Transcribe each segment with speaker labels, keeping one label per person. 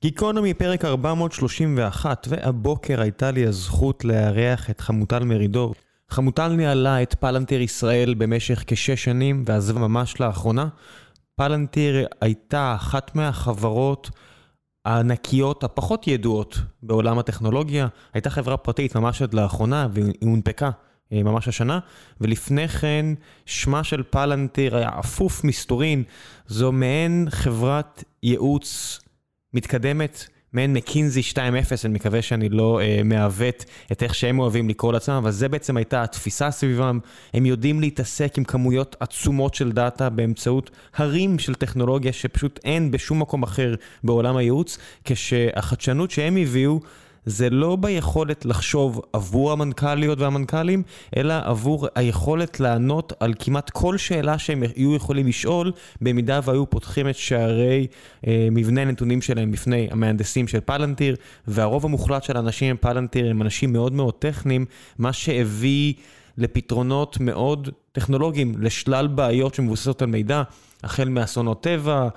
Speaker 1: גיקונומי פרק 431, והבוקר הייתה לי הזכות לארח את חמוטל מרידור. חמוטל ניהלה את פלנטיר ישראל במשך כ6 שנים, ועזבה ממש לאחרונה. פלנטיר הייתה אחת מהחברות הענקיות הפחות ידועות בעולם הטכנולוגיה. הייתה חברה פרטית ממש עד לאחרונה, והיא הונפקה ממש השנה, ולפני כן שמה של פלנטיר היה אפוף מסתורין. זו מעין חברת ייעוץ מתקדמת, מעין מקינזי 2.0, אני מקווה שאני לא מעוות את איך שהם אוהבים לקרוא לעצמם, אבל זה בעצם הייתה התפיסה סביבם. הם יודעים להתעסק עם כמויות עצומות של דאטה באמצעות הרים של טכנולוגיה שפשוט אין בשום מקום אחר בעולם הייעוץ, כשהחדשנות שהם הביאו זה לא ביכולת לחשוב עבור המנכ"ליות והמנכ"לים, אלא עבור היכולת לענות על כמעט כל שאלה שהם יהיו יכולים לשאול, במידה והיו פותחים את שערי מבנה הנתונים שלהם בפני המהנדסים של פלנטיר, והרוב המוחלט של האנשים עם פלנטיר הם אנשים מאוד מאוד טכניים, מה שהביא לפתרונות מאוד טכנולוגיים, לשלל בעיות שמבוססות על מידע, החל מאסונות טבע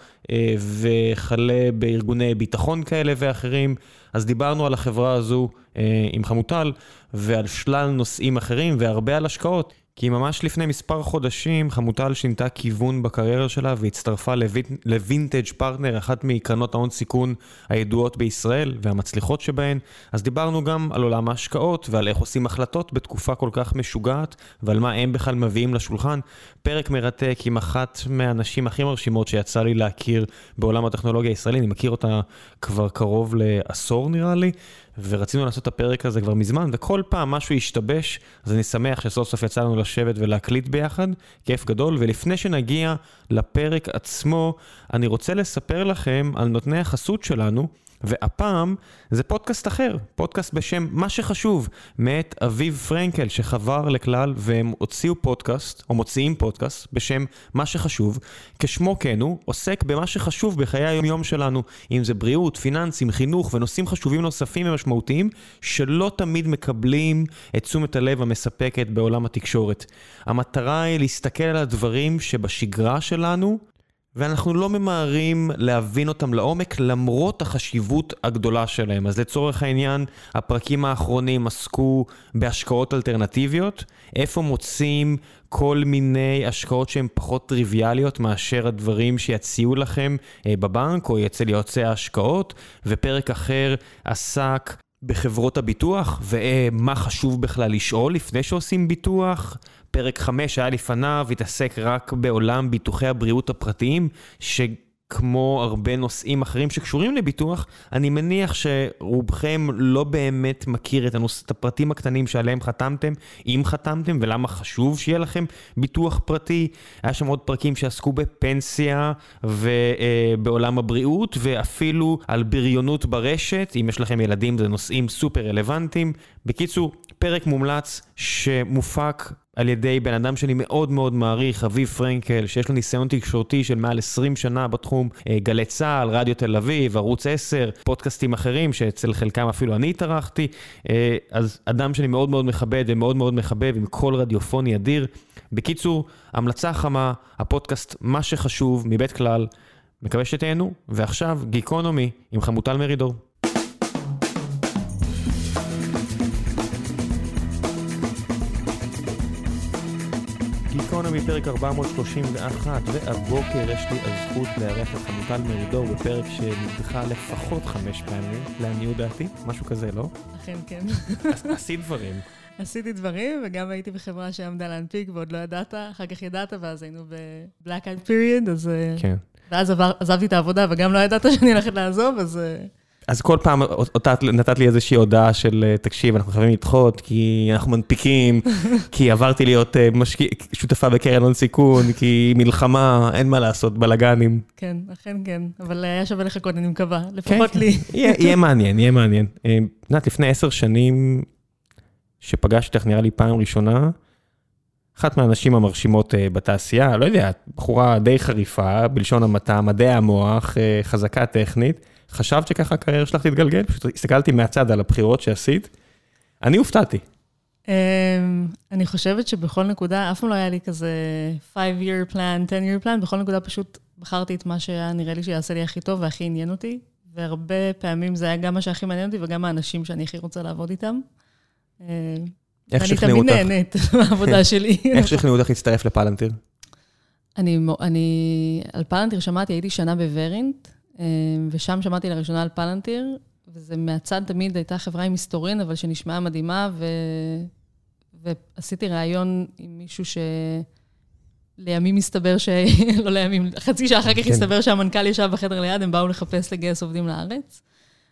Speaker 1: וחלה בארגוני ביטחון כאלה ואחרים. אז דיברנו על החברה הזו עם חמוטל ועל שלל נושאים אחרים והרבה על השקעות, כי ממש לפני מספר חודשים חמוטל שינתה כיוון בקריירה שלה והצטרפה לווינטג' פרטנר, אחת מקרנות ההון סיכון הידועות בישראל והמצליחות שבהן. אז דיברנו גם על עולם ההשקעות ועל איך עושים החלטות בתקופה כל כך משוגעת ועל מה הם בכלל מביאים לשולחן. פרק מרתק עם אחת מהאנשים הכי מרשימות שיצא לי להכיר בעולם הטכנולוגיה הישראלי. אני מכיר אותה כבר קרוב לעשור נראה לי, ורצינו לעשות את הפרק הזה כבר מזמן, וכל פעם משהו ישתבש, אז אני שמח שסוף סוף יצא לנו לשבת ולהקליט ביחד, כיף גדול. ולפני שנגיע לפרק עצמו, אני רוצה לספר לכם על נותני החסות שלנו, והפעם זה פודקאסט אחר, פודקאסט בשם מה שחשוב, מאת אביב פרנקל שחבר לכלל, והם הוציאו פודקאסט, או מוציאים פודקאסט בשם מה שחשוב, כשמו כן הוא, עוסק במה שחשוב בחיי היום-יום שלנו, אם זה בריאות, פיננסים, חינוך ונושאים חשובים נוספים ומשמעותיים, שלא תמיד מקבלים את תשומת הלב המספקת בעולם התקשורת. המטרה היא להסתכל על הדברים שבשגרה שלנו, ואנחנו לא ממהרים להבין אותם לעומק למרות החשיבות הגדולה שלהם. אז לצורך העניין, הפרקים האחרונים עסקו בהשקעות אלטרנטיביות, איפה מוצאים כל מיני השקעות שהן פחות טריוויאליות מאשר הדברים שיציעו לכם בבנק או אצל יועצי ההשקעות, ופרק אחר עסק בחברות הביטוח, ומה חשוב בכלל לשאול לפני שעושים ביטוח. פרק 5 היה לפניו, התעסק רק בעולם ביטוחי הבריאות הפרטיים, שכמו הרבה נושאים אחרים שקשורים לביטוח, אני מניח שרובכם לא באמת מכיר את הפרטים הקטנים שעליהם חתמתם, אם חתמתם, ולמה חשוב שיהיה לכם ביטוח פרטי. היה שם עוד פרקים שעסקו בפנסיה ובעולם הבריאות, ואפילו על בריונות ברשת. אם יש לכם ילדים, זה נושאים סופר רלוונטיים. בקיצור, פרק מומלץ שמופק על ידי בן אדם שאני מאוד מאוד מעריך, אביב פרנקל, שיש לו ניסיון תקשורתי של מעל 20 שנה בתחום, גלי צהל, רדיו תל אביב, ערוץ 10, פודקאסטים אחרים, שאצל חלקם אפילו אני התארחתי. אז אדם שאני מאוד מאוד מכבד ומאוד מאוד מחבב, עם קול רדיופוני אדיר. בקיצור, המלצה חמה, הפודקאסט מה שחשוב מבית כלל, מקווה שתהנו. ועכשיו גיקונומי עם חמוטל מרידור. גיקונומי פרק 431, והבוקר יש לי הזכות לארח את חמוטל מרידור בפרק שנדחה לפחות 5 פעמים, לעניות דעתי, משהו כזה, לא?
Speaker 2: אכן כן.
Speaker 1: עשית דברים.
Speaker 2: עשיתי דברים, וגם הייתי בחברה שעמדה להנפיק ועוד לא ידעת, אחר כך ידעת, ואז היינו ב-Black Eyed Period, אז... כן. ואז עזבתי את העבודה, וגם לא ידעת שאני הולכת לעזוב, אז...
Speaker 1: אז כל פעם נתת לי איזושהי הודעה של תקשיב, אנחנו חייבים לדחות, כי אנחנו מנפיקים, כי עברתי להיות שותפה בקרן הון סיכון, כי מלחמה, אין מה לעשות, בלגנים.
Speaker 2: כן, אכן כן, אבל היה שווה לחכות, אני מקווה, לפחות לי.
Speaker 1: יהיה מעניין, יהיה מעניין. לפני 10 שנים שפגשתי לך, נראה לי פעם ראשונה, אחת מהאנשים המרשימות בתעשייה, לא יודע, בחורה די חריפה, בלשון המעטה, מדעי המוח, חזקה טכנית, חשבת שככה הקריירה שלך תתגלגל? פשוט הסתכלתי מהצד על הבחירות שעשית. אני הופתעתי.
Speaker 2: אני חושבת שבכל נקודה, אף פעם לא היה לי כזה 5-year plan, 10-year plan, בכל נקודה פשוט בחרתי את מה שהיה נראה לי שיעשה לי הכי טוב והכי עניין אותי, והרבה פעמים זה היה גם מה שהכי מעניין אותי, וגם האנשים שאני הכי רוצה לעבוד איתם.
Speaker 1: איך שכנעו אותך?
Speaker 2: אני תמיד נהנית מהעבודה שלי.
Speaker 1: איך שכנעו אותך להצטרף לפלנטיר?
Speaker 2: על פלנטיר שמעתי, הייתי שנה בוורינט, ושם שמעתי לראשונה על פלנטיר, וזה מהצד תמיד הייתה חברה עם היסטורין, אבל שנשמעה מדהימה, ועשיתי ראיון עם מישהו לימים מסתבר לא לימים, חצי שעה אחר כך הסתבר שהמנכ"ל ישב בחדר ליד, הם באו לחפש לגייס עובדים לארץ.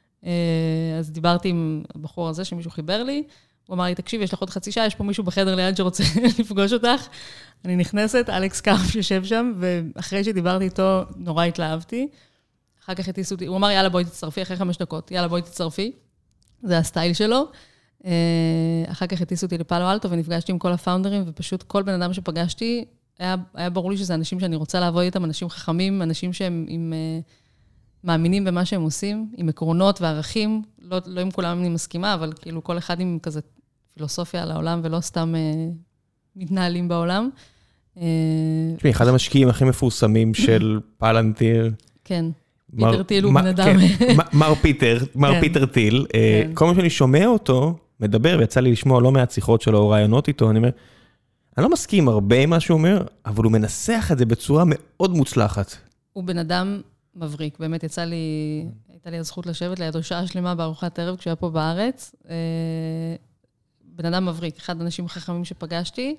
Speaker 2: אז דיברתי עם הבחור הזה שמישהו חיבר לי, הוא אמר לי, תקשיב, יש לך עוד חצי שעה, יש פה מישהו בחדר ליד שרוצה לפגוש אותך. אני נכנסת, אלכס קרפ יושב שם, ואחרי שדיברתי איתו, נורא התלהבתי. אחר כך הטיסו אותי, הוא אמר, יאללה, בואי תצטרפי, אחרי 5 דקות, יאללה, בואי תצטרפי. זה הסטייל שלו. אחר כך הטיסו אותי לפאלו אלטו, ונפגשתי עם כל הפאונדרים, ופשוט כל בן אדם שפגשתי, היה ברור לי שזה אנשים שאני רוצה לעבוד איתם, אנשים חכמים, אנשים שהם מאמינים במה שהם עושים, עם עקרונות וערכים, לא עם כולם אני מסכימה, אבל כאילו כל אחד עם כזה פילוסופיה על העולם, ולא סתם מתנהלים בעולם.
Speaker 1: תשמעי, אחד המשקיעים הכי מפורסמים של פלנטיר.
Speaker 2: כן, פיטר טיל הוא בן אדם.
Speaker 1: מר פיטר טיל. כל מה שאני שומע אותו, מדבר, ויצא לי לשמוע לא מעט שיחות שלו, או רעיונות איתו, אני אומר, אני לא מסכים הרבה עם מה שהוא אומר, אבל הוא מנסח את זה בצורה מאוד מוצלחת.
Speaker 2: הוא בן אדם מבריק, באמת הייתה לי הזכות לשבת לידו שעה שלמה בארוחת ערב כשהיה פה בארץ. בן אדם מבריק, אחד האנשים החכמים שפגשתי.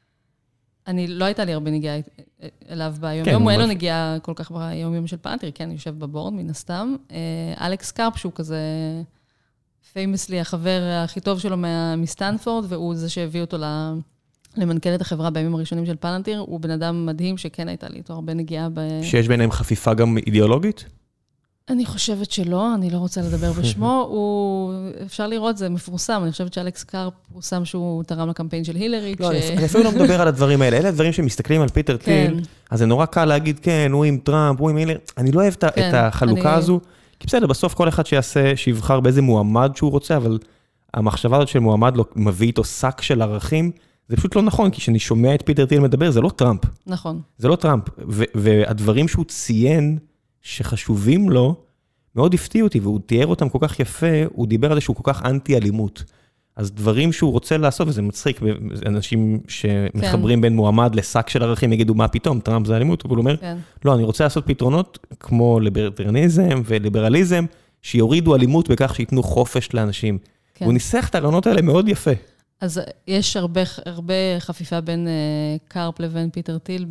Speaker 2: לא הייתה לי הרבה נגיעה אליו ביום יום, הוא אין לו נגיעה כל כך ביום יום של פלנטיר, כן, אני יושב בבורד מן הסתם. אלכס קרפ, שהוא כזה פיימסלי, החבר הכי טוב שלו מסטנפורד, והוא זה שהביא אותו למנכ"ל את החברה בימים הראשונים של פלנטיר, הוא בן אדם מדהים שכן הייתה לי איתו הרבה נגיעה
Speaker 1: שיש ביניהם חפיפה גם אידיאולוגית?
Speaker 2: אני חושבת שלא, אני לא רוצה לדבר בשמו, אפשר לראות, זה מפורסם, אני חושבת שאלכס קרפ פורסם שהוא תרם לקמפיין של הילרי.
Speaker 1: לא, אני אפילו לא מדבר על הדברים האלה, אלה הדברים שמסתכלים על פיטר טיל, אז זה נורא קל להגיד, כן, הוא עם טראמפ, הוא עם הילרי, אני לא אוהב את החלוקה הזו, כי בסדר, בסוף כל אחד שיבחר באיזה מועמד שהוא רוצה, אבל המחשבה הזאת של מועמד לא מביא איתו שק של ערכים, זה פשוט לא נכון, כי כשאני שומע את פיטר טיל מדבר, זה לא טראמפ.
Speaker 2: נכון.
Speaker 1: זה לא טראמפ, והדברים שהוא ציין שחשובים לו, מאוד הפתיע אותי, והוא תיאר אותם כל כך יפה, הוא דיבר על זה שהוא כל כך אנטי-אלימות. אז דברים שהוא רוצה לעשות, וזה מצחיק, אנשים שמחברים בין מועמד לשק של ערכים, יגידו, מה פתאום, טראמפ זה אלימות, אבל הוא אומר, לא, אני רוצה לעשות פתרונות כמו ליברטריאניזם וליברליזם, שיורידו אלימות בכך שיתנו חופש לאנשים. הוא ניסח את הרעיונות האלה מאוד יפה.
Speaker 2: אז יש הרבה חפיפה בין קרפ לבין פיטר טיל,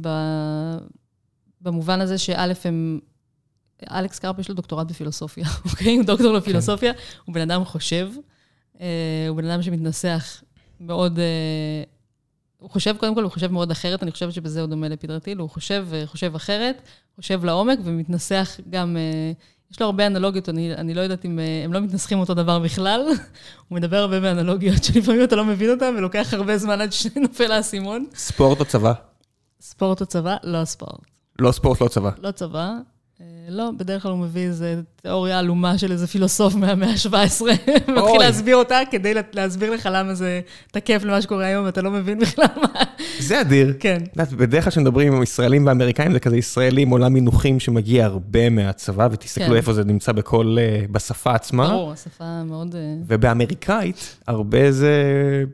Speaker 2: במובן הזה שא' הם, אלכס קרפ יש לו דוקטורט בפילוסופיה, אוקיי? הוא דוקטור לפילוסופיה, הוא בן אדם חושב, הוא בן אדם שמתנסח מאוד, הוא חושב, קודם כל, הוא חושב מאוד אחרת, אני חושבת שבזה הוא דומה לפיטר טיל, הוא חושב אחרת, חושב לעומק, ומתנסח גם, יש לו הרבה אנלוגיות, אני לא יודעת אם הם לא מתנסחים אותו דבר בכלל, הוא מדבר הרבה באנלוגיות, שלפעמים אתה לא מבין אותם, ולוקח הרבה זמן עד שנופל האסימון.
Speaker 1: ספורט או צבא?
Speaker 2: ספורט או צבא? לא ספורט.
Speaker 1: לא ספורט, לא צבא.
Speaker 2: לא צבא. לא, בדרך כלל הוא מביא איזו תיאוריה עלומה של איזה פילוסוף מהמאה ה-17, מתחיל להסביר אותה כדי להסביר לך למה זה תקף למה שקורה היום, ואתה לא מבין בכלל מה.
Speaker 1: זה אדיר.
Speaker 2: כן.
Speaker 1: בדרך כלל שמדברים עם ישראלים ואמריקאים, זה כזה ישראלים, עולם מינוחים שמגיע הרבה מהצבא, ותסתכלו איפה זה נמצא בשפה עצמה.
Speaker 2: ברור, השפה מאוד...
Speaker 1: ובאמריקאית, הרבה זה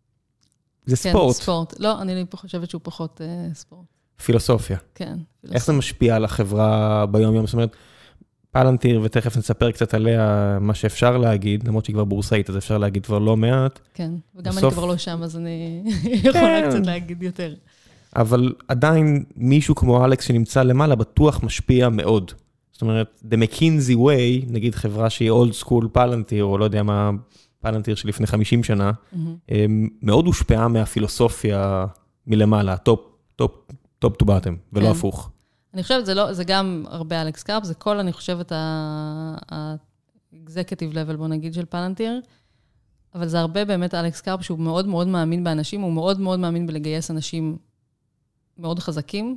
Speaker 1: ספורט.
Speaker 2: כן, ספורט. לא, אני חושבת שהוא פחות ספורט.
Speaker 1: פילוסופיה.
Speaker 2: כן.
Speaker 1: איך זה משפיע על החברה ביום יום? זאת אומרת, פלנטיר, ותכף נספר קצת עליה מה שאפשר להגיד, למרות שהיא כבר בורסאית, אז אפשר להגיד כבר לא מעט.
Speaker 2: כן, וגם אני כבר לא שם, אז אני יכולה קצת להגיד יותר.
Speaker 1: אבל עדיין מישהו כמו אלכס שנמצא למעלה, בטוח משפיע מאוד. זאת אומרת, The McKinsey Way, נגיד חברה שהיא old school פלנטיר, או לא יודע מה, פלנטיר שלפני 50 שנה, מאוד הושפעה מהפילוסופיה מלמעלה, טופ טו באטם, ולא הפוך.
Speaker 2: אני חושבת, זה גם הרבה אלכס קרפ, זה כל, אני חושבת, ה-executive level, בוא נגיד, של פלנטיר, אבל זה הרבה באמת אלכס קרפ, שהוא מאוד מאוד מאמין באנשים, הוא מאוד מאוד מאמין בלגייס אנשים מאוד חזקים,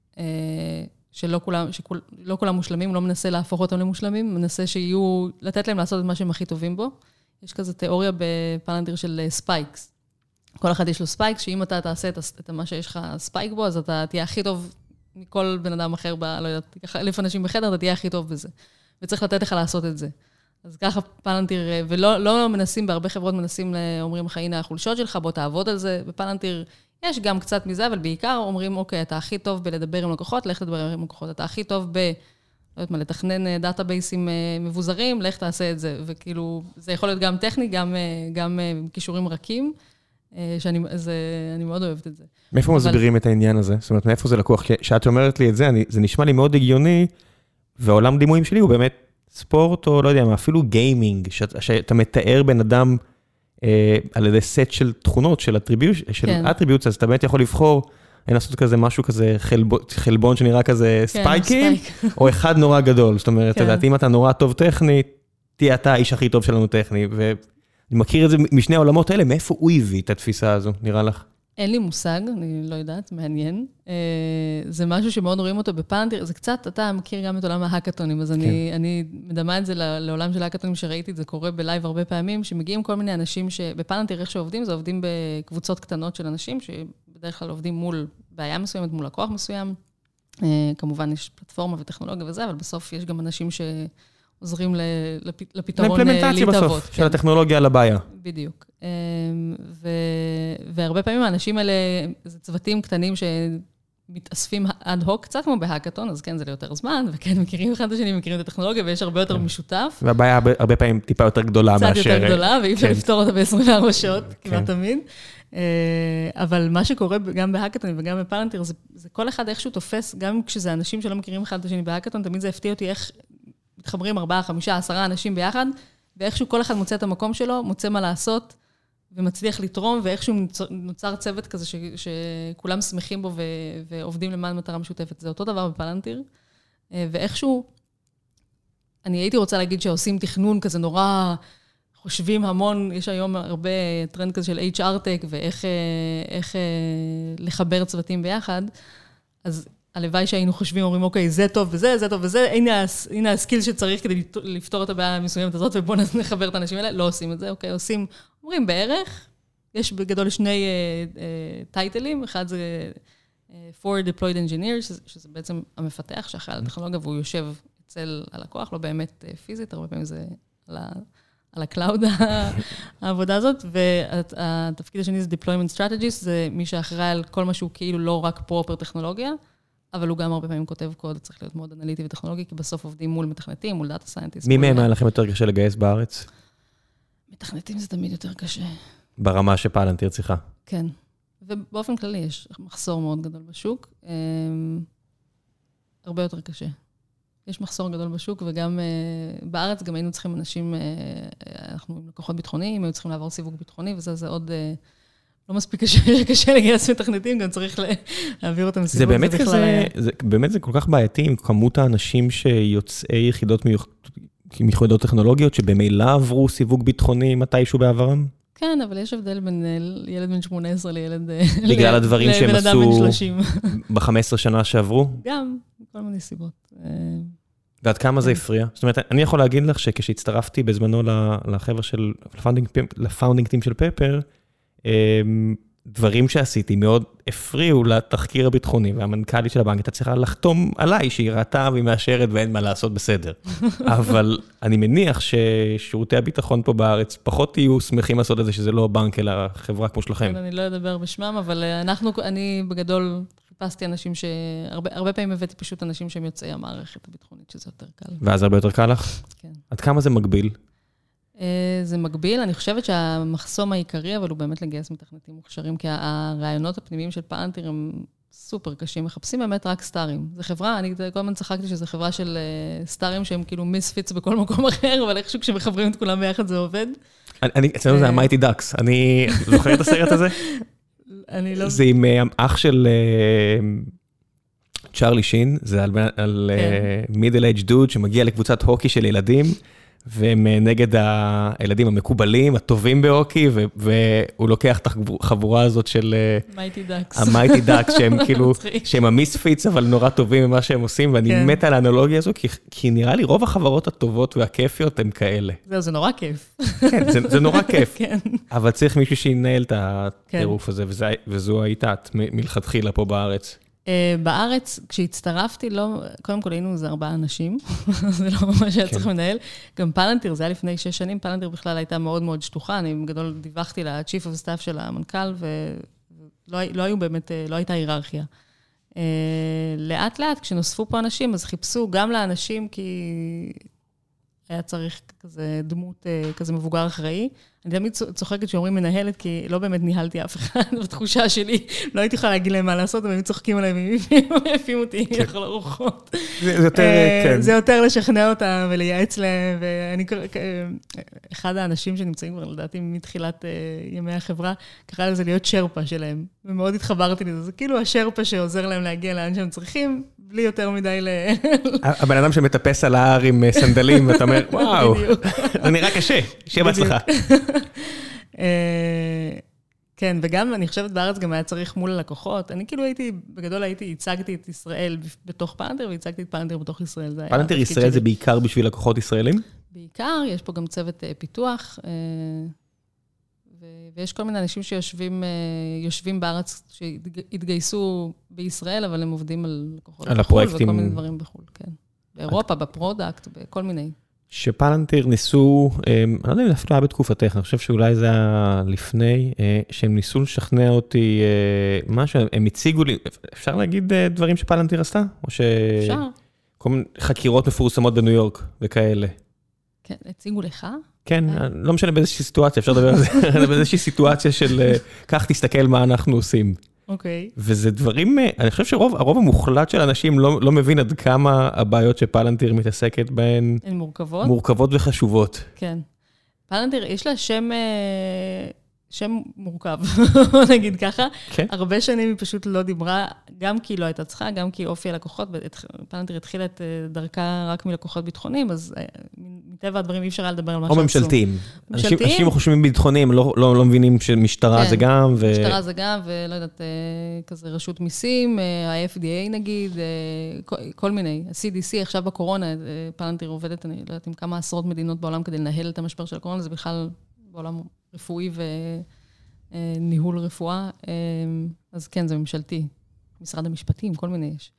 Speaker 2: שלא כולם מושלמים, לא מנסה להפוך אותם למושלמים, מנסה שיהיו, לתת להם לעשות את מה שהם הכי טובים בו. יש כזה תיאוריה בפלנטיר של ספייקס. כל אחד יש לו ספייקס, שאם אתה תעשה את מה שיש לך ספייק בו, אז אתה תהיה הכי טוב מכל בן אדם אחר, לא יודעת, תיקח 1,000 אנשים בחדר, אתה תהיה הכי טוב בזה. וצריך לתת לך לעשות את זה. אז ככה פלנטיר, ולא מנסים, בהרבה חברות מנסים, אומרים לך, הנה החולשות שלך, בוא תעבוד על זה. בפלנטיר יש גם קצת מזה, אבל בעיקר אומרים, אוקיי, אתה הכי טוב בלדבר עם לקוחות, לך תדבר עם לקוחות. אתה הכי טוב לא יודעת מה, לתכנן דאטאבייסים מבוזרים, לך תעשה את זה. וכאילו, זה יכול להיות גם טכני, גם קישורים רכים, שאני מאוד אוהבת את זה.
Speaker 1: מאיפה מסבירים את העניין הזה? זאת אומרת, מאיפה זה לקוח? כשאת אומרת לי את זה, זה נשמע לי מאוד הגיוני, והעולם דימויים שלי הוא באמת ספורט, או לא יודע מה, אפילו גיימינג, שאתה מתאר בן אדם על ידי סט של תכונות, של אטריביוטס, אז אתה באמת יכול לבחור, לעשות כזה משהו כזה, חלבון שנראה כזה ספייקי, או אחד נורא גדול. זאת אומרת, אם אתה נורא טוב טכני, תהיה אתה האיש הכי טוב שלנו טכני, ואני מכיר את זה משני העולמות האלה, מאיפה הוא הביא את התפיסה הזו, נראה לך?
Speaker 2: אין לי מושג, אני לא יודעת, מעניין. זה משהו שמאוד רואים אותו בפלנטיר, זה קצת, אתה מכיר גם את עולם ההקאטונים, אז אני מדמה את זה לעולם של ההקאטונים שראיתי, זה קורה בלייב הרבה פעמים, שמגיעים כל מיני אנשים שבפלנטיר איך שעובדים, זה עובדים בקבוצות קטנות של אנשים, שבדרך כלל עובדים מול בעיה מסוימת, מול לקוח מסוים. כמובן יש פלטפורמה וטכנולוגיה וזה, אבל בסוף יש גם אנשים שעוזרים לפתרון
Speaker 1: לאימפלמנטציה בסוף, של הטכנולוגיה על הבעיה.
Speaker 2: בדיוק. והרבה פעמים האנשים האלה, זה צוותים קטנים שמתאספים עד הוק, קצת כמו בהאקתון, אז כן, זה ליותר זמן, וכן, מכירים אחד את השני, מכירים את הטכנולוגיה, ויש הרבה יותר משותף.
Speaker 1: והבעיה הרבה פעמים טיפה יותר גדולה מאשר...
Speaker 2: קצת יותר גדולה, ואי אפשר לפתור אותה ב-24 שעות, כמעט תמיד. אבל מה שקורה גם בהאקתון וגם בפלנטיר, זה כל אחד איכשהו תופס, גם כשזה אנשים שלא מכירים אחד את השני בהאקתון, תמיד זה הפתיע אותי איך מתחברים 4, 5, 10 אנשים ביחד, ואיכשהו כל אחד מוצא את המקום שלו, מוצא מה לעשות, ומצליח לתרום, ואיכשהו נוצר צוות כזה שכולם שמחים בו ועובדים למען מטרה משותפת. זה אותו דבר בפלנטיר. ואיכשהו, אני הייתי רוצה להגיד שעושים תכנון כזה נורא, חושבים המון, יש היום הרבה טרנד כזה של HR-Tech, ואיך לחבר צוותים ביחד. אז הלוואי שהיינו חושבים, אומרים, אוקיי, זה טוב וזה, זה טוב וזה, הנה הסקיל שצריך כדי לפתור את הבעיה המסוימת הזאת, ובואו נחבר את האנשים האלה, לא עושים את זה, אוקיי, אומרים בערך, יש בגדול 2 טייטלים, אחד זה Forward Deployed Engineer, שזה בעצם המפתח שאחראי על הטכנולוגיה, והוא יושב אצל הלקוח, לא באמת פיזית, הרבה פעמים זה על הקלאוד, העבודה הזאת, והתפקיד השני זה Deployment Strategist, זה מי שאחראי על כל מה שהוא כאילו לא רק פרופר טכנולוגיה, אבל הוא גם הרבה פעמים כותב קוד, צריך להיות מאוד אנליטי וטכנולוגי, כי בסוף עובדים מול מתכנתים, מול דאטה סיינטיסט.
Speaker 1: מי מהם היה לכם יותר קשה לגייס בארץ?
Speaker 2: מתכנתים זה תמיד יותר קשה.
Speaker 1: ברמה שפלנטיר צריכה.
Speaker 2: כן. ובאופן כללי יש מחסור מאוד גדול בשוק. הרבה יותר קשה. יש מחסור גדול בשוק, וגם בארץ גם היינו צריכים אנשים, אנחנו עם לקוחות ביטחוניים, היו צריכים לעבור סיווג ביטחוני, וזה עוד לא מספיק קשה לגייס מתכנתים, גם צריך להעביר אותם סיווג.
Speaker 1: זה באמת כזה, באמת זה כל כך בעייתי עם כמות האנשים שיוצאי יחידות מיוחדות טכנולוגיות, שבמילא עברו סיווג ביטחוני מתישהו בעברם?
Speaker 2: כן, אבל יש הבדל בין ילד בן 18 לילד...
Speaker 1: בגלל הדברים שהם עשו ב-15 שנה שעברו?
Speaker 2: גם, כל מיני סיבות.
Speaker 1: ועד כמה זה הפריע? זאת אומרת, אני יכול להגיד לך שכשהצטרפתי בזמנו לחבר'ה של, לפאונדינג טים של פפר, דברים שעשיתי מאוד הפריעו לתחקיר הביטחוני, והמנכ"לית של הבנק הייתה צריכה לחתום עליי, שהיא ראתה והיא מאשרת ואין מה לעשות בסדר. אבל אני מניח ששירותי הביטחון פה בארץ פחות יהיו שמחים לעשות את זה, שזה לא בנק, אלא חברה כמו שלכם.
Speaker 2: אני לא אדבר בשמם, אבל אני בגדול חיפשתי אנשים הרבה פעמים הבאתי פשוט אנשים שהם יוצאי המערכת הביטחונית, שזה יותר קל.
Speaker 1: ואז הרבה יותר קל לך?
Speaker 2: כן.
Speaker 1: עד כמה זה מגביל?
Speaker 2: זה מגביל, אני חושבת שהמחסום העיקרי, אבל הוא באמת לגייס מתכנתים מוכשרים, כי הרעיונות הפנימיים של פלנטיר הם סופר קשים, מחפשים באמת רק סטארים. זו חברה, אני כל הזמן צחקתי שזו חברה של סטארים שהם כאילו מיספיץ בכל מקום אחר, אבל איכשהו כשמחברים את כולם ביחד זה עובד.
Speaker 1: אצלנו זה המייטי דאקס, אני זוכר את הסרט הזה?
Speaker 2: אני לא...
Speaker 1: זה עם אח של צ'רלי שין, זה על מידל אייג' דוד שמגיע לקבוצת הוקי של ילדים, והם נגד הילדים המקובלים, הטובים בהוקי, והוא לוקח את החבורה הזאת של...
Speaker 2: מייטי דאקס.
Speaker 1: המייטי דאקס, שהם כאילו, שהם המיספיץ, אבל נורא טובים במה שהם עושים, ואני מת על האנלוגיה הזו, כי נראה לי רוב החברות הטובות והכיפיות הן כאלה.
Speaker 2: זה נורא כיף.
Speaker 1: כן, זה נורא כיף. אבל צריך מישהו שינהל את הטירוף הזה, וזו הייתה מלכתחילה פה בארץ.
Speaker 2: בארץ, כשהצטרפתי, קודם כל היינו איזה 4 אנשים, זה לא ממש היה צריך לנהל. גם פלנטיר, זה היה לפני 6 שנים, פלנטיר בכלל הייתה מאוד מאוד שטוחה, אני בגדול דיווחתי ל-Chief of Staff של המנכ"ל, ולא היו באמת, לא הייתה היררכיה. לאט לאט, כשנוספו פה אנשים, אז חיפשו גם לאנשים, כי היה צריך כזה דמות, כזה מבוגר אחראי. אני תמיד צוחקת שאומרים מנהלת, כי לא באמת ניהלתי אף אחד, בתחושה שלי, לא הייתי יכולה להגיד להם מה לעשות, אבל הם צוחקים עליהם, והפימו אותי לכל הרוחות. זה יותר לשכנע אותם ולייעץ להם, ואני, אחד האנשים שנמצאים כבר, לדעתי, מתחילת ימי החברה, קרא לזה להיות שרפה שלהם, ומאוד התחברתי לזה, זה כאילו השרפה שעוזר להם להגיע לאן שהם צריכים, בלי יותר מדי
Speaker 1: הבן אדם שמטפס על ההר עם סנדלים, ואתה אומר, וואו, זה נראה קשה, שיהיה בהצלחה.
Speaker 2: כן, וגם אני חושבת בארץ גם היה צריך מול הלקוחות, אני כאילו בגדול הצגתי את ישראל בתוך פלנטיר, והצגתי את פלנטיר בתוך ישראל.
Speaker 1: פלנטיר ישראל זה בעיקר בשביל לקוחות ישראלים?
Speaker 2: בעיקר, יש פה גם צוות פיתוח, ויש כל מיני אנשים שיושבים בארץ, שהתגייסו בישראל, אבל הם עובדים על לקוחות בחול, וכל מיני דברים בחול, כן. באירופה, בפרודקט, בכל מיני.
Speaker 1: שפלנטיר ניסו, אני לא יודע אם אפילו היה בתקופתך, אני חושב שאולי זה היה לפני, שהם ניסו לשכנע אותי משהו, הם הציגו לי, אפשר להגיד דברים שפלנטיר עשתה? או
Speaker 2: אפשר.
Speaker 1: כל מיני חקירות מפורסמות בניו יורק וכאלה. כן,
Speaker 2: הציגו לך?
Speaker 1: כן, לא משנה באיזושהי סיטואציה, אפשר לדבר על זה, באיזושהי סיטואציה של כך תסתכל מה אנחנו עושים.
Speaker 2: אוקיי.
Speaker 1: וזה דברים, אני חושב שהרוב המוחלט של אנשים לא מבין עד כמה הבעיות שפלנטיר מתעסקת בהן.
Speaker 2: הן מורכבות?
Speaker 1: מורכבות וחשובות.
Speaker 2: כן. פלנטיר, יש לה שם מורכב, נגיד ככה. כן. הרבה שנים היא פשוט לא דיברה, גם כי לא הייתה צריכה, גם כי אופי הלקוחות, פלנטיר התחילה את דרכה רק מלקוחות ביטחוניים, אז מטבע הדברים אי אפשר לדבר על מה שעשו.
Speaker 1: או ממשלתיים. אנשים חושבים ביטחוניים, לא מבינים שמשטרה זה גם.
Speaker 2: משטרה זה גם, ולא יודעת, כזה רשות מיסים, ה-FDA נגיד, כל מיני. ה-CDC, עכשיו בקורונה, פלנטיר עובדת, אני לא יודעת, עם כמה עשרות מדינות בעולם כדי לנהל את המשבר של הקורונה, זה בכלל בעולם רפואי וניהול רפואה, אז כן, זה ממשלתי. משרד המשפטים, כל מיני יש.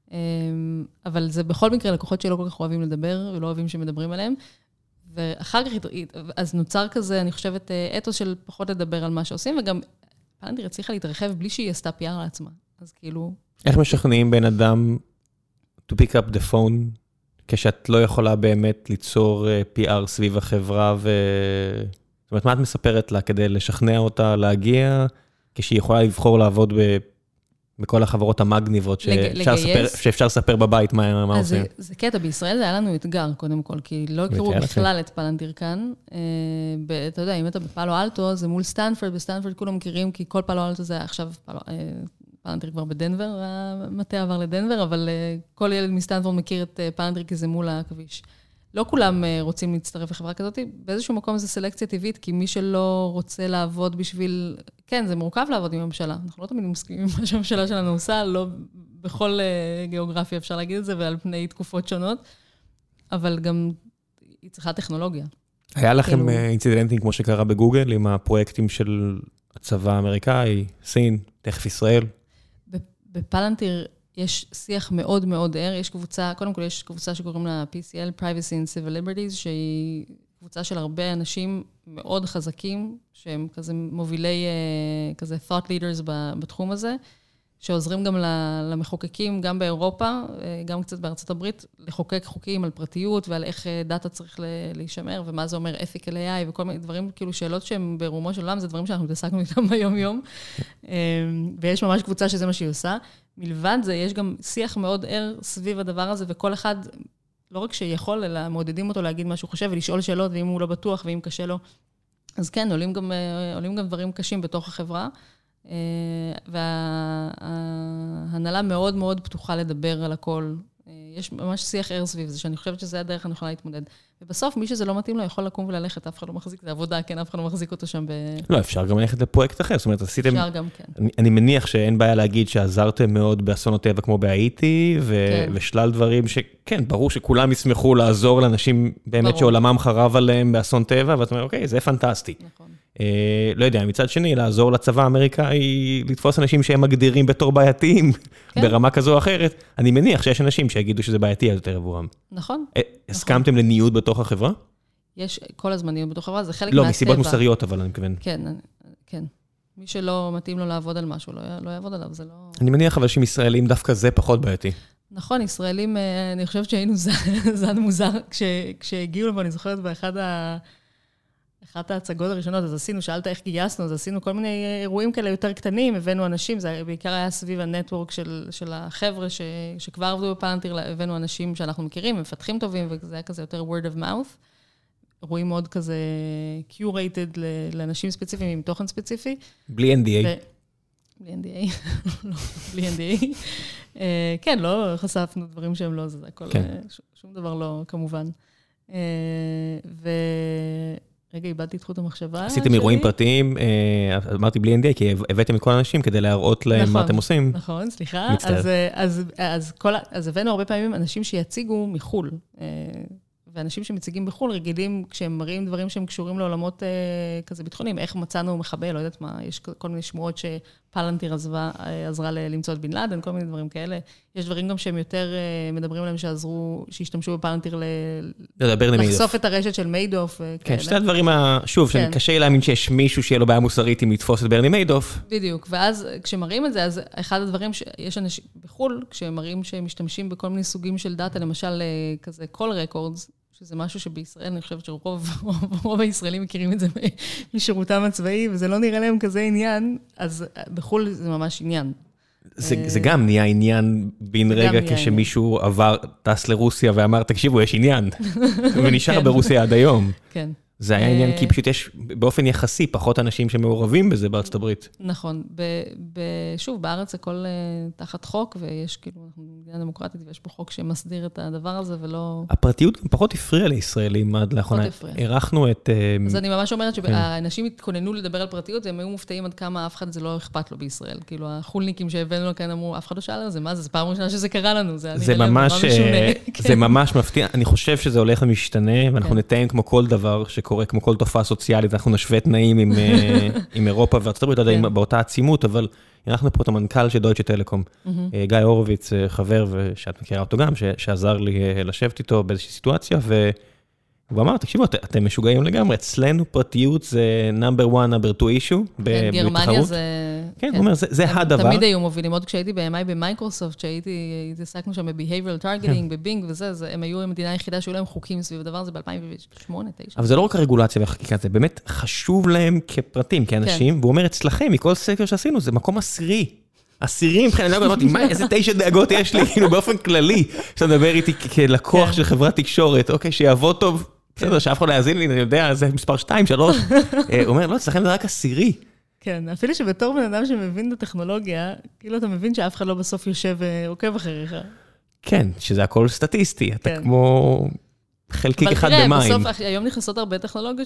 Speaker 2: אבל זה בכל מקרה לקוחות שלא כל כך אוהבים לדבר, ולא אוהבים שמדברים עליהם. ואחר כך, אז נוצר כזה, אני חושבת, אתוס של פחות לדבר על מה שעושים, וגם פלנטיר הצליחה להתרחב בלי שהיא עשתה PR לעצמה. אז כאילו...
Speaker 1: איך משכנעים בן אדם to pick up the phone, כשאת לא יכולה באמת ליצור PR סביב החברה זאת אומרת, מה את מספרת לה כדי לשכנע אותה להגיע, כשהיא יכולה לבחור לעבוד בכל החברות המגניבות, שאפשר לספר בבית מה עושים?
Speaker 2: זה קטע, בישראל זה היה לנו אתגר, קודם כל, כי לא הכירו בכלל את פלנטיר כאן. אתה יודע, אם אתה בפאלו אלטו, זה מול סטנפורד, בסטנפורד כולם מכירים, כי כל פאלו אלטו זה עכשיו, פלנטיר כבר בדנבר, המטה עבר לדנבר, אבל כל ילד מסטנפורד מכיר את פלנטיר, כי זה מול הכביש. לא כולם רוצים להצטרף לחברה כזאת, באיזשהו מקום זה סלקציה טבעית, כי מי שלא רוצה לעבוד בשביל... כן, זה מורכב לעבוד עם הממשלה. אנחנו לא תמיד מסכימים עם מה שהממשלה שלנו עושה, לא בכל גיאוגרפיה אפשר להגיד את זה, ועל פני תקופות שונות, אבל גם היא צריכה טכנולוגיה.
Speaker 1: היה לכם אינצידנטים כמו שקרה בגוגל, עם הפרויקטים של הצבא האמריקאי, סין, תכף ישראל?
Speaker 2: בפלנטיר יש שיח מאוד מאוד ער, יש קבוצה, קודם כל יש קבוצה שקוראים לה PCL, Privacy and Civil Liberties, שהיא קבוצה של הרבה אנשים מאוד חזקים, שהם כזה מובילי, כזה thought leaders בתחום הזה, שעוזרים גם למחוקקים, גם באירופה, גם קצת בארצות הברית, לחוקק חוקים על פרטיות ועל איך דאטה צריך להישמר, ומה זה אומר ethical AI, וכל מיני דברים, כאילו שאלות שהם ברומו של עולם, זה דברים שאנחנו מתעסקנו איתם ביום-יום, ויש ממש קבוצה שזה מה שהיא עושה. מלבד זה, יש גם שיח מאוד ער סביב הדבר הזה, וכל אחד, לא רק שיכול, אלא מעודדים אותו להגיד מה שהוא חושב, ולשאול שאלות, ואם הוא לא בטוח, ואם קשה לו. אז כן, עולים גם דברים קשים בתוך החברה, וההנהלה מאוד מאוד פתוחה לדבר על הכל. יש ממש שיח ער סביב זה, שאני חושבת שזה הדרך אני יכולה להתמודד. ובסוף, מי שזה לא מתאים לו, יכול לקום וללכת, אף אחד לא מחזיק, זה עבודה, כן, אף אחד לא מחזיק אותו שם
Speaker 1: לא, אפשר גם ללכת לפרויקט אחר, זאת אומרת, עשיתם...
Speaker 2: אפשר גם, כן.
Speaker 1: אני מניח שאין בעיה להגיד שעזרתם מאוד באסונות טבע כמו בהאיטי, ושלל דברים שכן, ברור שכולם ישמחו לעזור לאנשים באמת שעולמם חרב עליהם באסון טבע, ואתה אומר, אוקיי, זה פנטסטי. נכון. לא יודע, מצד שני, לעזור לצבא האמריקאי לתפוס אנשים שהם מגדירים בתור בעייתיים, ברמה כזו או אחרת. אני מניח שיש אנשים שיגידו שזה בעייתי יותר עבורם.
Speaker 2: נכון.
Speaker 1: הסכמתם לניוד בתוך החברה?
Speaker 2: יש כל הזמן ניוד בתוך החברה, זה חלק מהטבע.
Speaker 1: לא, מסיבות מוסריות, אבל אני מכוון.
Speaker 2: כן, כן. מי שלא מתאים לו לעבוד על משהו, לא יעבוד עליו, זה לא... אני
Speaker 1: מניח אבל שעם ישראלים דווקא זה פחות בעייתי.
Speaker 2: נכון, ישראלים, אני חושבת שהיינו זן מוזר, כשהגיעו לפה, אני זוכרת אחת ההצגות הראשונות, אז שאלת איך גייסנו, אז עשינו כל מיני אירועים כאלה יותר קטנים, הבאנו אנשים, זה בעיקר היה סביב הנטוורק של החבר'ה שכבר עבדו בפלנטיר, הבאנו אנשים שאנחנו מכירים, מפתחים טובים, וזה היה כזה יותר word of mouth. אירועים מאוד כזה curated לאנשים ספציפיים עם תוכן ספציפי.
Speaker 1: בלי NDA.
Speaker 2: בלי NDA. לא, בלי NDA. כן, לא חשפנו דברים שהם לא, זה הכל, שום דבר לא, כמובן. רגע, איבדתי את חוט המחשבה.
Speaker 1: עשיתם אירועים פרטיים, אמרתי בלי NDA, כי הבאתם את כל האנשים כדי להראות להם מה אתם עושים.
Speaker 2: נכון, סליחה. אז הבאנו הרבה פעמים אנשים שיציגו מחול. ואנשים שמציגים בחול רגילים, כשהם מראים דברים שהם קשורים לעולמות כזה ביטחוניים, איך מצאנו מחבל, לא יודעת מה, יש כל מיני שמועות שפלנטיר עזרה למצוא את בן לאדן, כל מיני דברים כאלה. יש דברים גם שהם יותר מדברים עליהם שהשתמשו בפלנטיר לחשוף את הרשת של מיידוף.
Speaker 1: כן, שתי הדברים, שוב, קשה להאמין שיש מישהו שיהיה לו בעיה מוסרית אם לתפוס את ברני מיידוף.
Speaker 2: בדיוק, ואז כשמראים את זה, אז אחד הדברים שיש אנשים בחול, כשמראים שהם משתמשים בכל מיני סוגים של דאטה, למשל כזה call records, שזה משהו שבישראל, אני חושבת שרוב הישראלים מכירים את זה משירותם הצבאי, וזה לא נראה להם כזה עניין, אז בחול זה ממש עניין.
Speaker 1: זה גם נהיה עניין בין רגע כשמישהו עבר, טס לרוסיה ואמר, תקשיבו, יש עניין, ונשאר ברוסיה עד היום.
Speaker 2: כן.
Speaker 1: זה היה עניין, כי פשוט יש באופן יחסי פחות אנשים שמעורבים בזה בארצות הברית.
Speaker 2: נכון. שוב, בארץ הכל תחת חוק, ויש כאילו, אנחנו מדינה דמוקרטית, ויש פה חוק שמסדיר את הדבר הזה, ולא...
Speaker 1: הפרטיות פחות הפריעה לישראלים עד לאחרונה.
Speaker 2: פחות הפריעה.
Speaker 1: ערכנו את...
Speaker 2: אז אני ממש אומרת שהאנשים התכוננו לדבר על פרטיות, והם היו מופתעים עד כמה אף אחד זה לא אכפת לו בישראל. כאילו, החולניקים שהבאנו לו כאן אמרו, אף אחד לא שאל על זה, מה זה? זה פעם ראשונה שזה קרה לנו,
Speaker 1: זה ממש מפתיע. אני חושב שזה הולך ומשתנה, ואנחנו נתאם כמו כל דבר שקורה, כמו כל תופעה סוציאלית, אנחנו נשווה תנאים עם אירופה וארצות הברית, באותה עצימות, אבל אנחנו פה את המנכ"ל של דויטשה טלקום, גיא הורוביץ, חבר, ושאת מכירה אותו גם, שעזר לי לשבת איתו באיזושהי סיטואציה, והוא אמר, תקשיבו, אתם משוגעים לגמרי, אצלנו פרטיות זה number one, number two issue,
Speaker 2: גרמניה זה...
Speaker 1: כן, הוא אומר, זה הדבר.
Speaker 2: תמיד היו מובילים, עוד כשהייתי ב-MI במייקרוסופט, התעסקנו שם ב-behavioral targeting, בבינג וזה, הם היו המדינה היחידה שהיו להם חוקים סביב הדבר הזה ב-2008-2009.
Speaker 1: אבל זה לא רק הרגולציה והחקיקה, זה באמת חשוב להם כפרטים, כאנשים, והוא אומר, אצלכם, מכל סקר שעשינו, זה מקום עשירי. עשירים, מבחינת אני אמרתי, איזה 9 דאגות יש לי, כאילו באופן כללי, שאתה מדבר איתי כלקוח של חברת תקשורת, אוקיי, שיעבוד טוב, בסדר, שאף אחד לא יאזין לי, אני יודע, זה מספר 2, 3. הוא אומר, לא, אצלכם זה רק עשירי.
Speaker 2: כן, אפילו שבתור בן אדם שמבין את הטכנולוגיה, כאילו אתה מבין שאף אחד לא בסוף יושב ועוקב אחריך.
Speaker 1: כן, שזה הכל סטטיסטי, אתה כמו חלקיק אחד במים.
Speaker 2: אבל תראה, בסוף היום נכנסות הרבה טכנולוגיות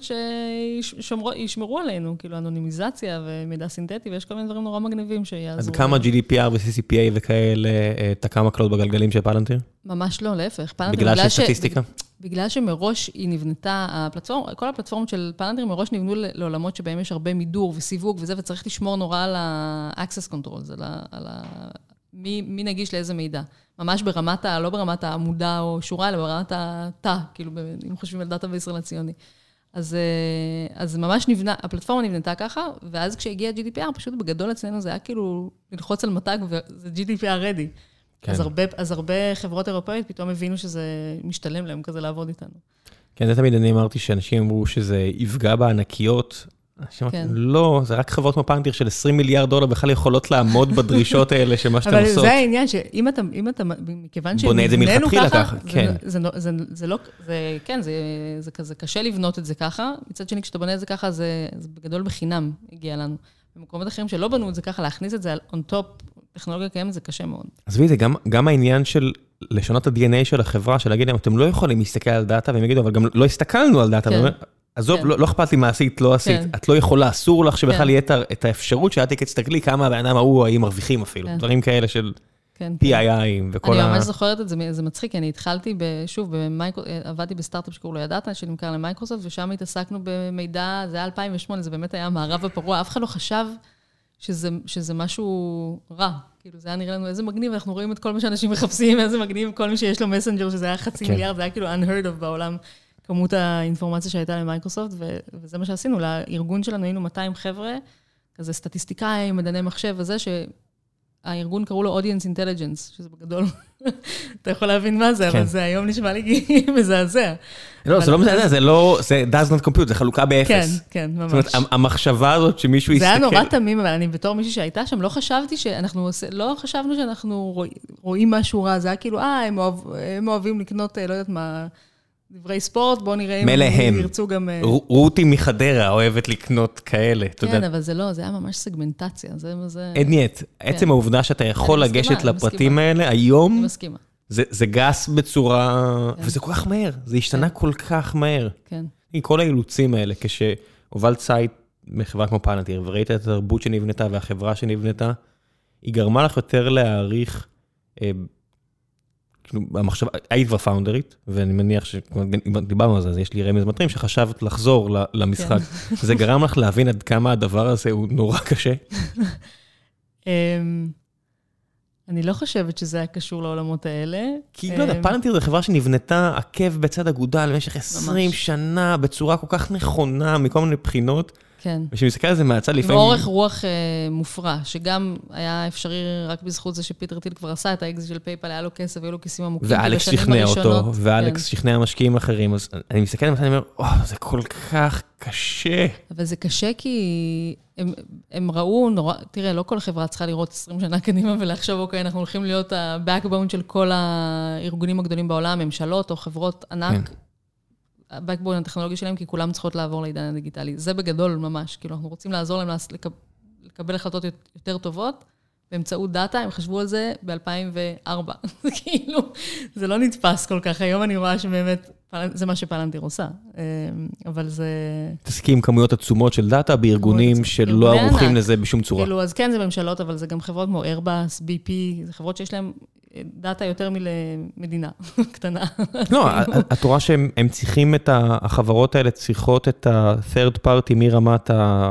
Speaker 2: שישמרו עלינו, כאילו אנונימיזציה ומידע סינתטי, ויש כל מיני דברים נורא מגניבים שיעזרו.
Speaker 1: אז כמה GDPR ו-CCPA וכאלה, תקע מקלות בגלגלים של פלנטיר?
Speaker 2: ממש לא, להפך.
Speaker 1: בגלל שהסטטיסטיקה?
Speaker 2: בגלל שמראש היא נבנתה, כל הפלטפורמות של פלנטיר מראש נבנו לעולמות שבהם יש הרבה מידור וסיווג וזה, וצריך לשמור נורא על ה-access control, על מי נגיש לאיזה מידע. ממש ברמת, לא ברמת העמודה או שורה, אלא ברמת התא, כאילו, אם חושבים על דאטאבייס רלציוני. אז ממש נבנה, הפלטפורמה נבנתה ככה, ואז כשהגיע GDPR, פשוט בגדול אצלנו זה היה כאילו ללחוץ על מתג, וזה GDPR ready. כן. אז הרבה חברות אירופאיות פתאום הבינו שזה משתלם להם כזה לעבוד איתנו.
Speaker 1: כן, זה תמיד אני אמרתי שאנשים אמרו שזה יפגע בענקיות, כן. לא, זה רק חברות כמו פלנטיר של $20 מיליארד בכלל יכולות לעמוד בדרישות האלה של מה שאתם עושות.
Speaker 2: אבל זה העניין, שאם אתה, מכיוון
Speaker 1: בונה את זה מלכתחילה ככה, כן.
Speaker 2: זה לא, כן, זה כזה קשה לבנות את זה ככה, מצד שני, כשאתה בונה את זה ככה, זה בגדול בחינם הגיע לנו. במקומות אחרים שלא בנו את זה ככה, להכניס את זה on top, טכנולוגיה קיימת, זה קשה מאוד.
Speaker 1: אז זה גם העניין של לשנות את ה-DNA של החברה, של להגיד להם, אתם לא יכולים להסתכל על דאטה, והם יגידו, אבל גם לא הסתכלנו על דאטה, עזוב, לא אכפת לי מה עשית, לא עשית, את לא יכולה, אסור לך שבכלל יהיה את האפשרות שאת תסתכלי כמה הבעיניים ההוא, האם מרוויחים אפילו, דברים כאלה של... PII וכל
Speaker 2: אני ממש זוכרת את זה, זה מצחיק, כי אני התחלתי שוב, עבדתי בסטארט-אפ שקוראים לו ידעתה, שנמכר למייקרוסופט, ושם התעסקנו במידע, זה היה 2008, זה באמת היה מערב הפרוע, אף אחד לא חשב שזה משהו רע. כאילו, זה היה נראה לנו איזה מגניב, אנחנו רואים את כל מה שאנשים מחפשים, איזה מגניב, כל מי שיש לו מסנג'ר, שזה היה 500 מיליארד, זה היה כאילו unheard of בעולם, כמות האינפורמציה שהייתה למייקרוסופט, וזה מה שעשינו, לארגון שלנו היינו 200 חבר'ה, כזה סטטיסטיקאים, מדעני מחשב וזה, שהארגון קראו לו Audience Intelligence, שזה בגדול, אתה יכול להבין מה זה, אבל זה היום נשמע לי מזעזע.
Speaker 1: לא, זה לא מזעזע, זה לא, זה does not compute, זה חלוקה באפס.
Speaker 2: כן, כן, ממש.
Speaker 1: זאת אומרת, המחשבה הזאת שמישהו יסתכל...
Speaker 2: זה היה נורא תמים, אבל אני בתור מישהי שהייתה שם, לא חשבנו שאנחנו רואים משהו רע, זה היה כאילו, הם אוהבים לקנות, לא יודעת מה, דברי ספורט, בואו נראה אם הם ירצו גם...
Speaker 1: רותי מחדרה אוהבת לקנות כאלה.
Speaker 2: כן, אבל זה לא, זה היה ממש סגמנטציה.
Speaker 1: עדניית, עצם העובדה שאתה יכול לגשת לפרטים האלה, היום...
Speaker 2: אני מסכימה.
Speaker 1: זה גס בצורה... וזה כל כך מהר, זה השתנה כל כך מהר.
Speaker 2: כן.
Speaker 1: כל האילוצים האלה, כשהובלת סייט מחברה כמו פלנטיר, וראית את התרבות שנבנתה והחברה שנבנתה, היא גרמה לך יותר להעריך... המחשבה, היית כבר פאונדרית, ואני מניח שדיברנו על זה, אז יש לי רמז מטרים שחשבת לחזור למשחק. זה גרם לך להבין עד כמה הדבר הזה הוא נורא קשה?
Speaker 2: אני לא חושבת שזה היה קשור לעולמות האלה.
Speaker 1: כי לא יודע, פלנטיר זה חברה שנבנתה עקב בצד אגודל במשך 20 שנה, בצורה כל כך נכונה, מכל מיני בחינות.
Speaker 2: כן.
Speaker 1: ושמסתכל על זה מהצד לפעמים...
Speaker 2: עם אורך רוח מופרע, שגם היה אפשרי רק בזכות זה שפיטר טיל כבר עשה את האקזיט של פייפל, היה לו כסף, היו לו כיסים עמוקים.
Speaker 1: ואלכס שכנע אותו, ואלכס שכנע משקיעים אחרים, אז אני מסתכל על זה, אני אומר, זה כל כך קשה.
Speaker 2: אבל זה קשה כי הם ראו נורא, תראה, לא כל חברה צריכה לראות 20 שנה קדימה ולחשוב, אוקיי, אנחנו הולכים להיות ה-backbone של כל הארגונים הגדולים בעולם, ממשלות או חברות ענק. הבקבון הטכנולוגי שלהם, כי כולם צריכות לעבור לעידן הדיגיטלי. זה בגדול ממש, כאילו אנחנו רוצים לעזור להם לקבל החלטות יותר טובות, באמצעות דאטה, הם חשבו על זה ב-2004. זה כאילו, זה לא נתפס כל כך. היום אני רואה שבאמת, זה מה שפלנטיר עושה. אבל זה...
Speaker 1: תסכים כמויות עצומות של דאטה בארגונים שלא ערוכים לזה בשום צורה.
Speaker 2: כאילו, אז כן, זה ממשלות, אבל זה גם חברות כמו Airbus, BP, זה חברות שיש להם דאטה יותר מלמדינה קטנה.
Speaker 1: לא, את רואה שהם צריכים את החברות האלה, צריכות את ה-third party מרמת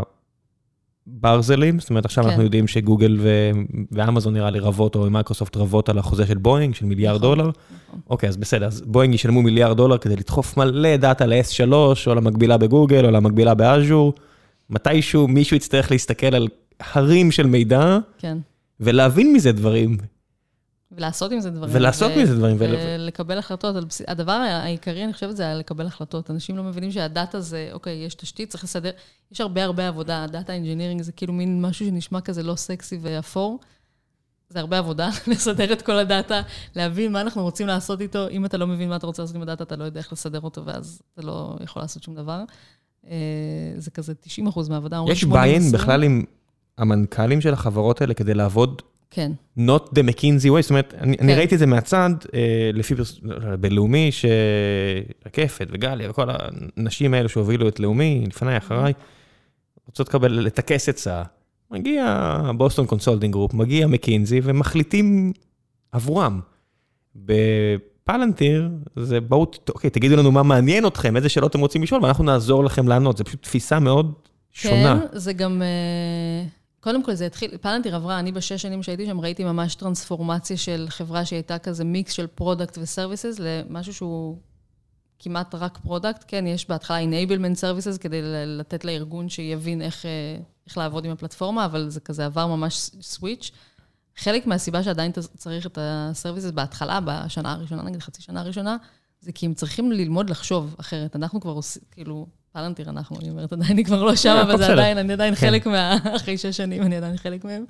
Speaker 1: הברזלים, זאת אומרת, עכשיו אנחנו יודעים שגוגל ואמזון נראה לי רבות, או מייקרוסופט רבות על החוזה של בוינג, של $1 מיליארד. אוקיי, אז בסדר, אז בוינג ישלמו $1 מיליארד כדי לדחוף מלא דאטה ל-S3, או למקבילה בגוגל, או למקבילה באז'ור. מתישהו מישהו יצטרך להסתכל על הרים של מידע, ולהבין מזה דברים.
Speaker 2: ולעשות עם זה דברים.
Speaker 1: ולעשות מזה דברים.
Speaker 2: ולקבל החלטות. הדבר העיקרי, אני חושבת, זה היה לקבל החלטות. אנשים לא מבינים שהדאטה זה, אוקיי, יש תשתית, צריך לסדר, יש הרבה עבודה. דאטה אינג'ינירינג זה כאילו מין משהו שנשמע כזה לא סקסי ואפור. זה הרבה עבודה, לסדר את כל הדאטה, להבין מה אנחנו רוצים לעשות איתו. אם אתה לא מבין מה אתה רוצה לעשות עם הדאטה, אתה לא יודע איך לסדר אותו, ואז אתה לא יכול לעשות שום דבר. זה כזה 90% מהעבודה.
Speaker 1: יש ביין בכלל עם המנכ"לים של החברות האלה כדי לעבוד
Speaker 2: כן.
Speaker 1: not the McKinsey way, זאת אומרת, אני ראיתי את זה מהצד, לפי בינלאומי, שרקפת וגליה וכל האנשים האלו שהובילו את לאומי, לפני, אחריי, רוצות לקבל, לטכס עצה, מגיע בוסטון קונסולטינג גרופ, מגיע מקינזי, ומחליטים עבורם. בפלנטיר, זה בואו, אוקיי, תגידו לנו מה מעניין אתכם, איזה שאלות אתם רוצים לשאול, ואנחנו נעזור לכם לענות, זה פשוט תפיסה מאוד שונה.
Speaker 2: כן, זה גם... קודם כל זה התחיל, פלנטיר עברה, אני בשש שנים שהייתי שם, ראיתי ממש טרנספורמציה של חברה שהייתה כזה מיקס של פרודקט וסרוויסס, למשהו שהוא כמעט רק פרודקט, כן, יש בהתחלה enablement services כדי לתת לארגון שיבין איך לעבוד עם הפלטפורמה, אבל זה כזה עבר ממש סוויץ'. חלק מהסיבה שעדיין צריך את הסרוויסס בהתחלה, בשנה הראשונה, נגיד חצי שנה הראשונה, זה כי הם צריכים ללמוד לחשוב אחרת. אנחנו כבר עושים, כאילו, פלנטיר אנחנו, אני אומרת, עדיין אני כבר לא שם, אבל זה עדיין, אני עדיין חלק אחרי 6 שנים, אני עדיין חלק מהם.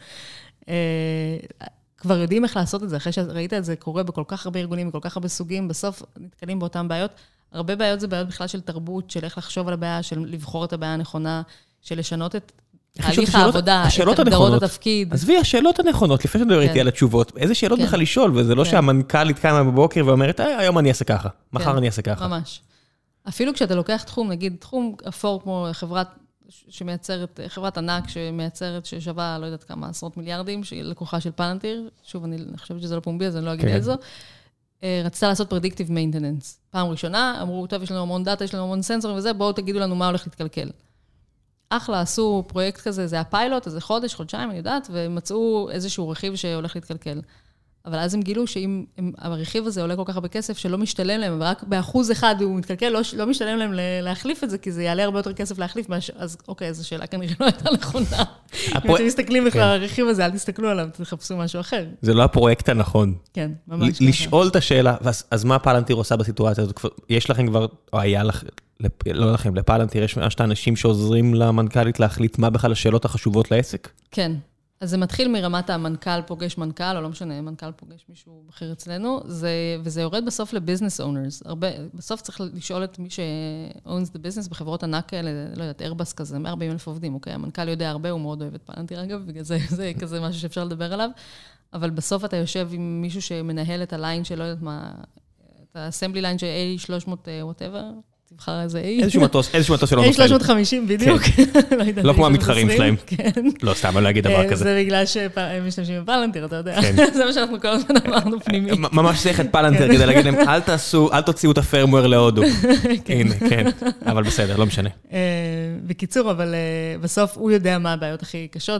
Speaker 2: כבר יודעים איך לעשות את זה, אחרי שראית את זה קורה בכל כך הרבה ארגונים, בכל כך הרבה סוגים, בסוף נתקלים באותם בעיות. הרבה בעיות זה בעיות בכלל של תרבות, של איך לחשוב על הבעיה, של לבחור את הבעיה הנכונה, של לשנות את תהליך העבודה, את הגדרות התפקיד.
Speaker 1: עזבי, השאלות הנכונות, לפני שנדבר איתי על התשובות, איזה שאלות בכלל לשאול, וזה לא שהמנכ"לית קמה בבוקר ואומרת, היום אני אעשה ככה, מחר אני אעשה ככה.
Speaker 2: ממש. אפילו כשאתה לוקח תחום, נגיד תחום אפור כמו חברת שמייצרת, חברת ענק שמייצרת, ששווה, לא יודעת כמה, עשרות מיליארדים, שהיא לקוחה של פלנטיר, שוב, אני חושבת שזה לא פומבי, אז אני לא אגיד על זה, רצתה לעשות predictive maintenance. פעם ראשונה, אמרו, טוב, יש לנו המון דאטה, יש לנו המון סנסורים וזה, בואו תגידו לנו מה הולך להתקלקל. אחלה, עשו פרויקט כזה, זה הפיילוט, איזה חודש, חודשיים, אני יודעת, ומצאו איזשהו רכיב שהולך להתקלקל. אבל אז הם גילו שאם הרכיב הזה עולה כל כך הרבה כסף, שלא משתלם להם, ורק ב1% הוא מתקלקל, לא משתלם להם להחליף את זה, כי זה יעלה הרבה יותר כסף להחליף, אז אוקיי, אז השאלה כנראה לא הייתה נכונה. אם אתם מסתכלים בכלל על הרכיב הזה, אל תסתכלו עליו, תחפשו משהו אחר.
Speaker 1: זה לא הפרויקט הנכון.
Speaker 2: כן, ממש.
Speaker 1: לשאול את השאלה, אז מה פלנטיר עושה בסיטואציה הזאת? יש לכם כבר, או היה לכם, לא לכם, לפלנטיר יש את האנשים שעוזרים למנכ"לית להחליט מה בכלל השאלות החשובות לעסק?
Speaker 2: כן. אז זה מתחיל מרמת המנכ"ל פוגש מנכ"ל, או לא משנה, מנכ"ל פוגש מישהו אחר אצלנו, וזה יורד בסוף לביזנס אונרס. בסוף צריך לשאול את מי ש-owns the business בחברות ענק כאלה, לא יודעת, איירבס כזה, 140,000 עובדים, אוקיי? המנכ"ל יודע הרבה, הוא מאוד אוהב את פלנטיר, אגב, בגלל זה כזה משהו שאפשר לדבר עליו, אבל בסוף אתה יושב עם מישהו שמנהל את הליין שלא יודעת מה, את ה-assembly line של A300 whatever, תבחר איזה A.
Speaker 1: איזשהו מטוס שלא נופל.
Speaker 2: A350 בדיוק.
Speaker 1: לא כמו המתחרים שלהם. לא, סתם, אני לא אגיד דבר כזה.
Speaker 2: זה בגלל שהם משתמשים בפלנטיר, אתה יודע. זה מה שאנחנו כל הזמן אמרנו פנימי.
Speaker 1: ממש צריך את פלנטיר כדי להגיד להם, אל תוציאו את הפרמוור להודו. הנה, כן. אבל בסדר, לא משנה.
Speaker 2: בקיצור, אבל בסוף הוא יודע מה הבעיות הכי קשות,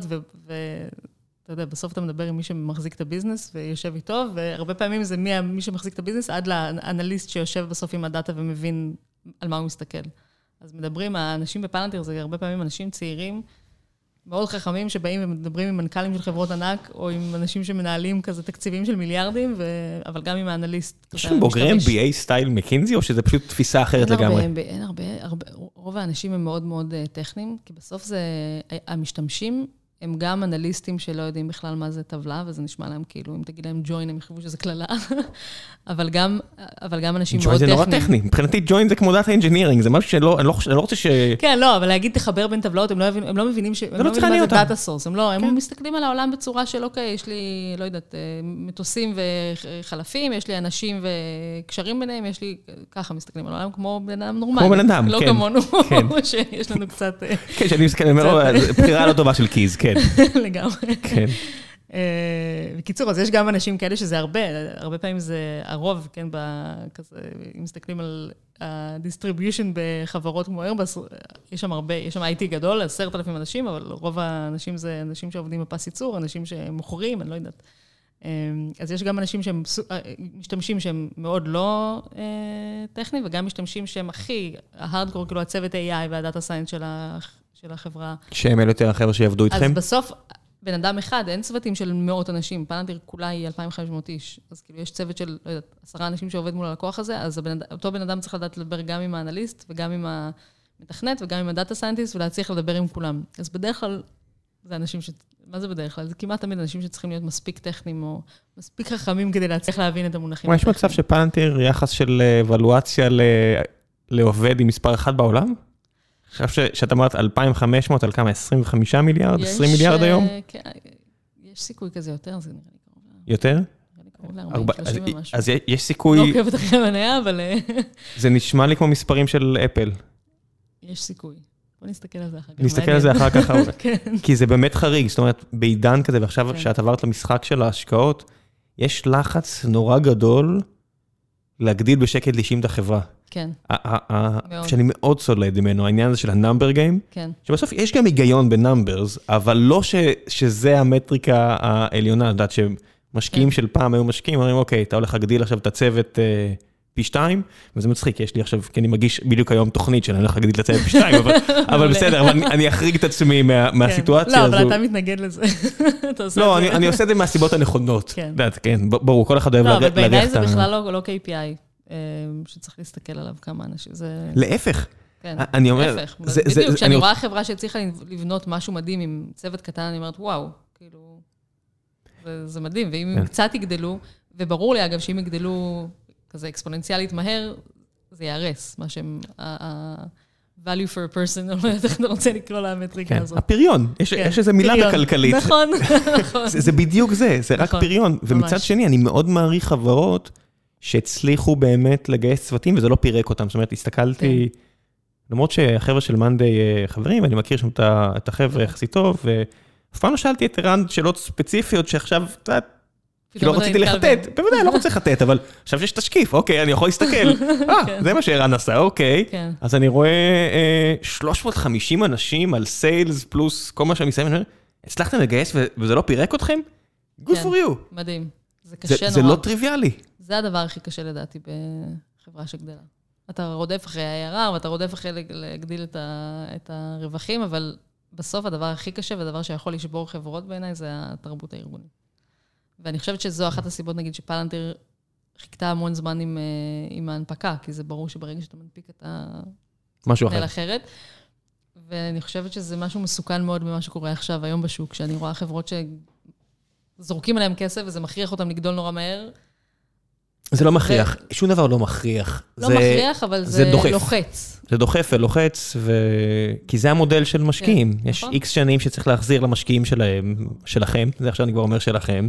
Speaker 2: אתה יודע, בסוף אתה מדבר עם מי שמחזיק את הביזנס ויושב איתו, והרבה פעמים זה מי שמחזיק את הביזנס עד לאנליסט שיושב בסוף עם הדאטה ומבין על מה הוא מסתכל. אז מדברים, האנשים בפלנטיר זה הרבה פעמים אנשים צעירים, מאוד חכמים שבאים ומדברים עם מנכ"לים של חברות ענק, או עם אנשים שמנהלים כזה תקציבים של מיליארדים, אבל גם עם האנליסט.
Speaker 1: יש שם בוגרי MBA סטייל מקינזי, או שזה פשוט תפיסה אחרת לגמרי?
Speaker 2: אין הרבה, רוב האנשים הם מאוד מאוד טכניים, כי בסוף זה, המשתמשים, הם גם אנליסטים שלא יודעים בכלל מה זה טבלה, וזה נשמע להם כאילו, אם תגיד להם ג'וין, הם יחשבו שזה כללה, אבל גם אנשים מאוד טכניים. ג'וין זה נורא טכני,
Speaker 1: מבחינתי ג'וין זה כמו דאטה אינג'ינירינג, זה משהו שלא, אני לא רוצה ש...
Speaker 2: כן, לא, אבל להגיד תחבר בין טבלאות, הם לא מבינים מה זה דאטה סורס, הם מסתכלים על העולם בצורה של, אוקיי, יש לי, לא יודעת, מטוסים וחלפים, יש לי אנשים וקשרים ביניהם, יש לי, ככה מסתכלים על העולם כמו בן אדם נורמלי.
Speaker 1: כמו בן אדם,
Speaker 2: לא כמונו, שיש לנו קצת...
Speaker 1: כן, שאני מסתכל, בחירה לא טובה של קיז, כן.
Speaker 2: לגמרי.
Speaker 1: כן.
Speaker 2: בקיצור, אז יש גם אנשים כאלה שזה הרבה פעמים זה הרוב, כן, כזה, אם מסתכלים על ה-distribution בחברות כמו איירבס, יש שם IT גדול, 10,000 אנשים, אבל רוב האנשים זה אנשים שעובדים בפס ייצור, אנשים שמוכרים, אני לא יודעת. אז יש גם אנשים שהם משתמשים שהם מאוד לא טכניים, וגם משתמשים שהם הכי, ההארדקור, כאילו הצוות AI והדאטה סיינס של החברה.
Speaker 1: שהם אלה יותר החבר'ה שיעבדו איתכם?
Speaker 2: אז בסוף, בן אדם אחד, אין צוותים של מאות אנשים, פלנטיר כולה היא 2,500 איש, אז כאילו יש צוות של, לא יודעת, 10 אנשים שעובד מול הלקוח הזה, אז אותו בן אדם צריך לדעת לדבר גם עם האנליסט, וגם עם המתכנת, וגם עם הדאטה סיינטיסט, ולהצליח לדבר עם כולם. אז בדרך כלל, זה אנשים מה זה בדרך כלל? זה כמעט תמיד אנשים שצריכים להיות מספיק טכניים, או מספיק חכמים כדי להצליח להבין את המונחים.
Speaker 1: יש מצב שפלנטיר יחס של אבלואציה לעובד עם מספר אחד בעולם? עכשיו שאתה אומרת 2,500 על כמה? 25 מיליארד? 20 מיליארד היום?
Speaker 2: יש סיכוי כזה יותר, זה נראה לי קרוב.
Speaker 1: יותר? אז יש סיכוי...
Speaker 2: לא עוקבת אחרי המניה, אבל...
Speaker 1: זה נשמע לי כמו מספרים של אפל.
Speaker 2: יש סיכוי. בוא נסתכל על זה אחר כך.
Speaker 1: נסתכל על זה אחר כך. כי זה באמת חריג, זאת אומרת, בעידן כזה, ועכשיו שאת עברת למשחק של ההשקעות, יש לחץ נורא גדול להגדיל בשקט לישים את החברה.
Speaker 2: כן.
Speaker 1: שאני מאוד סולד ממנו, העניין הזה של הנאמבר גיים, שבסוף יש גם היגיון בנאמברס, אבל לא שזה המטריקה העליונה, לדעת שמשקיעים של פעם היו משקיעים, אומרים, אוקיי, אתה הולך להגדיל עכשיו את הצוות פי 2, וזה מצחיק, יש לי עכשיו, כי אני מגיש בדיוק היום תוכנית שאני הולך להגדיל את הצוות פי 2, אבל בסדר, אבל אני אחריג את עצמי מהסיטואציה הזו.
Speaker 2: לא, אבל אתה מתנגד לזה.
Speaker 1: לא, אני עושה את זה מהסיבות הנכונות. כן, ברור, כל אחד אוהב להריח את ה...
Speaker 2: לא, אבל בעיניי זה בכלל לא KPI. שצריך להסתכל עליו כמה אנשים.
Speaker 1: להפך.
Speaker 2: כן,
Speaker 1: אני אומר...
Speaker 2: להפך. בדיוק, כשאני רואה חברה שהצליחה לבנות משהו מדהים עם צוות קטן, אני אומרת, וואו, כאילו, זה מדהים. ואם הם קצת יגדלו, וברור לי, אגב, שאם יגדלו כזה אקספוננציאלית מהר, זה יערס, מה שהם... value for a person, אני לא יודעת איך אתה רוצה לקרוא למטריקה הזאת.
Speaker 1: הפריון, יש איזו מילה בכלכלית.
Speaker 2: נכון.
Speaker 1: זה בדיוק זה רק פריון. ומצד שני, אני מאוד מעריך חברות שהצליחו באמת לגייס צוותים, וזה לא פירק אותם. זאת אומרת, הסתכלתי למרות שהחבר'ה של מאנדיי חברים, ואני מכיר שם את החבר'ה יחסית טוב, ואף פעם לא שאלתי את ערן שאלות ספציפיות שעכשיו, כי לא רציתי לחטט, בוודאי, לא רוצה לחטט, אבל עכשיו שיש תשקיף, אוקיי, אני יכול להסתכל, זה מה שערן עשה, אוקיי, אז אני רואה 350 אנשים על סיילס פלוס כל מה שאני מסיים, הצלחתם לגייס וזה לא פירק אתכם? Good for you.
Speaker 2: מדהים. זה קשה נורא.
Speaker 1: זה לא טריוויאלי.
Speaker 2: זה הדבר הכי קשה לדעתי בחברה שגדלה. אתה רודף אחרי ה-ARR, ואתה רודף אחרי להגדיל את הרווחים, אבל בסוף הדבר הכי קשה, והדבר שיכול לשבור חברות בעיניי, זה התרבות הארגונית. ואני חושבת שזו אחת הסיבות, נגיד, שפלנטיר חיכתה המון זמן עם ההנפקה, כי זה ברור שברגע שאתה מנפיק אתה
Speaker 1: משהו
Speaker 2: אחרת. ואני חושבת שזה משהו מסוכן מאוד במה שקורה עכשיו, היום בשוק, שאני רואה חברות שזורקים עליהם כסף, וזה מכריח אותם לגדול נורא מהר.
Speaker 1: זה לא מכריח, שום דבר לא מכריח.
Speaker 2: לא מכריח, אבל זה לוחץ.
Speaker 1: זה דוחף ולוחץ, כי זה המודל של משקיעים. יש איקס שנים שצריך להחזיר למשקיעים שלכם, זה עכשיו אני כבר אומר שלכם,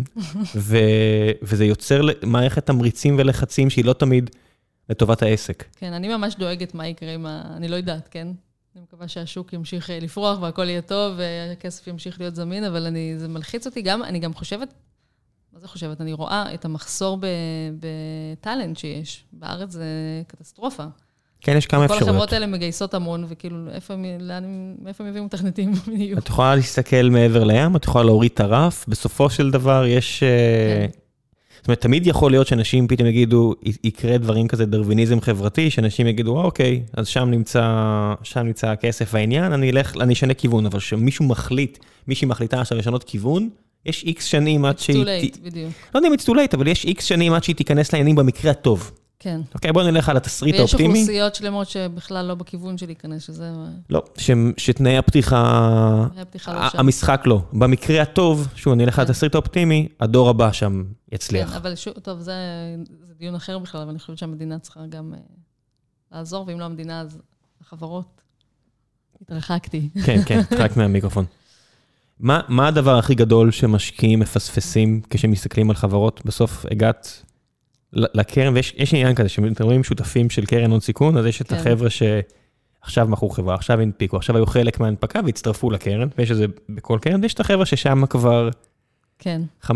Speaker 1: וזה יוצר מערכת תמריצים ולחצים שהיא לא תמיד לטובת העסק.
Speaker 2: כן, אני ממש דואגת מה יקרה אני לא יודעת, כן? אני מקווה שהשוק ימשיך לפרוח והכל יהיה טוב, והכסף ימשיך להיות זמין, אבל זה מלחיץ אותי גם, אני גם חושבת, מה זה חושבת? אני רואה את המחסור בטלנט שיש. בארץ זה קטסטרופה.
Speaker 1: כן, יש כמה אפשרויות.
Speaker 2: כל החברות האלה מגייסות המון, וכאילו, מאיפה הם יביאו מתכנתים?
Speaker 1: את יכולה להסתכל מעבר לים, את יכולה להוריד את הרף, בסופו של דבר יש... זאת אומרת, תמיד יכול להיות שאנשים פתאום יגידו, יקרה דברים כזה, דרוויניזם חברתי, שאנשים יגידו, אוקיי, אז שם נמצא הכסף והעניין, אני אשנה כיוון, אבל שמישהו מחליט, מישהי מחליטה עכשיו לשנות כיוון, יש איקס שנים עד שהיא...
Speaker 2: It's too late, בדיוק.
Speaker 1: לא יודע אם it's too late, אבל יש איקס שנים עד שהיא תיכנס לעניינים במקרה הטוב.
Speaker 2: כן.
Speaker 1: אוקיי, בואו נלך על התסריט האופטימי.
Speaker 2: ויש אוכלוסיות שלמות שבכלל לא בכיוון של להיכנס, שזה...
Speaker 1: לא, שתנאי הפתיחה... המשחק לא. במקרה הטוב, שוב, אני אלך על התסריט האופטימי, הדור הבא שם יצליח.
Speaker 2: כן, אבל שוב, טוב, זה דיון אחר בכלל, אבל אני חושבת שהמדינה צריכה גם לעזור, ואם לא המדינה, אז החברות. התרחקתי.
Speaker 1: כן, כן, התרחק מהמיקרופון. מה הדבר הכי גדול שמשקיעים מפספסים כשמסתכלים על חברות? בסוף הגעת לקרן, ויש עניין כזה, שאתם רואים שותפים של קרן הון סיכון, אז יש את החבר'ה שעכשיו מכרו חברה, עכשיו הנפיקו, עכשיו היו חלק מההנפקה והצטרפו לקרן, ויש את זה בכל קרן, ויש את החבר'ה ששם כבר 15-20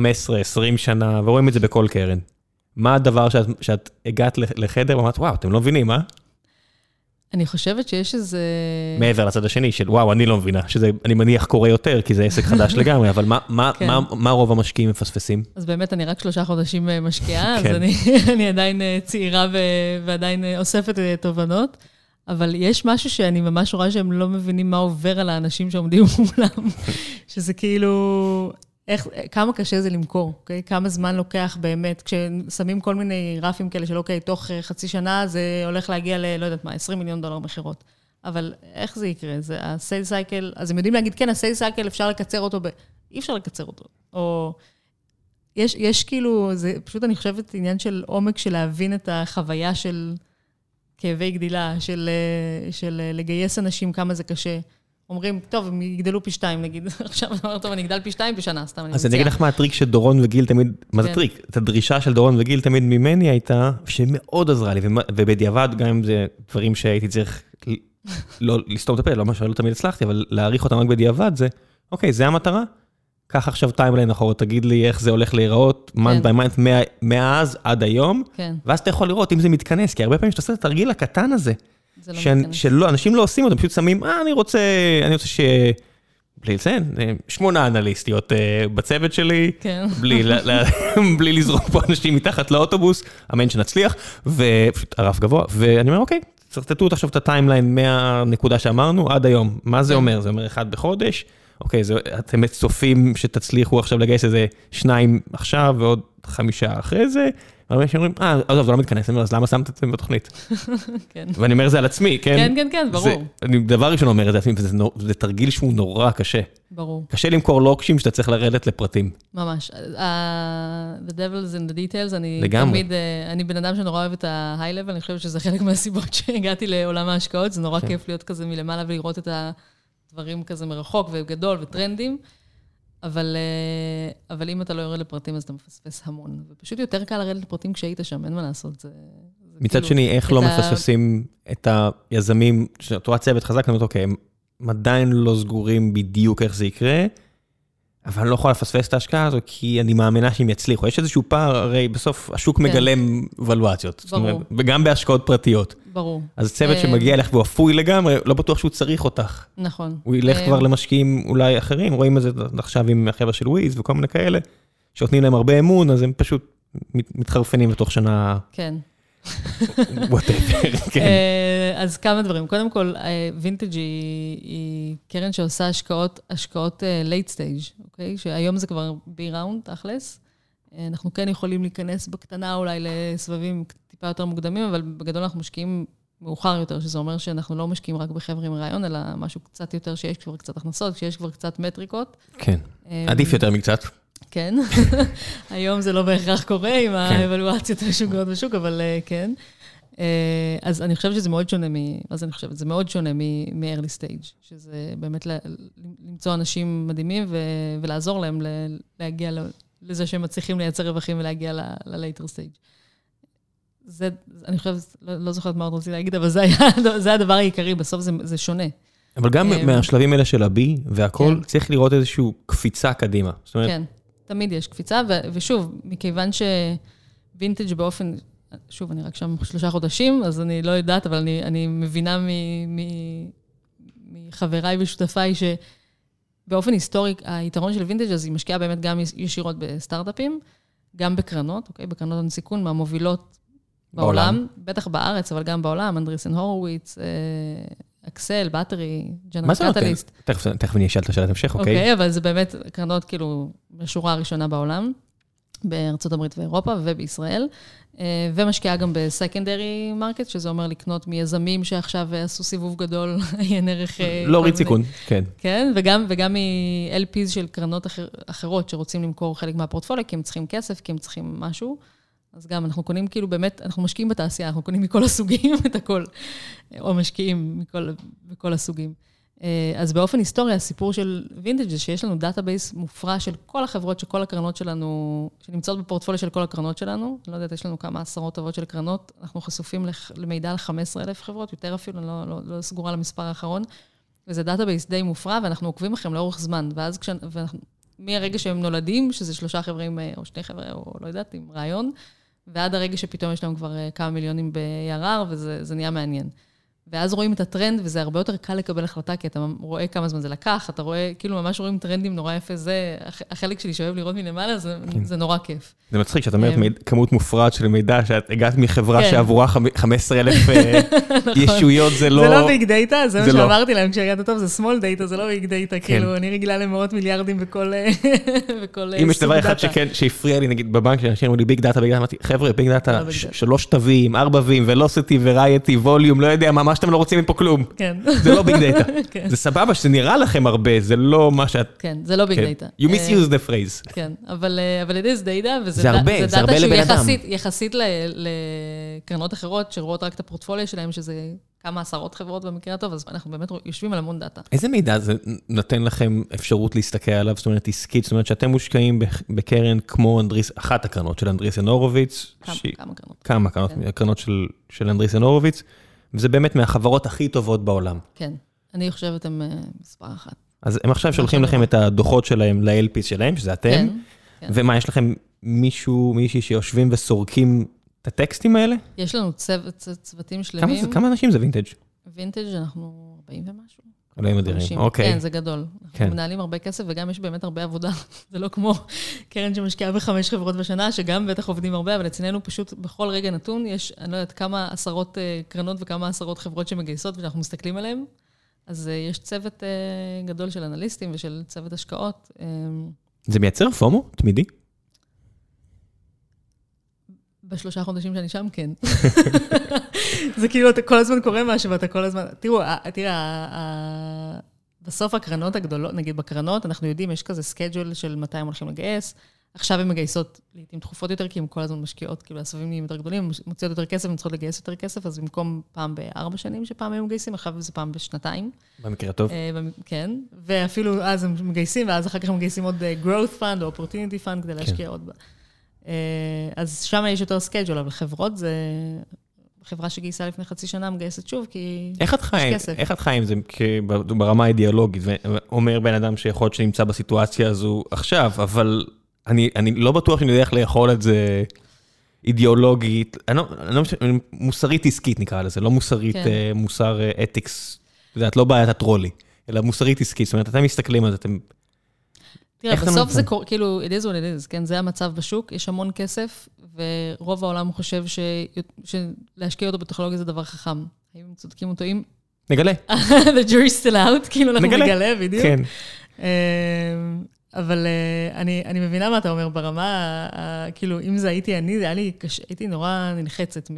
Speaker 1: שנה, ורואים את זה בכל קרן. מה הדבר שאת הגעת לחדר ואמרת, וואו, אתם לא מבינים, אה?
Speaker 2: אני חושבת שיש איזה...
Speaker 1: מעבר לצד השני של, וואו, אני לא מבינה, שזה, אני מניח קורה יותר, כי זה עסק חדש לגמרי, אבל מה רוב המשקיעים מפספסים?
Speaker 2: אז באמת, אני רק 3 חודשים משקיעה, אז אני עדיין צעירה ועדיין אוספת תובנות, אבל יש משהו שאני ממש רואה שהם לא מבינים מה עובר על האנשים שעומדים מולם, שזה כאילו... כמה קשה זה למכור, אוקיי? כמה זמן לוקח באמת, כששמים כל מיני רפים כאלה של אוקיי, תוך חצי שנה זה הולך להגיע לא יודעת מה, $20 מיליון מחירות. אבל איך זה יקרה? זה הסייל סייקל, אז הם יודעים להגיד, כן, הסייל סייקל אפשר לקצר אותו, אי אפשר לקצר אותו. או יש כאילו, זה פשוט אני חושבת עניין של עומק של להבין את החוויה של כאבי גדילה, של לגייס אנשים כמה זה קשה. אומרים, טוב, הם יגדלו פי 2, נגיד. עכשיו אני אומר, טוב, אני אגדל פי 2 בשנה, סתם אני מציעה.
Speaker 1: אז אני אגיד לך מה הטריק של דורון וגיל תמיד, מה זה טריק? את הדרישה של דורון וגיל תמיד ממני הייתה, שמאוד עזרה לי, ובדיעבד, גם אם זה דברים שהייתי צריך לא לסתום את הפה, לא מה שלא תמיד הצלחתי, אבל להעריך אותם רק בדיעבד, זה, אוקיי, זה המטרה? קח עכשיו טיימליין אחרות, תגיד לי איך זה הולך להיראות, month by month, מאז עד היום, ואז אתה יכול לראות אם זה מתכנס, כי הרבה פעמים שאתה עושה את התרגיל הקטן הזה, שאנשים לא עושים אותם, פשוט שמים, אני רוצה בלי לציין, 8 אנליסטיות בצוות שלי, בלי לזרוק פה אנשים מתחת לאוטובוס, אמן שנצליח, ופשוט הרף גבוה, ואני אומר, אוקיי, תרצתו עכשיו את הטיימליין מהנקודה שאמרנו עד היום, מה זה אומר? זה אומר 1 בחודש, אוקיי, אתם צופים שתצליחו עכשיו לגייס איזה 2 עכשיו ועוד 5 אחרי זה, הרבה שאומרים, עזוב, זה לא מתכנס, אז למה שמת את זה בתוכנית? ואני אומר זה על עצמי, כן?
Speaker 2: כן, כן, ברור.
Speaker 1: אני דבר ראשון אומר את זה, וזה תרגיל שהוא נורא קשה.
Speaker 2: ברור.
Speaker 1: קשה למכור לוקשים שאתה צריך לרדת לפרטים.
Speaker 2: ממש. The devil's in the details, אני בן אדם שנורא אוהב את ה-high level, אני חושבת שזה חלק מהסיבות שהגעתי לעולם ההשקעות, זה נורא כיף להיות כזה מלמעלה ולראות את הדברים כזה מרחוק וגדול וטרנדים. אבל אם אתה לא יורד לפרטים, אז אתה מפספס המון. ופשוט יותר קל לרדת לפרטים כשהיית שם, אין מה לעשות. זה
Speaker 1: מצד שני, איך לא מפספסים את היזמים, שאת רואה צוות חזק, אני אומרת, אוקיי, הם עדיין לא סגורים בדיוק איך זה יקרה, אבל אני לא יכול לפספס את ההשקעה הזו, כי אני מאמינה שהם יצליחו. יש איזשהו פער, הרי בסוף השוק מגלם ולואציות.
Speaker 2: ברור.
Speaker 1: וגם בהשקעות פרטיות.
Speaker 2: ברור.
Speaker 1: אז צוות שמגיע אליך והוא אפוי לגמרי, לא בטוח שהוא צריך אותך.
Speaker 2: נכון.
Speaker 1: הוא ילך כבר למשקיעים אולי אחרים, רואים את זה עכשיו עם החבר'ה של וויז וכל מיני כאלה, שנותנים להם הרבה אמון, אז הם פשוט מתחרפנים בתוך שנה.
Speaker 2: כן.
Speaker 1: whatever, כן.
Speaker 2: אז כמה דברים. קודם כל, וינטג' היא קרן שעושה השקעות late stage, אוקיי? שהיום זה כבר B-Round, תכלס. אנחנו כן יכולים להיכנס בקטנה אולי לסבבים טיפה יותר מוקדמים, אבל בגדול אנחנו משקיעים מאוחר יותר, שזה אומר שאנחנו לא משקיעים רק בחבר'ה עם רעיון, אלא משהו קצת יותר שיש כבר קצת הכנסות, שיש כבר קצת מטריקות.
Speaker 1: כן, עדיף יותר מקצת.
Speaker 2: כן, היום זה לא בהכרח קורה עם האבלואציות המשוגעות בשוק, אבל כן. אז אני חושבת שזה מאוד שונה זה מאוד שונה מ-early stage, שזה באמת למצוא אנשים מדהימים ולעזור להם להגיע לזה שהם מצליחים לייצר רווחים ולהגיע ל-later stage. זה, אני חושבת, לא זוכרת מה עוד רציתי להגיד, אבל זה הדבר העיקרי, בסוף זה שונה.
Speaker 1: אבל גם מהשלבים האלה של ה-B והכל, צריך לראות איזושהי קפיצה קדימה.
Speaker 2: כן, תמיד יש קפיצה, ושוב, מכיוון שווינטג' באופן, שוב, אני רק שם 3 חודשים, אז אני לא יודעת, אבל אני מבינה מחבריי ושותפיי שבאופן היסטורי, היתרון של וינטג' אז היא משקיעה באמת גם ישירות בסטארט-אפים, גם בקרנות, אוקיי? בקרנות הון סיכון, מהמובילות בעולם, בטח בארץ, אבל גם בעולם, אנדריסן הורווויץ, אקסל, בטרי, ג'נרל קטליסט.
Speaker 1: תכף אני אשאל את השאלת המשך, אוקיי?
Speaker 2: אוקיי, אבל זה באמת קרנות כאילו בשורה הראשונה בעולם, בארצות הברית ואירופה ובישראל, ומשקיעה גם בסקנדרי מרקט, שזה אומר לקנות מיזמים שעכשיו עשו סיבוב גדול, עיין ערך...
Speaker 1: לא ריד סיכון, כן.
Speaker 2: כן, וגם מ-LPs של קרנות אחרות שרוצים למכור חלק מהפורטפוליו, כי הם צריכים כסף, כי הם צריכים משהו. אז גם אנחנו קונים כאילו באמת, אנחנו משקיעים בתעשייה, אנחנו קונים מכל הסוגים את הכל, או משקיעים מכל הסוגים. אז באופן היסטורי, הסיפור של וינטג' זה שיש לנו דאטאבייס מופרע של כל החברות, של כל הקרנות שלנו, שנמצאות בפורטפוליו של כל הקרנות שלנו. אני לא יודעת, יש לנו כמה עשרות טובות של קרנות, אנחנו חשופים למידע על 15,000 חברות, יותר אפילו, אני לא סגורה למספר האחרון, וזה דאטאבייס די מופרע, ואנחנו עוקבים לכם לאורך זמן, ואז מהרגע שהם נולדים, שזה 3 חברים או 2 חבר'ה, או לא יודעת, עם רעיון, ועד הרגע שפתאום יש לנו כבר כמה מיליונים ב-ARR, וזה נהיה מעניין. ואז רואים את הטרנד, וזה הרבה יותר קל לקבל החלטה, כי אתה רואה כמה זמן זה לקח, אתה רואה, כאילו ממש רואים טרנדים נורא יפה, זה, החלק שלי שאוהב לראות מלמעלה, זה נורא כיף.
Speaker 1: זה מצחיק, שאת אומרת כמות מופרעת של מידע, שאת הגעת מחברה שעבורה 15,000 ישויות, זה לא...
Speaker 2: זה לא ביג דאטה, זה מה שאמרתי להם, כשהגעת טוב, זה סמול דאטה, זה לא ביג דאטה, כאילו, אני רגילה למאות מיליארדים בכל
Speaker 1: אם יש דבר אחד שהפריע לי, נגיד, בבנק, שאנשים אמרו לי ביג דאטה, אמרתי, חבר'ה, ביג דאטה, 3 תווים, 4 וים, ולוסיטי, וראייטי, ווליום, לא יודע מה שאתם לא רוצים מפה כלום.
Speaker 2: כן.
Speaker 1: זה לא ביג דאטה. זה סבבה שזה נראה לכם הרבה, זה לא מה שאת...
Speaker 2: כן, זה לא ביג דאטה.
Speaker 1: You misuse the phrase.
Speaker 2: כן, אבל it is data,
Speaker 1: זה הרבה לבן אדם.
Speaker 2: יחסית לקרנות אחרות, שרואות רק את הפורטפוליו שלהם, שזה כמה עשרות חברות במקרה הטוב, אז אנחנו באמת יושבים על המון דאטה.
Speaker 1: איזה מידע זה נותן לכם אפשרות להסתכל עליו, זאת אומרת, עסקית, זאת אומרת, שאתם מושקעים בקרן כמו אחת הקרנות של אנדריסן הורווויץ.
Speaker 2: כמה קרנות.
Speaker 1: כמה קרנות, הקרנות של אנדריסן הורווויץ. וזה באמת מהחברות הכי טובות בעולם.
Speaker 2: כן, אני חושבת הם מספר 1.
Speaker 1: אז הם עכשיו שולחים לכם את הדוחות שלהם ל-LPs שלהם, שזה אתם, ומה, יש לכם מישהי שיושבים וסורקים את הטקסטים האלה?
Speaker 2: יש לנו צוותים שלמים.
Speaker 1: כמה אנשים זה וינטג'?
Speaker 2: וינטג' אנחנו 40 ומשהו.
Speaker 1: אלוהים אדירים, אוקיי.
Speaker 2: כן, זה גדול. אנחנו מנהלים הרבה כסף, וגם יש באמת הרבה עבודה. זה לא כמו קרן שמשקיעה ב5 חברות בשנה, שגם בטח עובדים הרבה, אבל אצלנו פשוט בכל רגע נתון, יש, אני לא יודעת, כמה עשרות קרנות וכמה עשרות חברות שמגייסות, ואנחנו מסתכלים עליהן. אז יש צוות גדול של אנליסטים ושל צוות השקעות.
Speaker 1: זה מייצר פומו תמידי?
Speaker 2: ב3 חודשים שאני שם, כן. זה כאילו, כל הזמן קורה משהו, ואתה כל הזמן... תראה, בסוף הקרנות הגדולות, נגיד בקרנות, אנחנו יודעים, יש כזה סקייג'ול של מתי הם הולכים לגייס, עכשיו הם מגייסות לעתים תכופות יותר, כי הם כל הזמן משקיעות, כאילו, הסבבים נהיים יותר גדולים, מוציאות יותר כסף, הם צריכות לגייס יותר כסף, אז במקום פעם ב4 שנים שפעם הם מגייסים, עכשיו זה פעם בשנתיים.
Speaker 1: במקרה טוב.
Speaker 2: כן, ואפילו אז הם מגייסים, ואז אחר כך הם מגייסים עוד growth fund או opportunity fund כדי להשקיע עוד בה. אז שם יש יותר סקייג'ול, אבל חברות זה חברה שגייסה לפני חצי שנה מגייסת שוב, כי
Speaker 1: איך את חי עם זה ברמה האידיאולוגית, ואומר בן אדם שיכול להיות שנמצא בסיטואציה הזו עכשיו, אבל אני לא בטוח שאני יודע איך לאכול את זה אידיאולוגית, מוסרית עסקית נקרא לזה, לא מוסרית, מוסר אתיקס, את לא בעיית הטרולי, אלא מוסרית עסקית, זאת אומרת, אתם מסתכלים על זה, אתם...
Speaker 2: תראה, בסוף זה כאילו, it is what it is, כן, זה המצב בשוק, יש המון כסף, ורוב העולם חושב שלהשקיע אותו בטכנולוגיה זה דבר חכם. האם הם צודקים אותו אם...
Speaker 1: נגלה.
Speaker 2: The jury's still out, כאילו אנחנו נגלה, בדיוק.
Speaker 1: כן.
Speaker 2: אבל אני מבינה מה אתה אומר ברמה, כאילו, אם זה הייתי אני, זה היה לי קשה, הייתי נורא נלחצת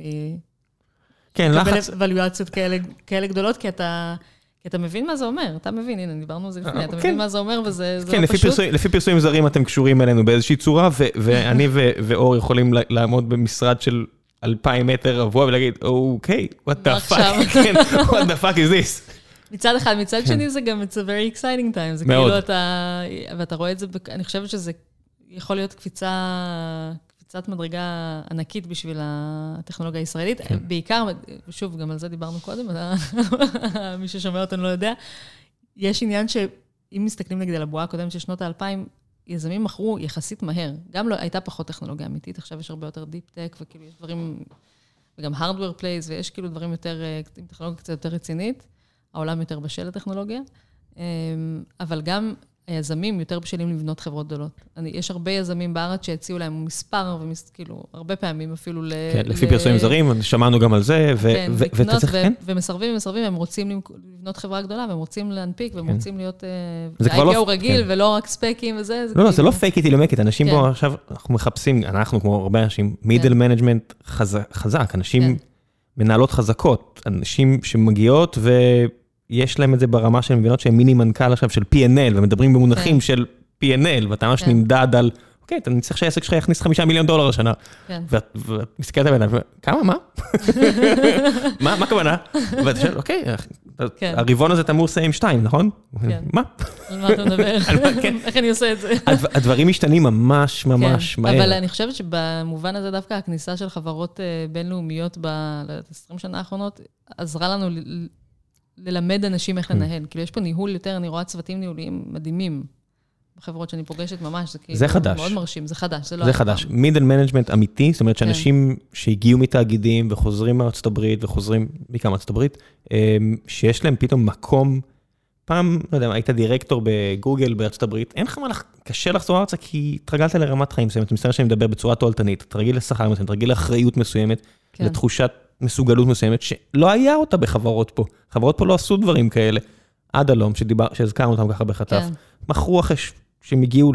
Speaker 1: כן, לחץ.
Speaker 2: אבלואציות כאלה גדולות, כי אתה מבין מה זה אומר, אתה מבין, הנה, דיברנו על זה לפני, אתה מבין מה זה אומר, וזה לא פשוט.
Speaker 1: כן, לפי פרסומים זרים אתם קשורים אלינו באיזושהי צורה, ואני ואור יכולים לעמוד במשרד של 2,000 מטר רבוע ולהגיד, אוקיי, what the fuck, what the fuck is this?
Speaker 2: מצד אחד, מצד שני זה גם, it's a very exciting time, זה כאילו ואתה רואה את זה, אני חושבת שזה יכול להיות קפיצת מדרגה ענקית בשביל הטכנולוגיה הישראלית, בעיקר, שוב, גם על זה דיברנו קודם, מי ששומע אותנו לא יודע, יש עניין שאם מסתכלים נגד על הבועה הקודמת של שנות ה-2000, יזמים מכרו יחסית מהר, גם לא הייתה פחות טכנולוגיה אמיתית, עכשיו יש הרבה יותר דיפ-טק, וכאילו יש דברים, וגם hardware plays, ויש כאילו דברים יותר, עם טכנולוגיה קצת יותר רצינית, העולם יותר בשל לטכנולוגיה, אבל גם היזמים יותר בשלים לבנות חברות גדולות. יש הרבה יזמים בארץ שהציעו להם מספר, וכאילו, הרבה פעמים אפילו
Speaker 1: כן, לפי פרסומים זרים, שמענו גם על זה,
Speaker 2: ומסרבים, הם רוצים לבנות חברה גדולה, והם רוצים להנפיק, והם רוצים להיות IPO רגיל, ולא רק ספקים וזה.
Speaker 1: לא, זה לא fake it, לא make it. אנשים פה עכשיו, אנחנו מחפשים, אנחנו כמו הרבה אנשים, middle management חזק, אנשים מנהלות חזקות, אנשים שמגיעות יש להם את זה ברמה שהן מבינות שהן מיני מנכ"ל עכשיו של P&L, ומדברים במונחים של P&L, ואתה ממש נמדד על, אוקיי, אתה נצטרך שהעסק שלך יכניס $5 מיליון השנה. ואת מסתכלת עליהם, כמה, מה? מה הכוונה? ואתה שואל, אוקיי, הרבעון הזה תמור סיים 2, נכון? מה?
Speaker 2: על מה אתה מדבר? איך אני עושה את זה?
Speaker 1: הדברים משתנים ממש ממש מהר.
Speaker 2: אבל אני חושבת שבמובן הזה דווקא הכניסה של חברות בינלאומיות ב-20 שנה האחרונות, עזרה לנו ללמד אנשים איך לנהל. כאילו, יש פה ניהול יותר, אני רואה צוותים ניהוליים מדהימים בחברות שאני פוגשת ממש, זה
Speaker 1: חדש.
Speaker 2: מאוד מרשים, זה חדש, זה לא...
Speaker 1: זה חדש. מידל מנג'מנט אמיתי, זאת אומרת שאנשים שהגיעו מתאגידים וחוזרים מארצות הברית וחוזרים מכמה ארצות הברית, שיש להם פתאום מקום, פעם, לא יודע, היית דירקטור בגוגל בארצות הברית, אין לך מה קשה לחזור ארצה, כי התרגלת לרמת חיים מסוימת, אתה מסתכל שאני מדבר בצורה תועלתנית, תרגיל לשכר מסוים, תרגיל לאחריות מסוימת, לתחושת מסוגלות מסוימת, שלא היה אותה בחברות פה. חברות פה לא עשו דברים כאלה. עד הלום, שהזכרנו אותם ככה בחטף. מכרו אחרי שהם הגיעו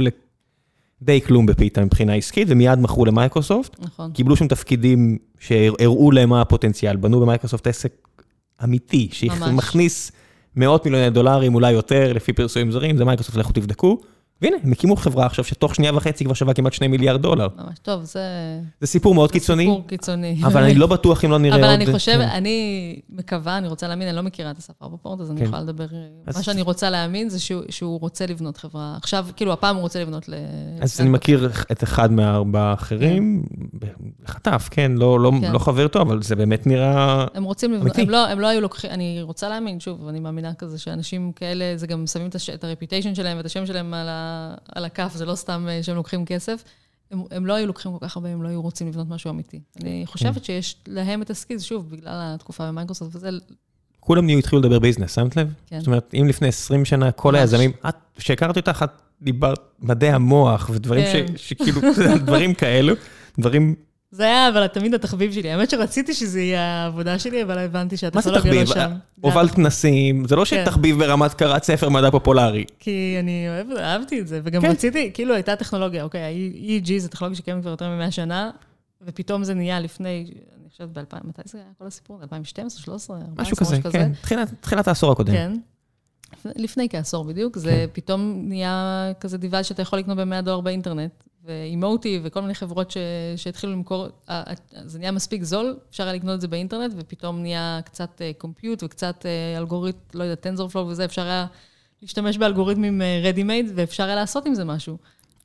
Speaker 1: די כלום בפיתה מבחינה עסקית, ומיד מכרו למייקרוסופט.
Speaker 2: נכון.
Speaker 1: קיבלו שם תפקידים שהראו להם מה הפוטנציאל. בנו במייקרוסופט עסק אמיתי, שמכניס $100 מיליון, אולי יותר, לפי פרסומים זרים, זה מייקרוסופט, לכו תבדקו. והנה, הם הקימו חברה עכשיו שתוך 2.5 כבר שווה כמעט $2 מיליארד.
Speaker 2: ממש טוב, זה
Speaker 1: סיפור מאוד קיצוני.
Speaker 2: סיפור קיצוני.
Speaker 1: אבל אני לא בטוח אם לא נראה עוד...
Speaker 2: אבל אני חושבת, אני מקווה, אני רוצה להאמין, אני לא מכירה את הסף ארבפורט, אז אני יכולה לדבר... מה שאני רוצה להאמין זה שהוא רוצה לבנות חברה. עכשיו, כאילו, הפעם הוא רוצה לבנות
Speaker 1: אז אני מכיר את אחד מהארבעה האחרים, בחטף, כן, לא חבר טוב, אבל זה באמת נראה...
Speaker 2: הם רוצים לבנות, הם לא היו לוקחים, אני רוצה להאמין, שוב, אני מאמינה כזה שאנשים כאלה, זה גם שמים את הרפיטיישן שלהם ואת השם שלהם על הכף, זה לא סתם שהם לוקחים כסף. הם לא היו לוקחים כל כך הרבה, הם לא היו רוצים לבנות משהו אמיתי. אני חושבת שיש להם את הסקיז, שוב, בגלל התקופה במייקרוסופט וזה...
Speaker 1: כולם התחילו לדבר ביזנס, שמת לב? זאת אומרת, אם לפני 20 שנה כל היזמים, שהכרתי אותך, את דיברת מדעי המוח, ודברים שכאילו, דברים כאלו, דברים...
Speaker 2: זה היה, אבל תמיד התחביב שלי. האמת שרציתי שזה יהיה העבודה שלי, אבל הבנתי שהטכנולוגיה לא שם.
Speaker 1: הובלת כנסים, זה לא שתחביב ברמת קראת ספר מדע פופולרי.
Speaker 2: כי אני אהבתי את זה, וגם רציתי, כאילו הייתה טכנולוגיה, אוקיי, ה-EEG זה טכנולוגיה שקיימת כבר יותר מ100 שנה, ופתאום זה נהיה לפני, אני חושבת ב-2000, מתי זה היה כל הסיפור? 2012, 13, 14,
Speaker 1: משהו כזה, כן. תחילת העשור הקודם.
Speaker 2: כן. לפני כעשור בדיוק, זה פתאום נהיה כזה דיווייס שאתה יכול לקנות ב$100 באינטרנט, ואימוטי וכל מיני חברות שהתחילו למכור, זה נהיה מספיק זול, אפשר היה לקנות את זה באינטרנט, ופתאום נהיה קצת קומפיוט וקצת אלגוריתם, לא יודע, TensorFlow וזה, אפשר היה להשתמש באלגוריתמים ready-made, ואפשר היה לעשות עם זה משהו.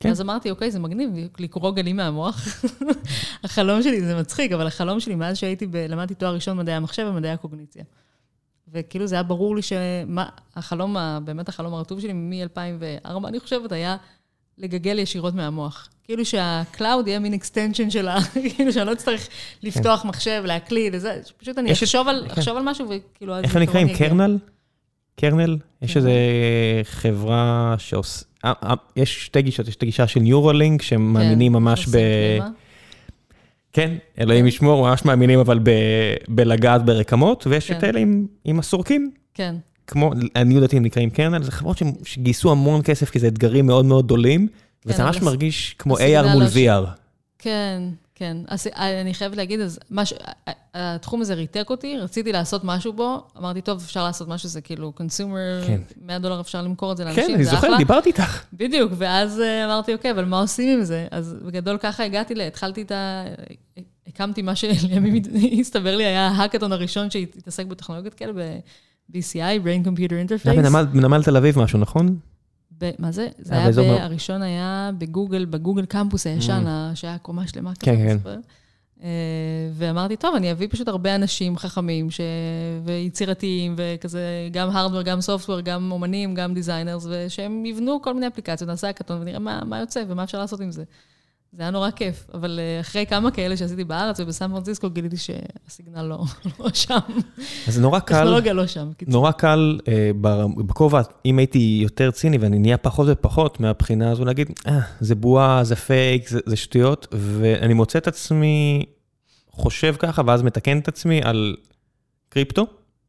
Speaker 2: אז אמרתי, אוקיי, זה מגניב, לקרוא גלים מהמוח. החלום שלי, זה מצחיק, אבל החלום שלי, מאז שהייתי, למדתי תואר ראשון מדעי המחשב ומדעי הקוגניציה. וכאילו זה היה ברור לי שהחלום, באמת החלום הרטוב שלי, מ-2004, אני חושבת, היה לגגל ישירות מהמוח. כאילו שהקלאוד יהיה מין אקסטנשן שלה, כאילו שאני לא צריך לפתוח מחשב, להקליד, פשוט אני אחשוב על משהו, וכאילו...
Speaker 1: איך הם נקראים? קרנל? קרנל? יש איזו חברה שעושה... יש שתי גישות, יש את הגישה של ניורלינק, שמאמינים ממש כן, אלוהים ישמור, ממש מאמינים אבל בלגעת ברקמות, ויש את אלה עם הסורקים.
Speaker 2: כן.
Speaker 1: כמו, אני יודעת אם נקראים קרנל, זה חברות שגייסו המון כסף, כי זה אתגרים מאוד מאוד גדולים, וזה ממש מרגיש כמו AR מול VR.
Speaker 2: כן, כן. אז אני חייבת להגיד, אז התחום הזה ריתק אותי, רציתי לעשות משהו בו, אמרתי, טוב, אפשר לעשות משהו, זה כאילו קונסיומר, $100 אפשר למכור את זה לאנשים,
Speaker 1: כן, אני זוכר, דיברתי איתך.
Speaker 2: בדיוק, ואז אמרתי, אוקיי, אבל מה עושים עם זה? אז בגדול ככה התחלתי הקמתי מה שלימים הסתבר לי, היה ההאקתון הראשון שהתעסק בטכנולוגיות כאלה, ב-BCI, Brain Computer Interface.
Speaker 1: זה בנמל תל אביב משהו, נכון?
Speaker 2: מה זה? זה היה, הראשון היה בגוגל קמפוס הישן, שהיה קומה שלמה.
Speaker 1: כן, כן.
Speaker 2: ואמרתי, טוב, אני אביא פשוט הרבה אנשים חכמים ויצירתיים, וכזה, גם הארדוור, גם סופטוור, גם אומנים, גם דיזיינרס, ושהם יבנו כל מיני אפליקציות, נעשה הקטון, ונראה מה יוצא ומה אפשר לעשות עם זה. זה היה נורא כיף, אבל אחרי כמה כאלה שעשיתי בארץ ובסן פרנסיסקו, גיליתי שהסיגנל לא שם.
Speaker 1: אז נורא קל,
Speaker 2: טכנולוגיה לא שם.
Speaker 1: נורא קל בכובע, אם הייתי יותר ציני ואני נהיה פחות ופחות מהבחינה הזו, להגיד, זה בועה, זה פייק, זה שטויות, ואני מוצא את עצמי חושב ככה, ואז מתקן את עצמי על קריפטו,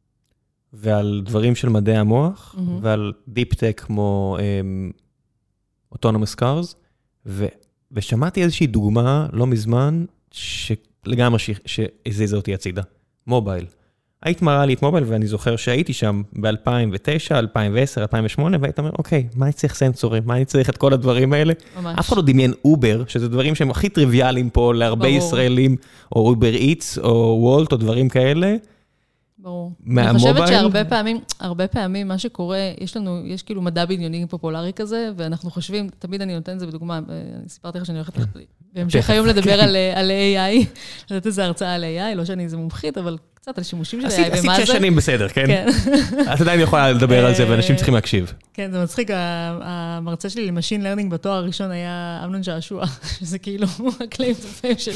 Speaker 1: ועל דברים של מדעי המוח, ועל דיפ-טק כמו Autonomous Cars, ושמעתי איזושהי דוגמה לא מזמן, שלגמרי שהזיזה אותי הצידה. מובייל. היית מראה לי את מובייל, ואני זוכר שהייתי שם ב-2009, 2010, 2008, והיית אומר, אוקיי, מה אני צריך סנסורים? מה אני צריך את כל הדברים האלה? ממש. אף אחד לא דמיין אובר, שזה דברים שהם הכי טריוויאליים פה להרבה ישראלים, או אובר איטס, או וולט, או דברים כאלה.
Speaker 2: ברור. אני חושבת שהרבה פעמים מה שקורה, יש כאילו מדע בדיוני פופולרי כזה, ואנחנו חושבים, תמיד אני נותן את זה בדוגמה, אני סיפרתי לך שאני הולכת בהמשך היום לדבר על AI, לתת איזו הרצאה על AI, לא שאני איזה מומחית, אבל קצת על שימושים של AI, ומה זה?
Speaker 1: עשית 6 שנים בסדר, כן? את עדיין יכולה לדבר על זה, ואנשים צריכים להקשיב.
Speaker 2: כן, זה מצחיק, המרצה שלי למשין לרנינג בתואר הראשון היה אמנון שעשוע, שזה כאילו הקלעים תופעים שלו,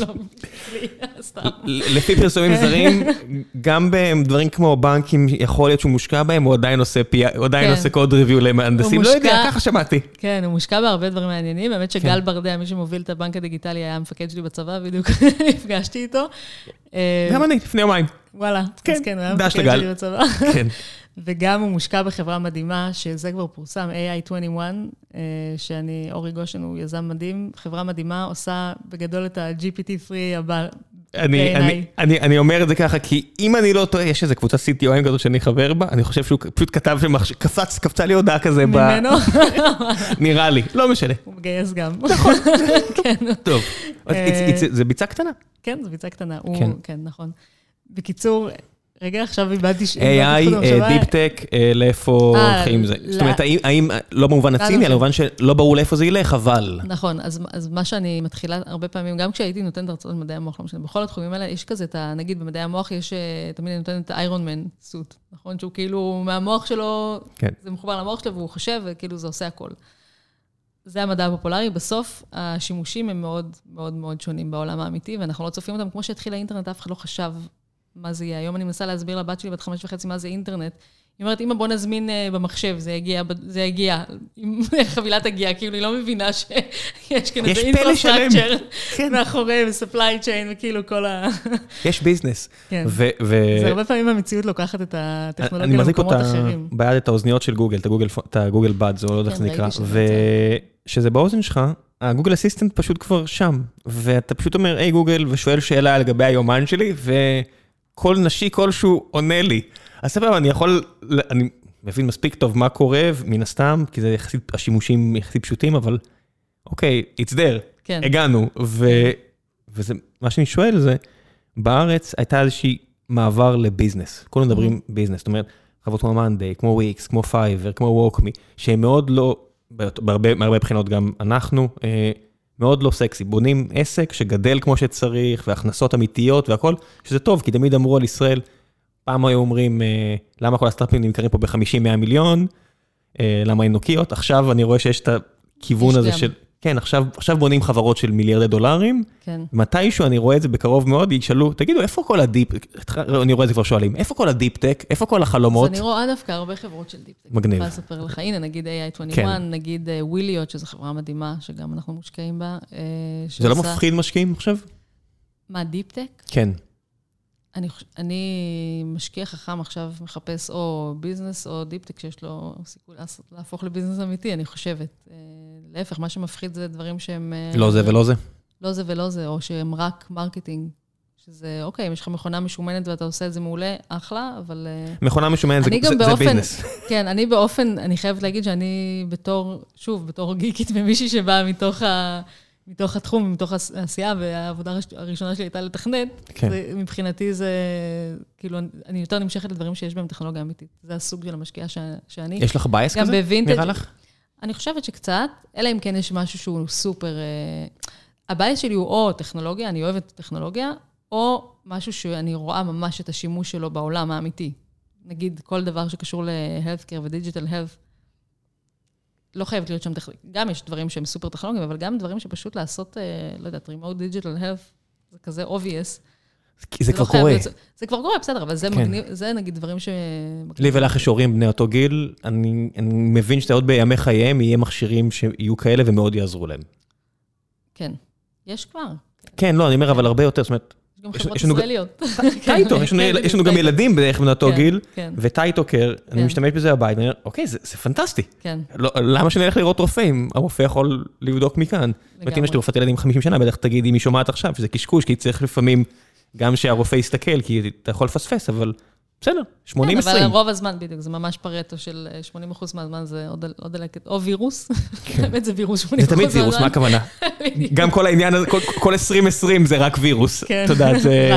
Speaker 1: לפי פרסומים זרים, גם בדברים כמו בנקים, יכול להיות שהוא מושקע בהם, הוא עדיין עושה קוד ריוויו למהנדסים, לא יודע, ככה שמעתי.
Speaker 2: כן, הוא מושקע בהרבה דברים מעניינים, באמת שגל ברדע, מי שמוביל את הבנק הדיגיטלי, היה המפקד שלי בצבא, בדיוק נפגשתי איתו.
Speaker 1: גם אני, לפני יומיים.
Speaker 2: וואלה, אז כן, הוא היה המפקד שלי בצבא. וגם הוא מושקע בחברה מדהימה, שזה כבר פורסם, AI21, שאני, אורי גושן, הוא יזם מדהים, חברה מדהימה, עושה בגדול את ה-GPT-3 הבא.
Speaker 1: אני אומר את זה ככה, כי אם אני לא טועה, יש איזו קבוצה CTOים כזאת שאני חבר בה, אני חושב שהוא פשוט כתב קפצה לי הודעה כזה.
Speaker 2: ממנו?
Speaker 1: נראה לי, לא משנה.
Speaker 2: הוא מגייס גם.
Speaker 1: נכון. טוב, זה ביצה קטנה.
Speaker 2: כן, זה ביצה קטנה. כן, נכון. בקיצור, רגע, עכשיו איבדתי...
Speaker 1: AI, דיפ-טק, לאיפה הולכים זה? זאת אומרת, האם לא במובן הציני, אלא במובן שלא ברור לאיפה זה ילך, אבל...
Speaker 2: נכון, אז מה שאני מתחילה הרבה פעמים, גם כשהייתי נותנת הרצאות במדעי המוח, לא משנה, בכל התחומים האלה, יש כזה, נגיד במדעי המוח, יש, תמיד אני נותנת את האיירון מן סוט, נכון? שהוא כאילו, מהמוח שלו, זה מחובר למוח שלו, והוא חושב, וכאילו זה עושה הכל. זה המדע הפופולרי. בסוף, השימושים הם מאוד מאוד מאוד שונים בעולם האמיתי, ואנחנו לא צופים אותם, כמו שהתחיל האינטרנט, אף אחד לא חשב מה זה יהיה. היום אני מנסה להסביר לבת שלי בת 5.5 מה זה אינטרנט. היא אומרת, אמא, בוא נזמין במחשב, זה יגיע, אם חבילת הגיעה, כאילו היא לא מבינה שיש כאן איזה אינפרסטרקצ'ר מאחורי, וספליי צ'יין, וכאילו כל ה...
Speaker 1: יש ביזנס.
Speaker 2: כן. זה הרבה פעמים המציאות לוקחת את הטכנולוגיה למקומות אחרים. אני מחזיק
Speaker 1: ביד את האוזניות של גוגל, את הגוגל בד, זה לא יודע איך זה נקרא, ושזה באוזן שלך, הגוגל אסיסטנט פשוט כבר שם, ואתה פשוט אומר, היי גוגל, ושואל שאלה לגבי היומן שלי, כל נשי כלשהו עונה לי. אז סבבה, אני מבין מספיק טוב מה קורה, מן הסתם, כי זה יחסית, השימושים יחסית פשוטים, אבל אוקיי, it's there, כן. הגענו, וזה, מה שאני שואל זה, בארץ הייתה איזושהי מעבר לביזנס, כולם מדברים ביזנס, זאת אומרת, חברות כמו מאנדיי, כמו וויקס, כמו פייבר, כמו ווקמי, שהם מאוד לא בהרבה בחינות גם אנחנו, מאוד לא סקסי. בונים עסק שגדל כמו שצריך, והכנסות אמיתיות והכל, שזה טוב, כי תמיד אמרו על ישראל, פעם היו אומרים, למה כל הסטארט-אפים נמכרים פה ב-50-100 מיליון, למה אין נוקיות? עכשיו אני רואה שיש את הכיוון הזה של... כן, עכשיו בונים חברות של מיליארדי דולרים, מתישהו אני רואה את זה בקרוב מאוד, ישאלו, תגידו, איפה כל הדיפ, אני רואה את זה כבר שואלים, איפה כל הדיפ-טק, איפה כל החלומות?
Speaker 2: אז אני רואה דווקא הרבה חברות של דיפ-טק.
Speaker 1: מגניב.
Speaker 2: אני אספר לך, הנה, נגיד AI21, נגיד וויליות, שזו חברה מדהימה, שגם אנחנו מושקעים בה.
Speaker 1: זה לא מפחיד משקיעים עכשיו?
Speaker 2: מה, דיפ-טק?
Speaker 1: כן.
Speaker 2: אני משקיע חכם עכשיו, מחפש או ביזנס או דיפ-טק, שיש לו סיכוי להפוך לביזנס אמיתי, אני חושבת. להפך, מה שמפחיד זה דברים שהם...
Speaker 1: לא זה ולא זה?
Speaker 2: לא זה ולא זה, או שהם רק מרקטינג. שזה, אוקיי, אם יש לך מכונה משומנת ואתה עושה את זה מעולה, אחלה, אבל...
Speaker 1: מכונה משומנת זה ביזנס.
Speaker 2: כן, אני חייבת להגיד שאני בתור גיקית ומישהי שבאה מתוך התחום, מתוך העשייה, והעבודה הראשונה שלי הייתה לתכנת, מבחינתי זה, כאילו, אני יותר נמשכת לדברים שיש בהם טכנולוגיה אמיתית. זה הסוג של המשקיעה שאני...
Speaker 1: יש לך בייס כזה? נראה לך?
Speaker 2: אני חושבת שקצת, אלא אם כן יש משהו שהוא סופר... הבייס שלי הוא או טכנולוגיה, אני אוהבת טכנולוגיה, או משהו שאני רואה ממש את השימוש שלו בעולם האמיתי. נגיד, כל דבר שקשור ל-healthcare ו-digital health, לא חייבת להיות שם טכנולוגיה. גם יש דברים שהם סופר טכנולוגיים, אבל גם דברים שפשוט לעשות, לא יודעת, remote digital health, זה כזה obvious.
Speaker 1: זה כבר קורה.
Speaker 2: זה כבר קורה, בסדר, אבל זה נגיד דברים ש...
Speaker 1: לי ולך יש הורים בני אותו גיל, אני מבין שאתה עוד בימי חייהם, יהיה מכשירים שיהיו כאלה ומאוד יעזרו להם.
Speaker 2: כן, יש כבר.
Speaker 1: כן, לא, אני אומר, אבל הרבה יותר, זאת אומרת...
Speaker 2: יש גם חברות ישראליות.
Speaker 1: טייטו, יש לנו גם ילדים בערך בני אותו גיל, וטייטוקר, אני משתמש בזה בבית, ואני אומר, אוקיי, זה פנטסטי. למה שאני אלך לראות רופא, אם הרופא יכול לבדוק מכאן? זאת אומרת, אם רופאת ילדים 50 שנה, בטח תגיד, אם היא שומעת עכשיו, שזה קשקוש, כי צריך לפעמים גם שהרופא יסתכל, כי אתה יכול לפספס, אבל בסדר, 80-20.
Speaker 2: כן, אבל רוב הזמן בדיוק, זה ממש פרטו של 80% מהזמן, זה עוד דלקת, או וירוס, באמת זה וירוס 80% מהזמן.
Speaker 1: זה תמיד וירוס, מה הכוונה? גם כל העניין, כל 2020 זה רק וירוס. אתה יודע,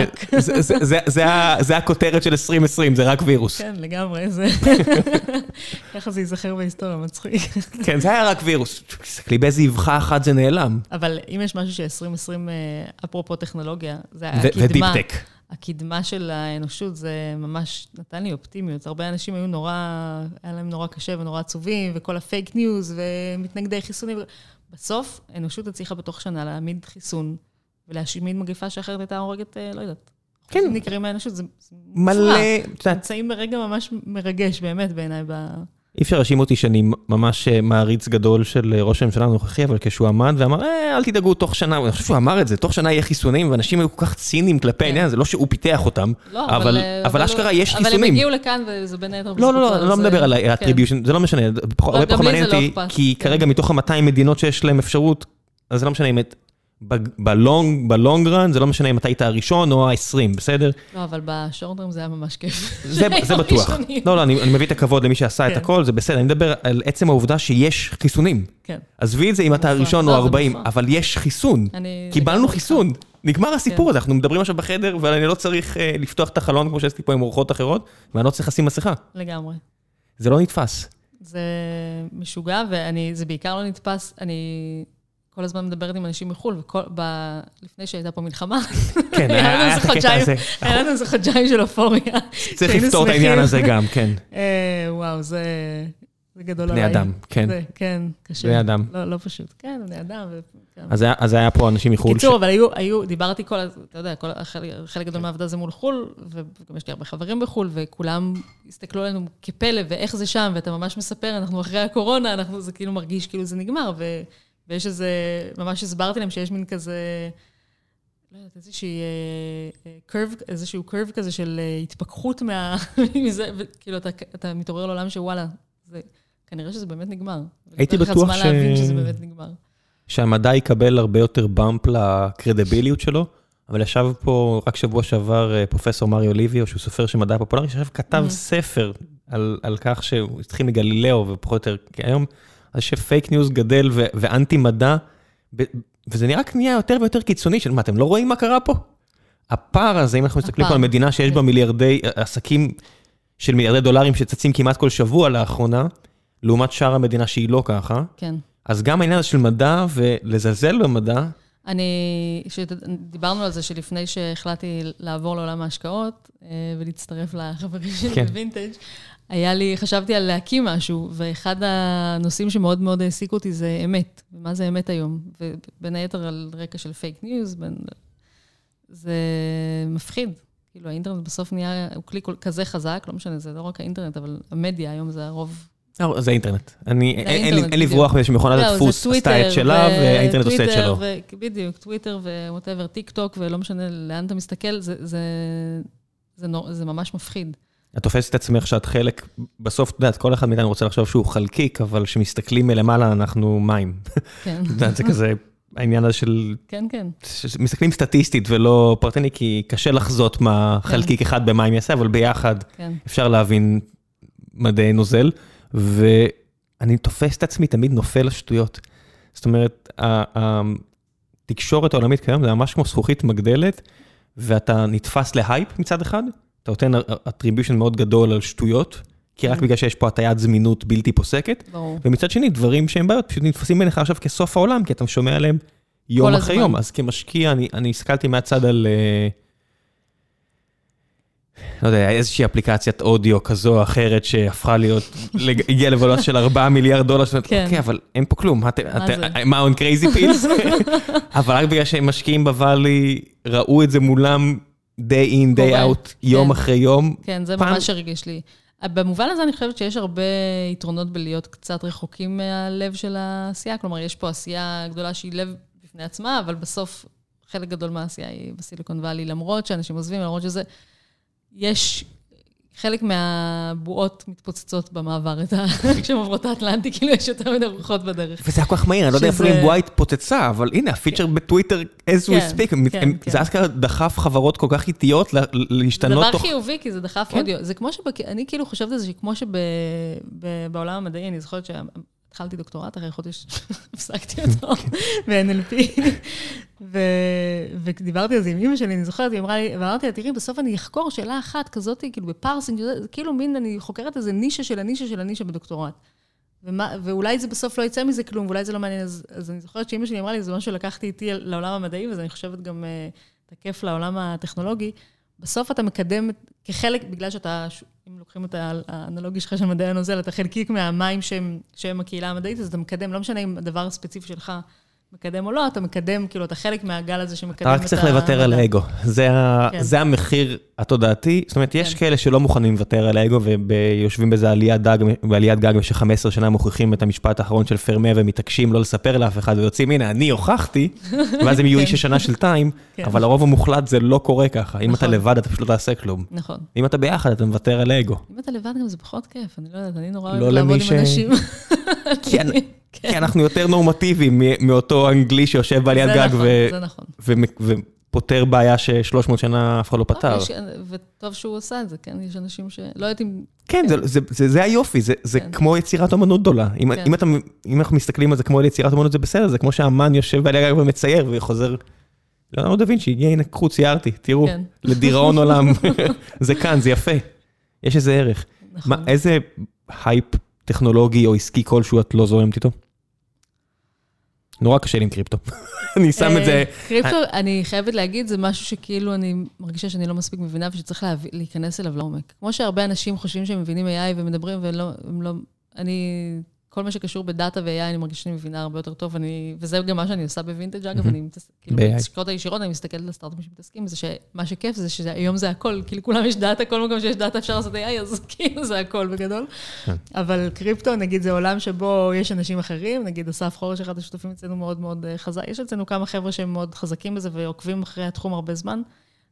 Speaker 1: זה הכותרת של 2020, זה רק וירוס.
Speaker 2: כן, לגמרי, זה... ככה זה ייזכר בהיסטוריה, מצחיק.
Speaker 1: כן, זה היה רק וירוס. תסתכלי באיזה אבחה אחת זה נעלם.
Speaker 2: אבל אם יש משהו ש-2020, אפרופו טכנולוגיה, זה הקדמה. ודיפ-טק. הקדמה של האנושות, זה ממש נתן לי אופטימיות. הרבה אנשים היו היה להם נורא קשה ונורא עצובים, וכל הפייק ניוז, ומתנגדי חיסונים. בסוף, האנושות הצליחה בתוך שנה להעמיד חיסון, ולהשמיד מגפה שאחרת הייתה הורגת, לא יודעת. כן. נקראים מהאנושות, זה
Speaker 1: מלא...
Speaker 2: נמצאים ברגע ממש מרגש, באמת, בעיניי,
Speaker 1: אי אפשר להאשים אותי שאני ממש מעריץ גדול של ראש הממשלה הנוכחי, אבל כשהוא עמד ואמר, אל תדאגו, תוך שנה, אני חושב שהוא אמר את זה, תוך שנה יהיה חיסונים, ואנשים היו כל כך ציניים כלפי העניין, זה לא שהוא פיתח אותם, אבל אשכרה יש חיסונים.
Speaker 2: אבל הם הגיעו לכאן, וזה בין היתר...
Speaker 1: לא, אני לא מדבר על האטריביושן, זה לא משנה, הרבה פחות מעניין אותי, כי כרגע מתוך 200 מדינות שיש להם אפשרות, אז זה לא משנה אם בלונג רן, זה לא משנה אם אתה היית הראשון או ה-20, בסדר?
Speaker 2: לא, אבל בשורט-טרם זה היה ממש כיף.
Speaker 1: זה בטוח. לא, אני מביא את הכבוד למי שעשה את הכל, זה בסדר. אני מדבר על עצם העובדה שיש חיסונים. כן. עזבי את זה אם אתה הראשון או 40, אבל יש חיסון. קיבלנו חיסון. נגמר הסיפור הזה, אנחנו מדברים עכשיו בחדר, אבל אני לא צריך לפתוח את החלון כמו שעשיתי פה עם אורחות אחרות, ואני לא צריך לשים מסכה.
Speaker 2: לגמרי.
Speaker 1: זה לא נתפס.
Speaker 2: זה משוגע, וזה בעיקר לא נתפס. אני כל הזמן מדברת עם אנשים מחו"ל, לפני שהייתה פה מלחמה,
Speaker 1: כן, היה את הקטע הזה.
Speaker 2: היה לנו איזה חודשיים של אופוריה.
Speaker 1: צריך לפתור את העניין הזה גם, כן.
Speaker 2: וואו, זה גדול
Speaker 1: בני אדם, כן.
Speaker 2: כן, קשה.
Speaker 1: בני אדם.
Speaker 2: לא פשוט, כן, בני אדם.
Speaker 1: אז היה פה אנשים מחו"ל.
Speaker 2: קיצור, אבל דיברתי אתה יודע, חלק גדול מהעבודה זה מול חו"ל, וגם יש לי הרבה חברים בחו"ל, וכולם הסתכלו עלינו כפלא, ואיך זה שם, ואתה ממש מספר, אנחנו אחרי הקורונה, זה כאילו מרגיש כאילו זה נגמר, ויש איזה, ממש הסברתי להם שיש מין כזה, לא יודעת, איזשהו קרב כזה של התפכחות מזה, וכאילו אתה מתעורר לעולם שוואלה, כנראה שזה באמת נגמר.
Speaker 1: הייתי בטוח
Speaker 2: להבין שזה באמת נגמר.
Speaker 1: שהמדע יקבל הרבה יותר באמפ לקרדיביליות שלו, אבל ישב פה רק שבוע שעבר פרופסור מריו ליביו, שהוא סופר של מדע פופולרי, שכתב ספר על כך שהוא התחיל מגלילאו ופחות יותר, כי היום אז שפייק ניוז גדל ואנטי מדע, וזה נראה קנייה יותר ויותר קיצוני, של מה, אתם לא רואים מה קרה פה? הפער הזה, אם אנחנו מסתכלים פה על מדינה שיש בה מיליארדי עסקים של מיליארדי דולרים שצצים כמעט כל שבוע לאחרונה, לעומת שאר המדינה שהיא לא ככה.
Speaker 2: כן.
Speaker 1: אז גם העניין הזה של מדע ולזלזל במדע.
Speaker 2: דיברנו על זה שלפני שהחלטתי לעבור לעולם ההשקעות, ולהצטרף לחברים שלי בווינטג', חשבתי על להקים משהו, ואחד הנושאים שמאוד מאוד העסיקו אותי זה אמת. ומה זה אמת היום? ובין היתר על רקע של פייק ניוז, זה מפחיד. כאילו האינטרנט בסוף נהיה, הוא כלי כזה חזק, לא משנה, זה לא רק האינטרנט, אבל המדיה היום זה הרוב.
Speaker 1: זה האינטרנט. אין לברוח בזה שמכונת הדפוס עשתה את שלה, והאינטרנט עושה את שלו.
Speaker 2: בדיוק, טוויטר ווואטאבר, טיק טוק, ולא משנה לאן אתה מסתכל, זה ממש מפחיד.
Speaker 1: את תופסת את עצמך שאת חלק, בסוף, את יודעת, כל אחד מאיתנו רוצה לחשוב שהוא חלקיק, אבל שמסתכלים מלמעלה, אנחנו מים.
Speaker 2: כן.
Speaker 1: זה כזה העניין הזה של...
Speaker 2: כן, כן.
Speaker 1: מסתכלים סטטיסטית ולא פרטני, כי קשה לחזות מה חלקיק אחד במים יעשה, אבל ביחד אפשר להבין מדעי נוזל, ואני תופס את עצמי תמיד נופל לשטויות. זאת אומרת, התקשורת העולמית כיום, זה ממש כמו זכוכית מגדלת, ואתה נתפס להייפ מצד אחד, אתה נותן attribution מאוד גדול על שטויות, כי רק בגלל שיש פה הטיית זמינות בלתי פוסקת, ומצד שני, דברים שהם בעיות, פשוט נתפסים ביניך עכשיו כסוף העולם, כי אתה שומע עליהם יום אחרי יום. אז כמשקיע, אני הסתכלתי מהצד על, לא יודע, איזושהי אפליקציית אודיו כזו או אחרת, שהפכה להיות, הגיעה לבעלות של $4 מיליארד, אוקיי, אבל אין פה כלום, מה on crazy pills? אבל רק בגלל שהם משקיעים בוואלי, ראו את זה מולם, day in, day out, יום אחרי יום.
Speaker 2: כן, זה ממש הרגיש לי. במובן הזה אני חושבת שיש הרבה יתרונות בלהיות קצת רחוקים מהלב של העשייה, כלומר, יש פה עשייה גדולה שהיא לב בפני עצמה, אבל בסוף חלק גדול מהעשייה היא בסיליקון ואלי, למרות שאנשים עוזבים, למרות שזה, יש חלק מהבועות מתפוצצות במעבר, כשהן עוברות האטלנטי, כאילו יש יותר מדי רוחות בדרך.
Speaker 1: וזה היה כל כך מהיר, אני לא יודע אפילו אם בועה התפוצצה, אבל הנה, הפיצ'ר בטוויטר, as we speak, זה אסכרה דחף חברות כל כך איטיות להשתנות.
Speaker 2: זה דבר חיובי, כי זה דחף אודיו. זה כמו אני כאילו חושבת על זה, שכמו שבעולם המדעי, אני זוכרת שהתחלתי דוקטורט, אחרי חודש הפסקתי אותו ב-NLP, ודיברתי על זה עם אמא שלי, אני זוכרת, היא אמרה לי, ואמרתי לה, תראי, בסוף אני אחקור שאלה אחת כזאת, כאילו בפרסינג, כאילו מין, אני חוקרת איזה נישה של הנישה של הנישה בדוקטורט. ואולי זה בסוף לא יצא מזה כלום, ואולי זה לא מעניין, אז אני זוכרת שאמא שלי אמרה לי, זה משהו שלקחתי איתי לעולם המדעי, וזה אני חושבת גם תקף לעולם הטכנולוגי. בסוף אתה מקדם כחלק, בגלל שאתה, אם לוקחים את האנלוגיה שלך של מדעי הנוזל, אתה חלקיק מהמים שהם הקהילה המדעית, אז אתה מקדם, לא משנה אם הדבר הספציפי שלך מקדם או לא, אתה מקדם, כאילו, אתה חלק מהגל הזה שמקדם את
Speaker 1: אתה רק צריך לוותר על האגו. זה המחיר התודעתי. זאת אומרת, יש כאלה שלא מוכנים לוותר על האגו, ויושבים בזה בעליית גג, במשך 15 שנה מוכיחים את המשפט האחרון של פרמה, ומתעקשים לא לספר לאף אחד, ויוצאים, הנה, אני הוכחתי, ואז הם יהיו איש השנה של טיים, אבל הרוב המוחלט זה לא קורה ככה. אם אתה לבד, אתה פשוט לא תעשה כלום.
Speaker 2: נכון.
Speaker 1: אם אתה ביחד, אתה מוותר על האגו.
Speaker 2: אם אתה לבד, גם זה פחות כיף. אני לא יודעת, אני נורא אוהבת לעבוד עם אנשים.
Speaker 1: כי אנחנו יותר נורמטיביים מאותו אנגלי שיושב בעליית גג ופותר בעיה ש300 שנחנו לא פתר.
Speaker 2: וטוב שהוא עושה את זה, כן? יש אנשים שלא יודעים...
Speaker 1: כן, זה היופי, זה כמו יצירת אמנות גדולה. אם אנחנו מסתכלים על זה כמו יצירת אמנות, זה בסדר, זה כמו שהאמן יושב בעליית גג ומצייר וחוזר... לא דווין שהגיע, הנה, קחו, ציירתי, תראו, לדיראון עולם. זה כאן, זה יפה. יש איזה ערך. איזה הייפ טכנולוגי או עסקי כלשהו את לא זורמת איתו? נורא קשה לי עם קריפטו. אני שם את זה...
Speaker 2: קריפטו, אני חייבת להגיד, זה משהו שכאילו אני מרגישה שאני לא מספיק מבינה, ושצריך להיכנס אליו לעומק. כמו שהרבה אנשים חושבים שהם מבינים AI ומדברים, והם לא... כל מה שקשור בדאטה ו-AI, אני מרגישה שאני מבינה הרבה יותר טוב, וזה גם מה שאני עושה בווינטג' אגב, אני כאילו, בהשקעות הישירות, אני מסתכלת על הסטארט-אפים שמתעסקים, זה שמה שכיף זה שהיום זה הכל, כאילו כולם יש דאטה, כל מקום שיש דאטה אפשר לעשות AI, אז כאילו זה הכל בגדול. אבל קריפטו, נגיד, זה עולם שבו יש אנשים אחרים, נגיד, אסף חורש, אחד השותפים אצלנו מאוד מאוד חזק, יש אצלנו כמה חבר'ה שהם מאוד חזקים בזה, ועוקבים אחרי התחום הרבה זמן.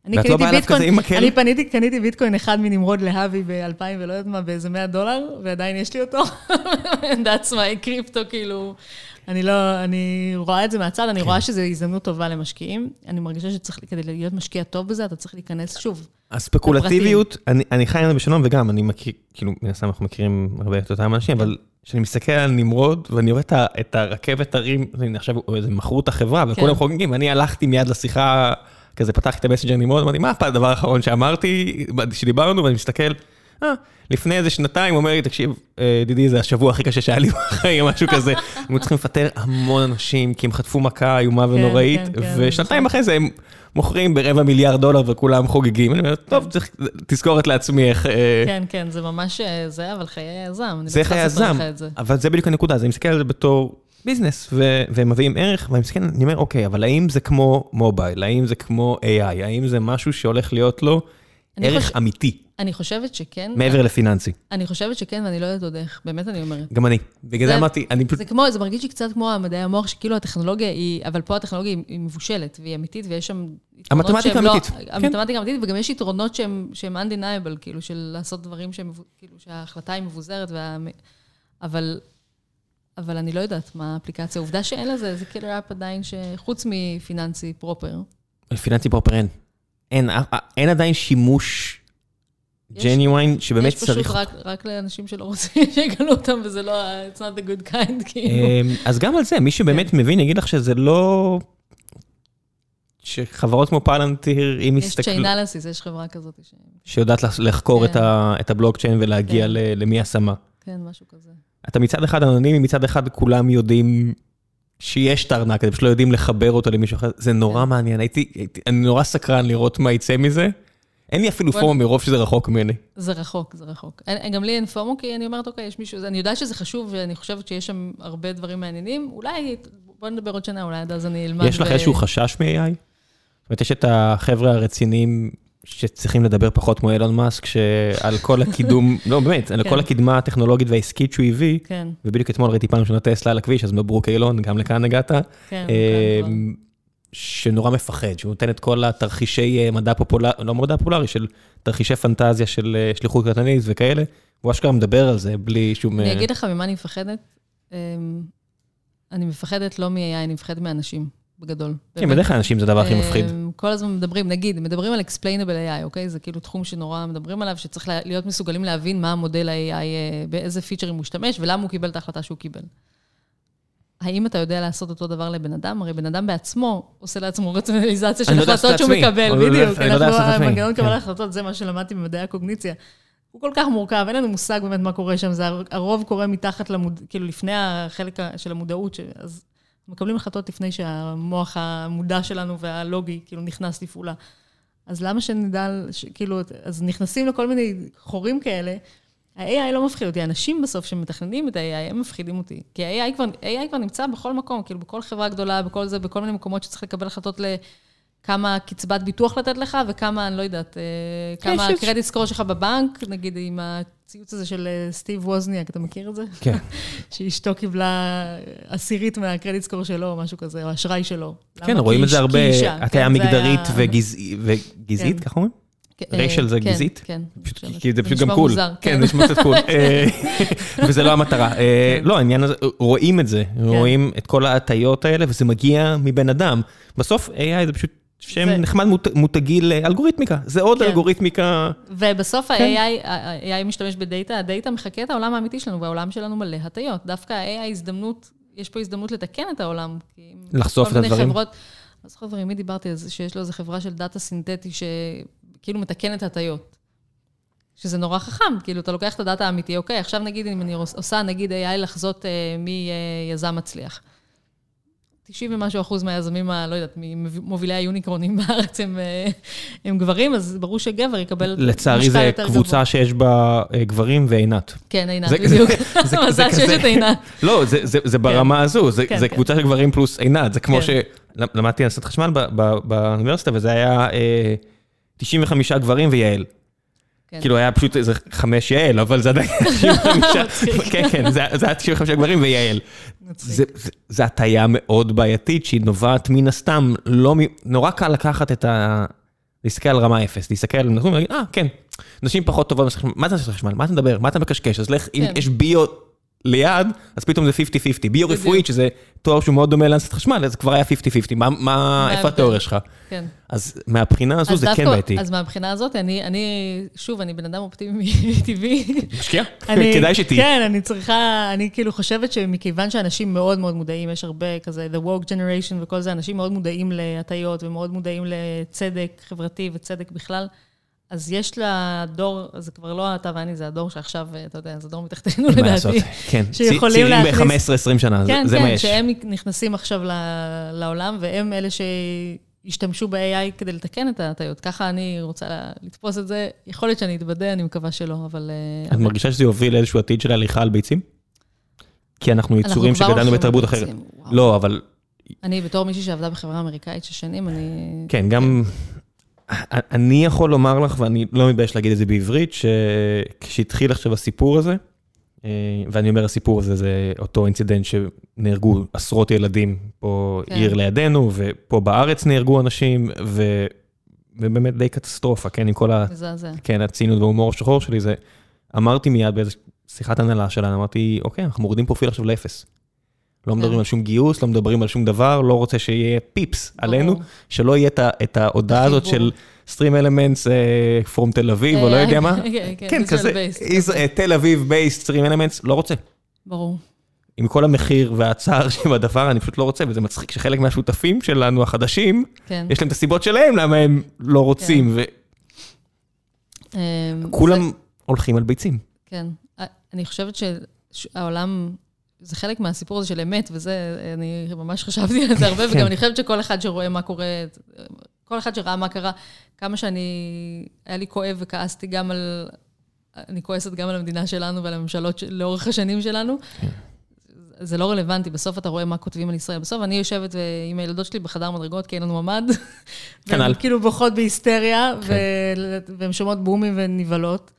Speaker 2: אני קניתי ביטקוין אחד מנמרוד להבי ב-2000 ולא יודעת מה, באיזה $100, ועדיין יש לי אותו. That's my crypto, כאילו, אני רואה את זה מהצד, אני רואה שזו הזדמנות טובה למשקיעים. אני מרגישה שצריך, כדי להיות משקיע טוב בזה, אתה צריך להיכנס שוב.
Speaker 1: הספקולטיביות, אני חי עם זה בשלום, וגם, אני מכיר, כאילו, מן הסתם אנחנו מכירים הרבה יותר אנשים, אבל כשאני מסתכל על נמרוד, ואני רואה את הרכבת הרים, עכשיו, מכרו את החברה, וכולם חוגגים, אני הלכתי מיד לשיחה, כזה פתחתי את המסנג'ר נמרוד, אמרתי, מה הדבר האחרון שאמרתי, שדיברנו, ואני מסתכל, לפני איזה שנתיים, הוא אומר לי, תקשיב, דידי, זה השבוע הכי קשה שהיה לי בחיים, משהו כזה. הם צריכים לפטר המון אנשים, כי הם חטפו מכה איומה ונוראית, ושנתיים אחרי זה הם מוכרים ב$250 מיליון, וכולם חוגגים. אני אומר, טוב, צריך תזכורת לעצמי איך...
Speaker 2: כן, כן, זה ממש זה, אבל חיי היזם.
Speaker 1: זה חיי היזם, אבל זה בדיוק הנקודה, אז אני מסתכל על זה בתור ביזנס, והם מביאים ערך, ואני מסתכל, אני אומר, אוקיי, אבל האם זה כמו מובייל, האם זה כמו AI, האם זה משהו שהולך להיות לו ערך אמיתי?
Speaker 2: אני חושבת שכן.
Speaker 1: מעבר לפיננסי.
Speaker 2: אני חושבת שכן, ואני לא יודעת עוד איך, באמת אני אומרת.
Speaker 1: גם אני. בגלל זה אמרתי,
Speaker 2: זה מרגיש לי קצת כמו המדעי המוח, שכאילו הטכנולוגיה היא, אבל פה הטכנולוגיה היא מבושלת, והיא אמיתית, ויש שם
Speaker 1: המתמטיקה אמיתית.
Speaker 2: המתמטיקה אמיתית, וגם יש יתרונות שהם undeniable, כאילו, של לעשות דברים כאילו, שההחלטה היא מבוזרת, אבל אני לא יודעת מה האפליקציה. העובדה שאין לזה, זה קילר אפ עדיין שחוץ מפיננסי פרופר.
Speaker 1: פיננסי פרופר אין עדיין שימוש ג'ניוויין, שבאמת צריך...
Speaker 2: יש פשוט רק לאנשים שלא רוצים שיגלו אותם, וזה לא, it's not the good kind, כאילו.
Speaker 1: אז גם על זה, מי שבאמת מבין, יגיד לך שזה לא... שחברות כמו פלנטיר, אם
Speaker 2: יש צ'יינליסיס, יש חברה כזאת.
Speaker 1: שיודעת לחקור את הבלוקצ'יין ולהגיע למי השמה.
Speaker 2: כן, משהו כזה.
Speaker 1: אתה מצד אחד אנונימי, מצד אחד כולם יודעים שיש תרנק, הם פשוט לא יודעים לחבר אותו למישהו אחר. זה נורא מעניין, אני נורא סקרן לראות מה יצא מזה. אין לי אפילו פומו מרוב שזה רחוק ממני.
Speaker 2: זה רחוק, זה רחוק. גם לי אין פומו, כי אני אומרת, אוקיי, יש מישהו, אני יודעת שזה חשוב, ואני חושבת שיש שם הרבה דברים מעניינים. אולי, בוא נדבר עוד שנה, אולי עד אז אני אלמד.
Speaker 1: יש לך איזשהו חשש מ-AI? זאת אומרת, יש את החבר'ה הרציניים שצריכים לדבר פחות כמו אילון מאסק, שעל כל הקידום, לא באמת, על כל הקדמה הטכנולוגית והעסקית שהוא הביא, ובדיוק אתמול ראיתי פעם שונה טסלה על הכביש, אז מברוק אילון, גם לכאן הגעת. שנורא מפחד, שהוא נותן את כל התרחישי מדע פופולרי, לא מדע פופולרי, של תרחישי פנטזיה של שליחות קטנית וכאלה, והוא אשכרה מדבר על זה בלי שום...
Speaker 2: אני אגיד לך ממה אני מפחדת. אני מפחדת לא מ-AI, אני מפחדת מאנשים, בגדול.
Speaker 1: כן, בדרך כלל אנשים זה הדבר הכי מפחיד.
Speaker 2: כל הזמן מדברים, נגיד, מדברים על explainable AI, אוקיי? זה כאילו תחום שנורא מדברים עליו, שצריך להיות מסוגלים להבין מה המודל ה-AI, באיזה פיצ'רים הוא משתמש, ולמה הוא קיבל את ההחלטה שהוא קיבל. האם אתה יודע לעשות אותו דבר לבן אדם? הרי בן אדם בעצמו עושה לעצמו רציונליזציה של החלטות שהוא מקבל, בדיוק. המנגנון קבל ההחלטות, זה מה שלמדתי במדעי הקוגניציה. הוא כל כך מורכב, אין לנו מושג באמת מה קורה שם, הרוב קורה מתחת, כאילו לפני החלק של המודעות, אז מקבלים החלטות לפני שהמוח המודע שלנו והלוגי כאילו נכנס לפעולה. אז למה שנדע, כאילו, אז נכנסים לכל מיני חורים כאלה, ה-AI לא מפחיד אותי, האנשים בסוף שמתכננים את ה-AI, הם מפחידים אותי. כי ה-AI כבר נמצא בכל מקום, כאילו בכל חברה גדולה, בכל זה, בכל מיני מקומות שצריך לקבל החלטות לכמה קצבת ביטוח לתת לך, וכמה, אני לא יודעת, כמה הקרדיט סקור שלך בבנק, נגיד עם הציוץ הזה של סטיב ווזניאק, אתה מכיר את זה? כן. שאשתו קיבלה 10% מהקרדיט סקור שלו, או משהו כזה, או האשראי שלו.
Speaker 1: כן, רואים את זה הרבה, הטיה מגדרית וגזעית, ככה אומרים? ריישל זה גזעית?
Speaker 2: כן.
Speaker 1: כי זה פשוט גם קול. כן, זה נשמע קצת קול. וזה לא המטרה. לא, העניין הזה, רואים את זה, רואים את כל ההטיות האלה, וזה מגיע מבן אדם. בסוף AI זה פשוט שם נחמד מותגי לאלגוריתמיקה. זה עוד אלגוריתמיקה.
Speaker 2: ובסוף ה-AI משתמש בדאטה, הדאטה מחכה את העולם האמיתי שלנו, והעולם שלנו מלא הטיות. דווקא ה-AI הזדמנות, יש פה הזדמנות לתקן את העולם.
Speaker 1: לחשוף את הדברים.
Speaker 2: אז חברים, מי דיברתי על זה, שיש לו איזו חברה של דאטה סינתטי כאילו מתקנת הטיות. שזה נורא חכם, כאילו אתה לוקח את הדאטה האמיתי, אוקיי, עכשיו נגיד, אם אני עושה, נגיד AI לחזות מי יזם מצליח. 90% ומשהו מהיזמים, לא יודעת, ממובילי היוניקרונים בארץ הם גברים, אז ברור שגבר יקבל...
Speaker 1: לצערי זה קבוצה שיש בה גברים ועינת.
Speaker 2: כן, עינת, בדיוק. מזל שיש את עינת.
Speaker 1: לא, זה ברמה הזו, זה קבוצה של גברים פלוס עינת, זה כמו שלמדתי לעשות חשמל באוניברסיטה, וזה היה 95 גברים ויעל. כאילו היה פשוט איזה 5 יעל, אבל זה עדיין 95, כן, כן, זה היה 95 גברים ויעל. זה הטיה מאוד בעייתית, שהיא נובעת מן הסתם, נורא קל לקחת את להסתכל על רמה 0, להסתכל על נתון ולהגיד, כן, נשים פחות טובות, מה זה נעשה חשמל? מה אתה מדבר? מה אתה מקשקש? אז לך, אם יש ביו ליד, אז פתאום זה 50-50. ביו רפואית, שזה תואר שהוא מאוד דומה להנדסת חשמל, אז כבר היה 50-50. איפה התיאוריה שלך? כן. אז מהבחינה הזו זה כן בעייתי.
Speaker 2: אז מהבחינה הזאת, שוב, אני בן אדם אופטימי טבעי.
Speaker 1: משקיע? כדאי שתהי.
Speaker 2: כן, אני כאילו חושבת שמכיוון שאנשים מאוד מאוד מודעים, יש הרבה כזה, the woke generation וכל זה, אנשים מאוד מודעים להטיות ומאוד מודעים לצדק חברתי וצדק בכלל, אז יש לה דור, זה כבר לא אתה ואני, זה הדור שעכשיו, אתה יודע, זה דור מתחתנו לדעתי.
Speaker 1: כן,
Speaker 2: שיכולים
Speaker 1: צעירים ב-15-20 שנה, זה מה יש.
Speaker 2: כן, שהם נכנסים עכשיו לעולם, והם אלה שישתמשו ב-AI כדי לתקן את הטעויות. ככה אני רוצה לתפוס את זה. יכול להיות שאני אתוודא, אני מקווה שלא, אבל...
Speaker 1: את מרגישה שזה יוביל לאיזשהו עתיד של הליכה על ביצים? כי אנחנו יצורים שגדלנו בתרבות אחרת. לא, אבל...
Speaker 2: אני בתור מישהי שעבדה בחברה אמריקאית 6 שנים, אני...
Speaker 1: כן, גם... אני יכול לומר לך, ואני לא מתבייש להגיד את זה בעברית, שכשהתחיל עכשיו הסיפור הזה, ואני אומר הסיפור הזה, זה אותו אינצידנט שנהרגו עשרות ילדים פה עיר לידינו, ופה בארץ נהרגו אנשים, ובאמת די קטסטרופה, כן, עם כל הצינות וההומור השחור שלי, זה אמרתי מיד באיזו שיחת הנהלה שלנו, אמרתי, אוקיי, אנחנו מורידים פרופיל עכשיו לאפס. לא מדברים על שום גיוס, לא מדברים על שום דבר, לא רוצה שיהיה פיפס עלינו, שלא יהיה את ההודעה הזאת של סטרים אלמנטס פרום תל אביב, או לא יודע מה. כן, כזה, תל אביב בייסט, סטרים אלמנטס, לא רוצה.
Speaker 2: ברור.
Speaker 1: עם כל המחיר והצער שבדבר, אני פשוט לא רוצה, וזה מצחיק שחלק מהשותפים שלנו, החדשים, יש להם את הסיבות שלהם, למה הם לא רוצים, וכולם הולכים על ביצים.
Speaker 2: כן, אני חושבת שהעולם... זה חלק מהסיפור הזה של אמת, וזה, אני ממש חשבתי על זה הרבה, וגם אני חושבת שכל אחד שרואה מה קורה, כל אחד שראה מה קרה, כמה היה לי כואב וכעסתי גם על, אני כועסת גם על המדינה שלנו ועל הממשלות לאורך השנים שלנו, זה לא רלוונטי, בסוף אתה רואה מה כותבים על ישראל, בסוף אני יושבת עם הילדות שלי בחדר מדרגות, כי אין לנו ממד, והן כאילו בוכות בהיסטריה, והן שומעות בומים ונבלות,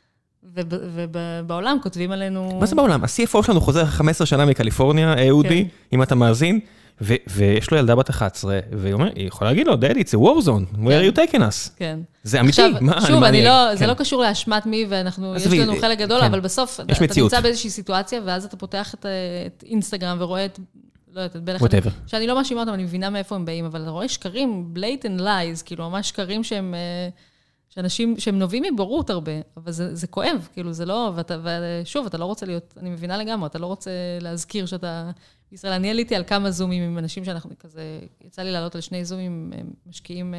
Speaker 2: ובעולם כותבים עלינו...
Speaker 1: מה זה בעולם? ה-CFO שלנו חוזר 15 שנה מקליפורניה, אהודי, אם אתה מאזין, ויש לו ילדה בת 11, והיא יכולה להגיד לו, Daddy, it's a war zone, where are you taking us?
Speaker 2: כן.
Speaker 1: זה אמיתי.
Speaker 2: שוב, זה לא קשור לאשמת מי, יש לנו חלק גדול, אבל בסוף אתה נמצא באיזושהי סיטואציה, ואז אתה פותח את אינסטגרם ורואה את... לא יודעת, בין אחד, שאני לא מאשימה אותם, אני מבינה מאיפה הם באים, אבל אתה רואה שקרים, blatant lies, כאילו ממש שקרים שהם... שאנשים, שהם נובעים מבורות הרבה, אבל זה כואב, כאילו זה לא, ושוב, אתה לא רוצה להיות, אני מבינה לגמרי, אתה לא רוצה להזכיר שאתה, בישראל, אני עליתי על כמה זומים עם אנשים שאנחנו כזה, יצא לי לעלות על 2 זומים, משקיעים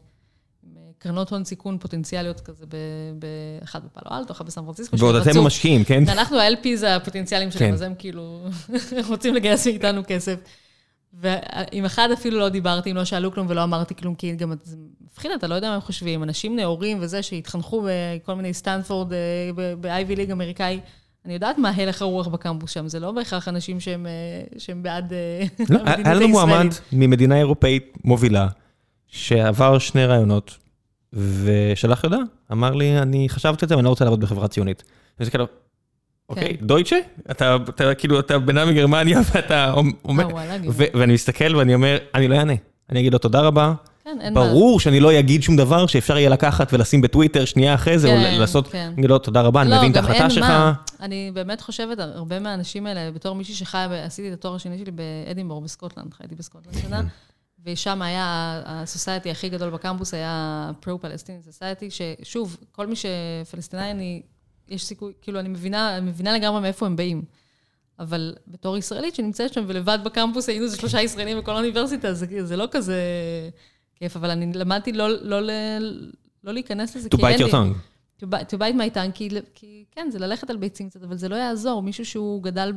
Speaker 2: קרנות הון סיכון פוטנציאליות כזה, אחד בפאלו אלטו, אחד בסן פרנסיסקו.
Speaker 1: ועוד אתם משקיעים, כן?
Speaker 2: אנחנו ה-LPs הפוטנציאליים שלנו, אז הם כאילו רוצים לגייס מאיתנו כסף. ועם אחד אפילו לא דיברתי, אם לא שאלו כלום ולא אמרתי כלום, כי גם זה מפחיד, אתה לא יודע מה הם חושבים. אנשים נאורים וזה שהתחנכו בכל מיני סטנפורד, ב-Ivy League אמריקאי, אני יודעת מה הלך הרוח בקמפוס שם, זה לא בהכרח אנשים שהם בעד המדיניות הישראלית.
Speaker 1: היה לנו מועמד ממדינה אירופאית מובילה, שעבר 2 רעיונות, ושלח ידע, אמר לי, אני חשבתי את זה, ואני לא רוצה לעבוד בחברה ציונית. וזה כאילו, אוקיי, דויטשה? אתה כאילו, אתה בנה מגרמניה, ואתה אומר, ואני מסתכל ואני אומר, אני לא אענה. אני אגיד לו תודה רבה. ברור שאני לא אגיד שום דבר שאפשר יהיה לקחת ולשים בטוויטר שנייה אחרי זה, או לעשות, אני אגיד לו תודה רבה, אני מבין את ההחלטה שלך.
Speaker 2: אני באמת חושבת, הרבה מהאנשים האלה, בתור מישהי שחיה, עשיתי את התואר השני שלי באדינבורג, בסקוטלנד, חייתי בסקוטלנד שנה, ושם היה, הסוסייטי הכי גדול בקמפוס היה Pro-Palestinian Society, ששוב, כל מי שפלסטינאי, יש סיכוי, כאילו אני מבינה לגמרי מאיפה הם באים. אבל בתור ישראלית שנמצאת שם ולבד בקמפוס, היינו 3 ישראלים בכל האוניברסיטה, זה לא כזה כיף, אבל אני למדתי לא להיכנס לזה.
Speaker 1: To bite your tongue.
Speaker 2: To bite my tongue, כי כן, זה ללכת על ביצים קצת, אבל זה לא יעזור. מישהו שהוא גדל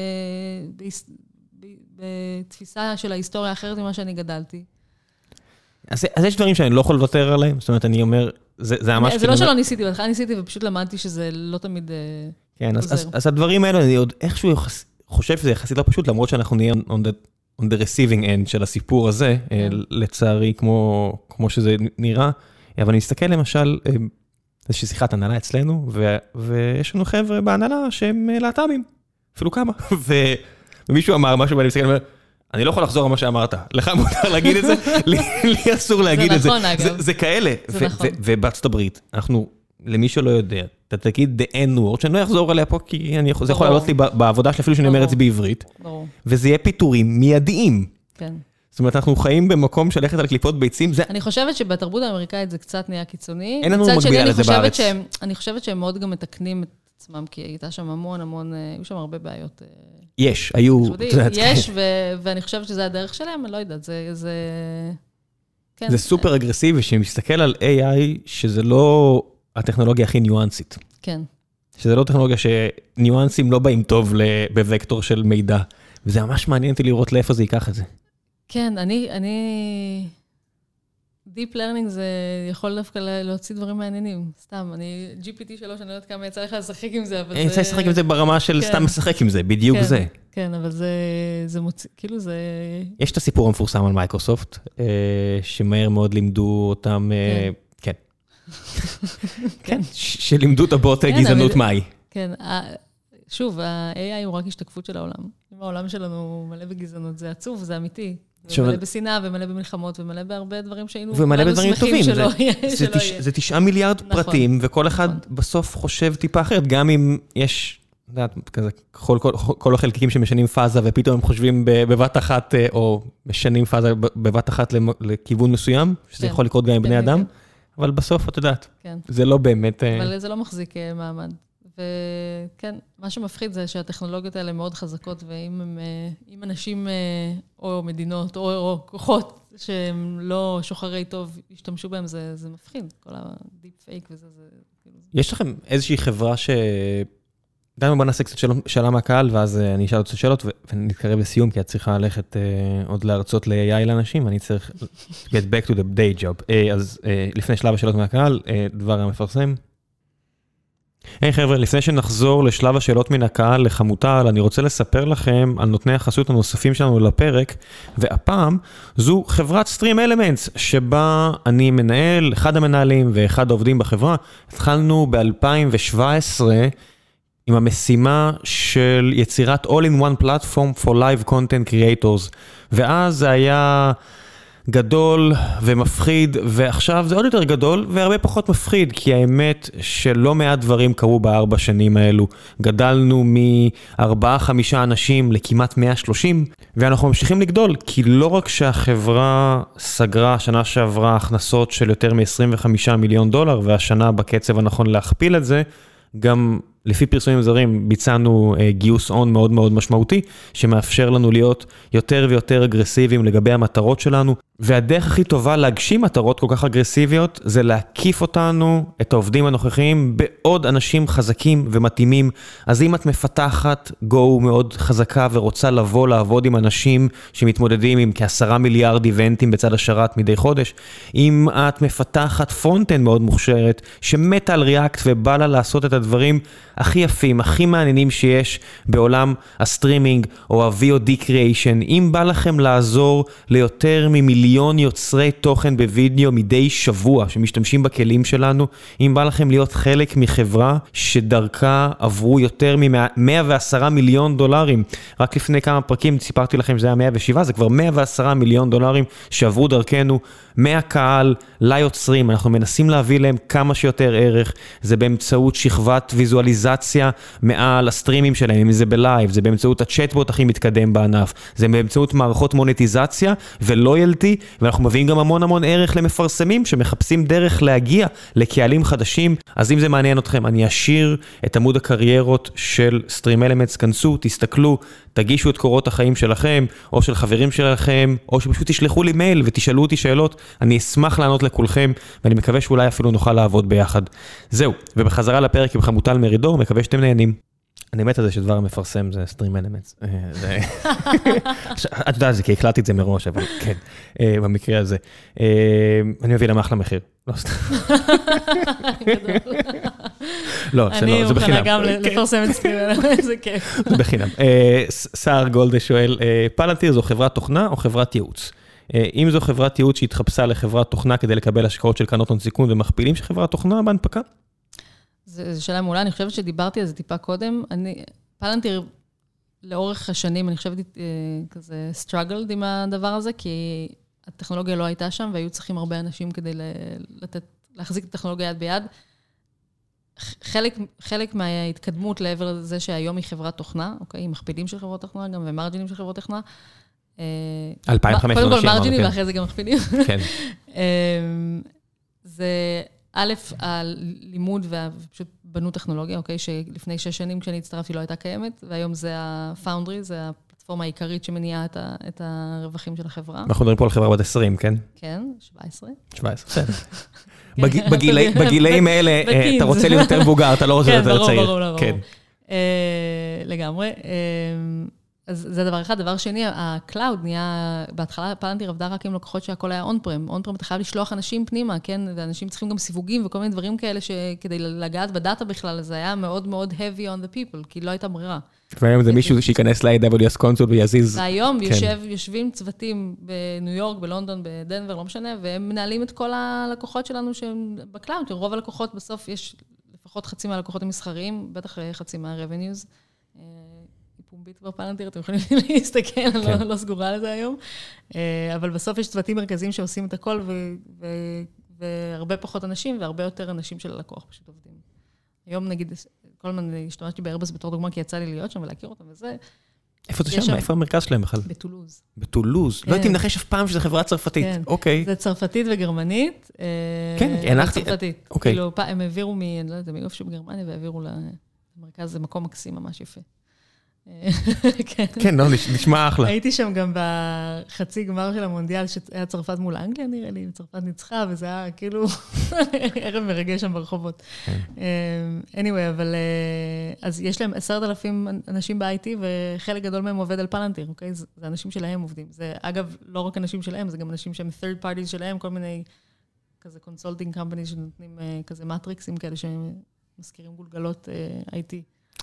Speaker 2: בתפיסה של ההיסטוריה אחרת ממה שאני גדלתי.
Speaker 1: אז יש דברים שאני לא יכול לוותר עליהם, זאת אומרת, אני אומר, זה ממש...
Speaker 2: זה לא שלא ניסיתי, בהתחלה ניסיתי ופשוט למדתי שזה לא תמיד
Speaker 1: כן, אז הדברים האלה, אני עוד איכשהו חושב שזה יחסית לא פשוט, למרות שאנחנו נהיה on the receiving end של הסיפור הזה, לצערי, כמו שזה נראה, אבל אני מסתכל למשל, איזושהי שיחת הנהלה אצלנו, ויש לנו חבר'ה בהנהלה שהם להט"בים, אפילו כמה, ומישהו אמר משהו, ואני מסתכל, אני לא יכול לחזור על מה שאמרת, לך מותר להגיד את זה, לי אסור להגיד את זה.
Speaker 2: זה נכון, אגב.
Speaker 1: זה כאלה. ובארצות הברית, אנחנו, למי שלא יודע, אתה תגיד the N-word, שאני לא אחזור עליה פה, כי זה יכול לעלות לי בעבודה שלי, אפילו שאני אומר את זה בעברית, וזה יהיה פיתורים מיידיים.
Speaker 2: כן.
Speaker 1: זאת אומרת, אנחנו חיים במקום של ללכת על קליפות ביצים.
Speaker 2: אני חושבת שבתרבות האמריקאית זה קצת נהיה קיצוני.
Speaker 1: אין לנו מקבילה לזה בארץ.
Speaker 2: אני חושבת שהם מאוד גם מתקנים את עצמם, כי הייתה שם המון, היו שם הרבה בעיות.
Speaker 1: היו.
Speaker 2: יש, ואני חושבת שזה הדרך שלהם, אני לא יודעת,
Speaker 1: זה סופר אגרסיבי, שמסתכל על AI, שזה לא הטכנולוגיה הכי ניואנסית.
Speaker 2: כן.
Speaker 1: שזה לא טכנולוגיה שניואנסים לא באים טוב בווקטור של מידע. וזה ממש מעניין אותי לראות לאיפה זה ייקח את זה.
Speaker 2: כן, Deep Learning זה יכול דווקא להוציא דברים מעניינים. סתם, GPT-3, אני לא יודעת כמה יצא לך לשחק עם זה, אבל זה...
Speaker 1: אני יצא לשחק עם זה ברמה של סתם לשחק עם זה, בדיוק זה.
Speaker 2: כן, אבל זה מוציא, כאילו זה...
Speaker 1: יש את הסיפור המפורסם על מייקרוסופט, שמהר מאוד לימדו אותם, כן, שלימדו את הבוט גזענות מהי.
Speaker 2: כן, שוב, ה-AI הוא רק השתקפות של העולם. אם העולם שלנו מלא בגזענות, זה עצוב, זה אמיתי. ומלא בשנאה, ומלא במלחמות, ומלא בהרבה דברים שהיינו...
Speaker 1: ומלא בדברים טובים. זה 9 מיליארד פרטים, וכל אחד
Speaker 2: נכון.
Speaker 1: בסוף חושב טיפה אחרת, גם אם יש, כזה, כל החלקיקים שמשנים פאזה, ופתאום הם חושבים בבת אחת, או משנים פאזה בבת אחת לכיוון מסוים, שזה יכול לקרות גם עם בני אדם, אבל בסוף, את יודעת, זה לא באמת...
Speaker 2: אבל זה לא מחזיק מעמד. וכן, מה שמפחיד זה שהטכנולוגיות האלה מאוד חזקות, ואם אנשים או מדינות או כוחות שהם לא שוחרי טוב ישתמשו בהם, זה מפחיד, כל הדיפ פייק וזה.
Speaker 1: יש לכם איזושהי חברה גם בוא נעשה קצת שאלה מהקהל, ואז אני אשאל אותה שאלות, ונתקרב לסיום, כי את צריכה ללכת עוד להרצות ל-AI לאנשים, ואני צריך get back to the day job. אז לפני שלב השאלות מהקהל, דבר המפרסם. היי חבר'ה, לפני שנחזור לשלב השאלות מן הקהל לחמוטל, אני רוצה לספר לכם על נותני החסות הנוספים שלנו לפרק, והפעם זו חברת Stream Elements, שבה אני מנהל, אחד המנהלים ואחד העובדים בחברה. התחלנו ב-2017 עם המשימה של יצירת All-in-One Platform for Live Content Creators, ואז זה היה גדול ומפחיד, ועכשיו זה עוד יותר גדול והרבה פחות מפחיד, כי האמת שלא מעט דברים קרו ב4 שנים האלו. גדלנו מ4-5 אנשים לכמעט 130, ואנחנו ממשיכים לגדול, כי לא רק שהחברה סגרה שנה שעברה הכנסות של יותר מ$25 מיליון, והשנה בקצב הנכון להכפיל את זה, גם לפי פרסומים זרים ביצענו גיוס הון מאוד מאוד משמעותי, שמאפשר לנו להיות יותר ויותר אגרסיביים לגבי המטרות שלנו, והדרך הכי טובה להגשים מטרות כל כך אגרסיביות, זה להקיף אותנו, את העובדים הנוכחיים, בעוד אנשים חזקים ומתאימים. אז אם את מפתחת גו מאוד חזקה, ורוצה לבוא לעבוד עם אנשים שמתמודדים עם כ10 מיליארד איבנטים בצד השרת מדי חודש, אם את מפתחת פרונט-אנד מאוד מוכשרת, שמתה על ריאקט ובא לה לעשות את הדברים הכי יפים, הכי מעניינים שיש בעולם הסטרימינג או ה-VOD creation, אם בא לכם לעזור ליותר ממיליון יוצרי תוכן בווידאו מדי שבוע שמשתמשים בכלים שלנו, אם בא לכם להיות חלק מחברה שדרכה עברו יותר מ$110 מיליון, רק לפני כמה פרקים סיפרתי לכם שזה היה 107, זה כבר $110 מיליון שעברו דרכנו מהקהל ליוצרים. אנחנו מנסים להביא להם כמה שיותר ערך, זה באמצעות שכבת ויזואליזציה מעל הסטרימים שלהם, אם זה בלייב, זה באמצעות הצ'אטבוט הכי מתקדם בענף, זה באמצעות מערכות מונטיזציה ולויאלטי, ואנחנו מביאים גם המון ערך למפרסמים שמחפשים דרך להגיע לקהלים חדשים. אז אם זה מעניין אתכם, אני אשאיר את עמוד הקריירות של Stream Elements, כנסו, תסתכלו, תגישו את קורות החיים שלכם, או של חברים שלכם, או שפשוט תשלחו לי מייל ותשאלו אותי שאלות, אני אשמח לענות לכולכם, ואני מקווה שאולי אפילו נוכל לעבוד ביחד. זהו, ובחזרה לפרק עם חמוטל מרידור, מקווה שאתם נהנים. אני מת על זה שדבר המפרסם זה Stream Elements. את יודעת, זה כי הקלטתי את זה מראש, אבל כן, במקרה הזה. אני מביא להם אחלה מחיר. לא, סתם. לא, זה בחינם.
Speaker 2: אני מוכנה גם לפרסם את Stream Elements, זה כיף.
Speaker 1: זה בחינם. סער גולדה שואל, פלנטיר זו חברת תוכנה או חברת ייעוץ? אם זו חברת ייעוץ שהתחפשה לחברת תוכנה כדי לקבל השקעות של קרנות הון סיכון ומכפילים של חברת תוכנה בהנפקה?
Speaker 2: זו שאלה מעולה, אני חושבת שדיברתי על זה טיפה קודם. פלנטיר, לאורך השנים, אני חושבת כזה struggled עם הדבר הזה, כי הטכנולוגיה לא הייתה שם, והיו צריכים הרבה אנשים כדי להחזיק את הטכנולוגיה יד ביד. חלק מההתקדמות לעבר זה שהיום היא חברת תוכנה, אוקיי? עם מכפילים של חברות תוכנה גם, ומרג'ינים של חברות תוכנה.
Speaker 1: 2,500
Speaker 2: קודם כל מרג'ינים, ואחרי זה גם מכפילים.
Speaker 1: כן.
Speaker 2: זה א', הלימוד ופשוט בנו טכנולוגיה, אוקיי? שלפני 6 שנים כשאני הצטרפתי לא הייתה קיימת, והיום זה ה-Foundry, זה הפלטפורמה העיקרית שמניעה את הרווחים של החברה.
Speaker 1: אנחנו מדברים פה על חברה בת 20, כן?
Speaker 2: כן, 17.
Speaker 1: 17, בסדר. בגילאים האלה, אתה רוצה להיות יותר מבוגר, אתה לא רוצה להיות יותר צעיר.
Speaker 2: כן, ברור. לגמרי. אז זה דבר אחד. דבר שני, הקלאוד נהיה, בהתחלה פלנטיר עבדה רק עם לקוחות שהכל היה און-פרם. און-פרם אתה חייב לשלוח אנשים פנימה, כן? ואנשים צריכים גם סיווגים וכל מיני דברים כאלה שכדי לגעת בדאטה בכלל, זה היה מאוד מאוד heavy on the people, כי לא הייתה ברירה.
Speaker 1: והיום זה מישהו שיכנס ל-AWS קונסול ויזיז.
Speaker 2: והיום יושבים צוותים בניו יורק, בלונדון, בדנבר, לא משנה, והם מנהלים את כל הלקוחות שלנו שהם בקלאוד. רוב הלקוחות בסוף יש לפחות חצי מהלקוחות המסחריים, בטח חצי מה-revenues. פומבית כבר פלנטיר, אתם יכולים להסתכל, אני לא סגורה לזה היום. אבל בסוף יש צוותים מרכזיים שעושים את הכל, והרבה פחות אנשים, והרבה יותר אנשים של הלקוח פשוט עובדים. היום נגיד, כל הזמן השתמשתי באיירבס בתור דוגמה, כי יצא לי להיות שם ולהכיר אותם, וזה...
Speaker 1: איפה זה שם? איפה המרכז שלהם בכלל?
Speaker 2: בטולוז.
Speaker 1: בטולוז? לא הייתי מנחש אף פעם שזו חברה צרפתית. אוקיי.
Speaker 2: זה צרפתית וגרמנית.
Speaker 1: כן, הנחתי.
Speaker 2: צרפתית.
Speaker 1: אוקיי.
Speaker 2: כאילו, הם העבירו אני לא יודעת, מאיפה שבגרמניה, והעבירו למרכז, זה מקום מקסים, ממש יפה.
Speaker 1: כן, לא, נשמע אחלה.
Speaker 2: הייתי שם גם בחצי גמר של המונדיאל, שהיה צרפת מול אנגליה, נראה לי, צרפת ניצחה, וזה היה כאילו ערב מרגש שם ברחובות. anyway, אבל אז יש להם 10,000 אנשים ב-IT, וחלק גדול מהם עובד על פלנטיר, אוקיי? זה אנשים שלהם עובדים. זה, אגב, לא רק אנשים שלהם, זה גם אנשים שהם third parties שלהם, כל מיני כזה consulting companies שנותנים כזה מטריקסים כאלה, שמזכירים גולגלות IT.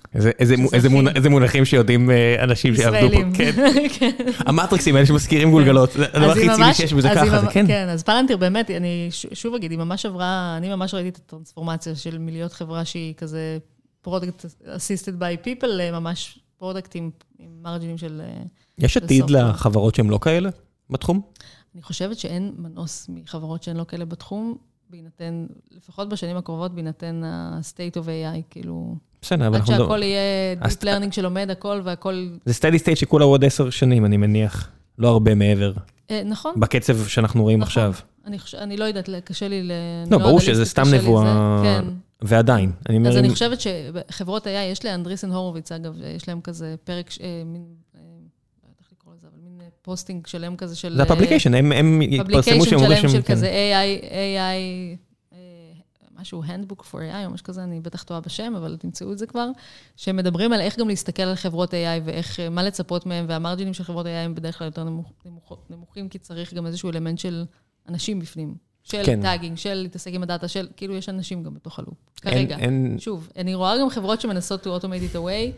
Speaker 1: איזה מונחים שיודעים אנשים שיעבדו פה, כן. המטריקסים האלה שמזכירים גולגלות, זה הדבר הכי ציני שיש בזה ככה, זה כן.
Speaker 2: כן, אז פלנטיר באמת, אני שוב אגיד, היא ממש עברה, אני ממש ראיתי את הטרנספורמציה של מלהיות חברה שהיא כזה product assisted by people, ממש פרודקטים עם מרג'ינים של...
Speaker 1: יש עתיד לחברות שהן לא כאלה בתחום?
Speaker 2: אני חושבת שאין מנוס מחברות שהן לא כאלה בתחום, בהינתן, לפחות בשנים הקרובות, בהינתן ה-state of AI, כאילו...
Speaker 1: בסדר, אבל
Speaker 2: עד שהכל יהיה deep learning שלומד הכל והכל...
Speaker 1: זה steady state שכולה עוד 10 שנים, אני מניח. לא הרבה מעבר.
Speaker 2: נכון.
Speaker 1: בקצב שאנחנו רואים עכשיו.
Speaker 2: אני לא יודעת, קשה לי...
Speaker 1: לא, ברור שזה סתם נבואה. ועדיין.
Speaker 2: אז אני חושבת שחברות AI, יש להם אנדריסן הורוביץ, אגב, יש להם כזה פרק, מין... איך לקרוא לזה, אבל מין פוסטינג שלהם כזה של...
Speaker 1: זה הפאבליקיישן, הם יתפרסמו שהם אומרים
Speaker 2: שהם... של כזה AI... משהו, handbook for AI, או משהו כזה, אני בטח טועה בשם, אבל תמצאו את זה כבר, שמדברים על איך גם להסתכל על חברות AI, ואיך, מה לצפות מהם, והמרג'ינים של חברות AI הם בדרך כלל יותר נמוכים, כי צריך גם איזשהו אלמנט של אנשים בפנים, של טאגינג, של להתעסק עם הדאטה, של, כאילו יש אנשים גם בתוך הלופ. כרגע, שוב, אני רואה גם חברות שמנסות to automate it away,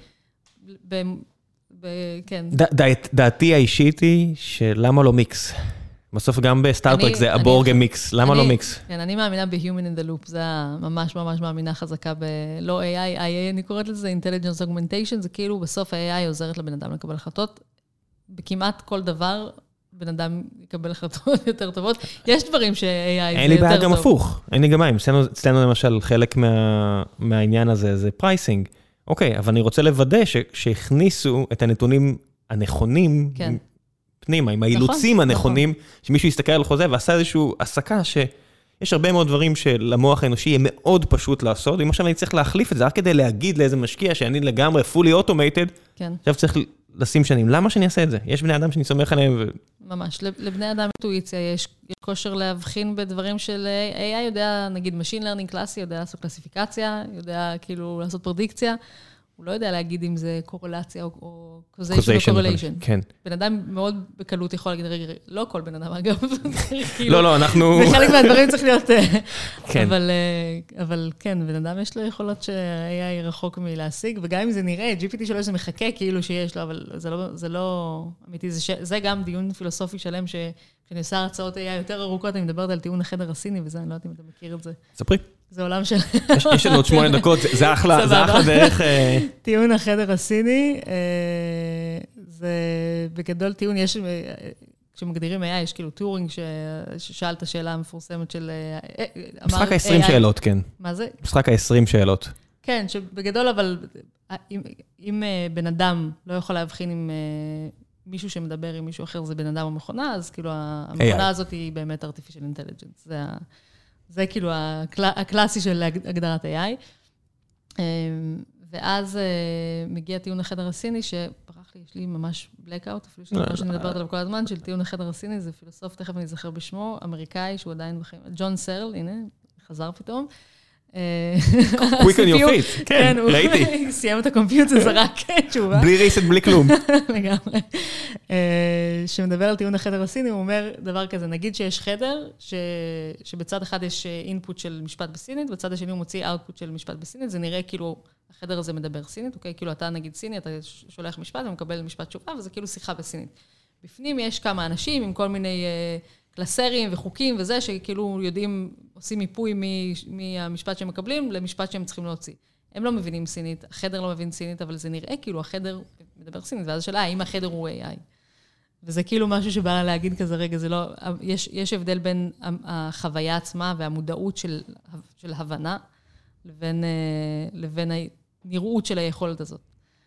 Speaker 2: כן.
Speaker 1: דעתי האישית היא שלמה לא מיקס? בסוף גם בסטארטרק זה הבורג מיקס, למה לא מיקס?
Speaker 2: כן, אני מאמינה ב-human in the loop, זה ממש ממש מאמינה חזקה לא AI, IA אני קוראת לזה, intelligence augmentation, זה כאילו בסוף ה-AI עוזרת לבן אדם לקבל החלטות, בכמעט כל דבר בן אדם יקבל החלטות יותר טובות, יש דברים ש-AI זה יותר טוב.
Speaker 1: אין לי בעיה גם הפוך, אין לי גם מים, אצלנו למשל חלק מהעניין הזה זה פרייסינג, אוקיי, אבל אני רוצה לוודא שהכניסו את הנתונים הנכונים, פנימה, עם האילוצים הנכונים, שמישהו יסתכל על חוזה ועשה איזושהי עסקה שיש הרבה מאוד דברים שלמוח האנושי יהיה מאוד פשוט לעשות, ואם עכשיו אני צריך להחליף את זה, רק כדי להגיד לאיזה משקיע שאני לגמרי fully automated, עכשיו צריך לשים שנים. למה שאני אעשה את זה? יש בני אדם שאני סומך עליהם
Speaker 2: ממש, לבני אדם אינטואיציה, יש כושר להבחין בדברים של AI, יודע, נגיד Machine Learning קלאסי, יודע לעשות קלאסיפיקציה, יודע כאילו לעשות פרדיקציה, הוא לא יודע להגיד אם זה קורלציה או causation או correlation.
Speaker 1: כן.
Speaker 2: בן אדם מאוד בקלות יכול להגיד, רגע, לא כל בן אדם, אגב.
Speaker 1: לא, אנחנו...
Speaker 2: וחלק מהדברים צריך להיות...
Speaker 1: כן.
Speaker 2: אבל כן, בן אדם יש לו יכולות שה-AI רחוק מלהשיג, וגם אם זה נראה, GPT-3 זה מחכה כאילו שיש לו, אבל זה לא אמיתי. זה גם דיון פילוסופי שלם, כשאני עושה הרצאות AI יותר ארוכות, אני מדברת על טיעון החדר הסיני, וזה, אני לא יודעת אם אתה מכיר את זה.
Speaker 1: ספרי.
Speaker 2: זה עולם של...
Speaker 1: יש לנו עוד 8 דקות, זה אחלה דרך...
Speaker 2: טיעון החדר הסיני, זה בגדול טיעון, יש, כשמגדירים AI, יש כאילו טורינג ששאל את השאלה המפורסמת של...
Speaker 1: משחק ה-20 שאלות, כן.
Speaker 2: מה זה?
Speaker 1: משחק ה-20 שאלות.
Speaker 2: כן, שבגדול, אבל אם בן אדם לא יכול להבחין עם מישהו שמדבר עם מישהו אחר, זה בן אדם או מכונה, אז כאילו המכונה הזאת היא באמת artificial intelligence. זה כאילו הקלאסי של הגדרת AI. ואז מגיע טיעון החדר הסיני, שברח סלח לי, יש לי ממש בלקאוט, אפילו מה שאני מדברת עליו כל הזמן, של טיעון החדר הסיני, זה פילוסוף, תכף אני אזכר בשמו, אמריקאי, שהוא עדיין בחיים, ג'ון סרל, הנה, חזר פתאום.
Speaker 1: Quick on your face, כן, ראיתי.
Speaker 2: הוא סיים את הקומפיוטר, זה רק תשובה.
Speaker 1: בלי ריסט, בלי כלום.
Speaker 2: לגמרי. שמדבר על טיעון החדר הסיני, הוא אומר דבר כזה, נגיד שיש חדר, שבצד אחד יש אינפוט של משפט בסינית, בצד השני הוא מוציא אאוטפוט של משפט בסינית, זה נראה כאילו החדר הזה מדבר סינית, אוקיי? כאילו אתה נגיד סיני, אתה שולח משפט ומקבל משפט תשובה, וזה כאילו שיחה בסינית. בפנים יש כמה אנשים עם כל מיני קלסרים וחוקים וזה, שכאילו יודעים, עושים מיפוי מהמשפט שהם מקבלים למשפט שהם צריכים להוציא. הם לא מבינים סינית, החדר לא מבין סינית, אבל זה נראה כאילו החדר מדבר סינית, ואז השאלה, האם החדר הוא AI? וזה כאילו משהו שבא לה להגיד כזה, רגע, זה לא, יש הבדל בין החוויה עצמה והמודעות של הבנה, לבין הנראות של היכולת הזאת.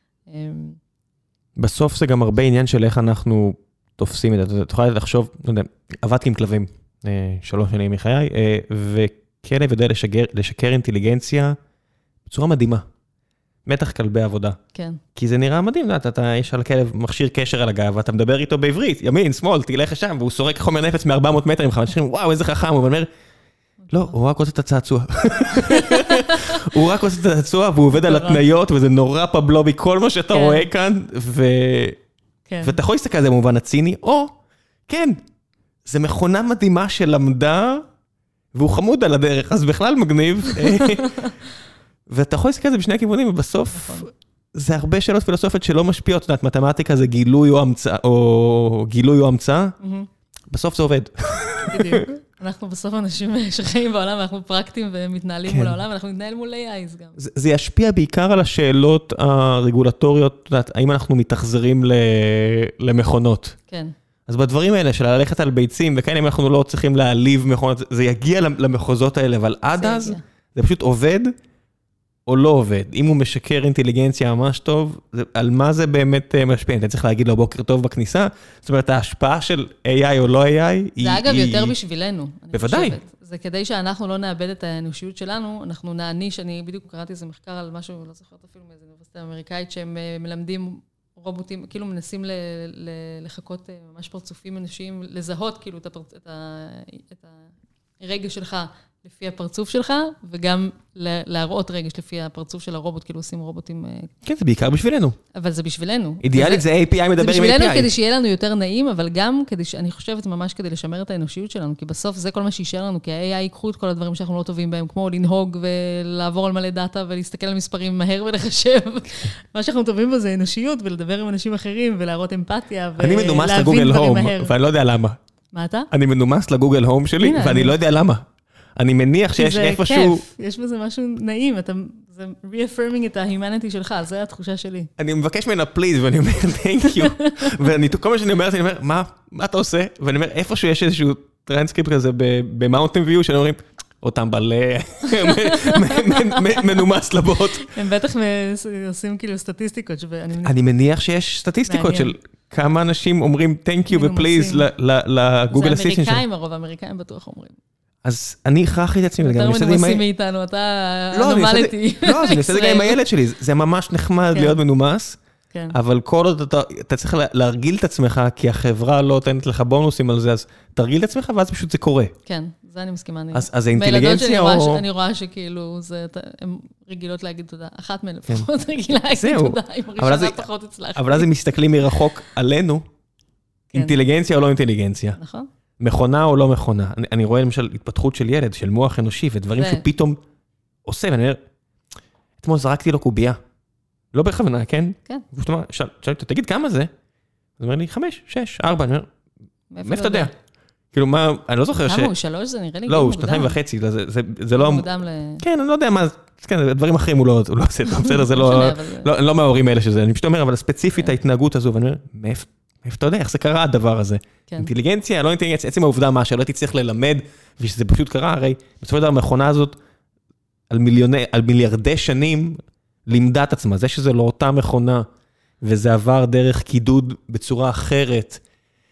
Speaker 1: בסוף זה גם הרבה עניין של איך אנחנו תופסים את זה. אתה יכול לחשוב, לא יודע, עבדתי עם כלבים 3 שנים מחיי, וכלב יודע לשקר אינטליגנציה בצורה מדהימה. מתח כלבי עבודה.
Speaker 2: כן.
Speaker 1: כי זה נראה מדהים, יש על כלב מכשיר קשר על הגב, ואתה מדבר איתו בעברית, ימין, שמאל, תלך לשם, והוא שורק חומר נפץ מ-400 מטרים, וואו, איזה חכם, הוא אומר, לא, הוא רק רוצה את הצעצוע. הוא רק רוצה את הצעצוע, והוא עובד על התניות, וזה נורא פבלובי, כל מה שאתה רואה כאן, ואתה יכול להסתכל על זה במובן הציני, או, כן, זה מכונה מדהימה שלמדה, והוא חמוד על הדרך, אז בכלל מגניב. ואתה יכול להסתכל על זה בשני הכיוונים, ובסוף זה הרבה שאלות פילוסופיות שלא משפיעות, זאת אומרת, מתמטיקה זה גילוי או המצאה, בסוף זה עובד.
Speaker 2: בדיוק. אנחנו בסוף אנשים שחיים בעולם, אנחנו פרקטיים ומתנהלים מול העולם, ואנחנו נתנהל מול AIs גם.
Speaker 1: זה ישפיע בעיקר על השאלות הרגולטוריות, האם אנחנו מתחזרים למכונות.
Speaker 2: כן.
Speaker 1: אז בדברים האלה של ללכת על ביצים, וכן אם אנחנו לא צריכים להעליב מכונות, זה יגיע למחוזות האלה, אבל עד אז זה פשוט עובד או לא עובד. אם הוא משקר אינטליגנציה ממש טוב, על מה זה באמת משפיע? אתה צריך להגיד לו בוקר טוב בכניסה? זאת אומרת, ההשפעה של AI או לא AI היא...
Speaker 2: זה אגב יותר בשבילנו.
Speaker 1: בוודאי.
Speaker 2: זה כדי שאנחנו לא נאבד את האנושיות שלנו, אנחנו נעניש, אני בדיוק קראתי איזה מחקר על משהו, לא זוכרת אפילו מאיזה אוניברסיטה אמריקאית, שהם מלמדים רובוטים, כאילו מנסים לחכות ממש פרצופים אנושיים, לזהות כאילו את הרגש שלך לפי הפרצוף שלך, וגם להראות רגש לפי הפרצוף של הרובוט, כאילו עושים רובוטים...
Speaker 1: כן, זה בעיקר בשבילנו.
Speaker 2: אבל זה בשבילנו.
Speaker 1: אידיאלית זה API מדבר עם API.
Speaker 2: זה בשבילנו כדי שיהיה לנו יותר נעים, אבל גם כדי, אני חושבת ממש כדי לשמר את האנושיות שלנו, כי בסוף זה כל מה שישאר לנו, כי ה-AI ייקחו את כל הדברים שאנחנו לא טובים בהם, כמו לנהוג ולעבור על מלא דאטה ולהסתכל על מספרים מהר ולחשב. מה שאנחנו טובים בו זה אנושיות, ולדבר עם אנשים אחרים ולהראות אמפתיה ולהבין דברים מהר.
Speaker 1: ואני לא יודע למה.
Speaker 2: מה אתה?
Speaker 1: אני מנומס לגוגל הום שלי, ואני לא יודע למה. אני מניח שיש איפשהו...
Speaker 2: זה כיף, יש בזה משהו נעים, זה reaffirming את ה-humanity שלך, זו התחושה שלי.
Speaker 1: אני מבקש ממנה פליז, ואני אומר, thank you. וכל מה שאני אומרת, אני אומר, מה אתה עושה? ואני אומר, איפשהו יש איזשהו טרנסקריפט כזה במאונטן ויו, שאני אומרים, אותם בעלי מנומס לבוט.
Speaker 2: הם בטח עושים כאילו סטטיסטיקות.
Speaker 1: אני מניח שיש סטטיסטיקות של כמה אנשים אומרים thank you ופליז לגוגל אסיסטנט שלהם.
Speaker 2: זה אמריקאים, הרוב האמריקאים בטוח אומרים.
Speaker 1: אז אני הכרחתי את עצמי.
Speaker 2: יותר מנומסים מאיתנו, אתה אנומליטי.
Speaker 1: לא, אני עושה את זה גם עם הילד שלי. זה ממש נחמד להיות מנומס, אבל כל עוד אתה צריך להרגיל את עצמך, כי החברה לא נותנת לך בונוסים על זה, אז תרגיל את עצמך, ואז פשוט זה קורה.
Speaker 2: כן, זה אני מסכימה.
Speaker 1: אז זה אינטליגנציה או...
Speaker 2: אני רואה שכאילו, הן רגילות להגיד תודה. אחת מהן לפחות רגילה להגיד תודה, עם הראשונה פחות הצלחתי.
Speaker 1: אבל אז הם מסתכלים מרחוק עלינו, אינטליגנציה או לא אינטליגנציה.
Speaker 2: נכון.
Speaker 1: מכונה או לא מכונה. אני רואה למשל התפתחות של ילד, של מוח אנושי, ודברים שהוא פתאום עושה, ואני אומר, אתמול זרקתי לו קובייה. לא בכוונה, כן?
Speaker 2: כן.
Speaker 1: שאלתי, תגיד כמה זה? הוא אומר לי, 5, 6, 4, אני אומר, מאיפה אתה יודע? כאילו מה, אני לא זוכר ש...
Speaker 2: כמה הוא? 3 זה נראה לי
Speaker 1: לא, הוא 2.5, זה לא...
Speaker 2: מוקדם ל...
Speaker 1: כן, אני לא יודע מה, כן, דברים אחרים הוא לא עושה, בסדר, זה לא מההורים האלה שזה, אני פשוט אומר, אבל ספציפית ההתנהגות הזו, ואני אומר, מאיפה אתה יודע, איך זה קרה הדבר הזה? אינטליגנציה, לא אינטליגנציה, עצם העובדה מה, שלא תצטרך ללמד, ושזה פשוט קרה, הרי בסופו של דבר המכונה הזאת, על מיליארדי שנים, לימדה את עצמה, זה שזה לא אותה מכונה, וזה עבר דרך קידוד בצורה אחרת,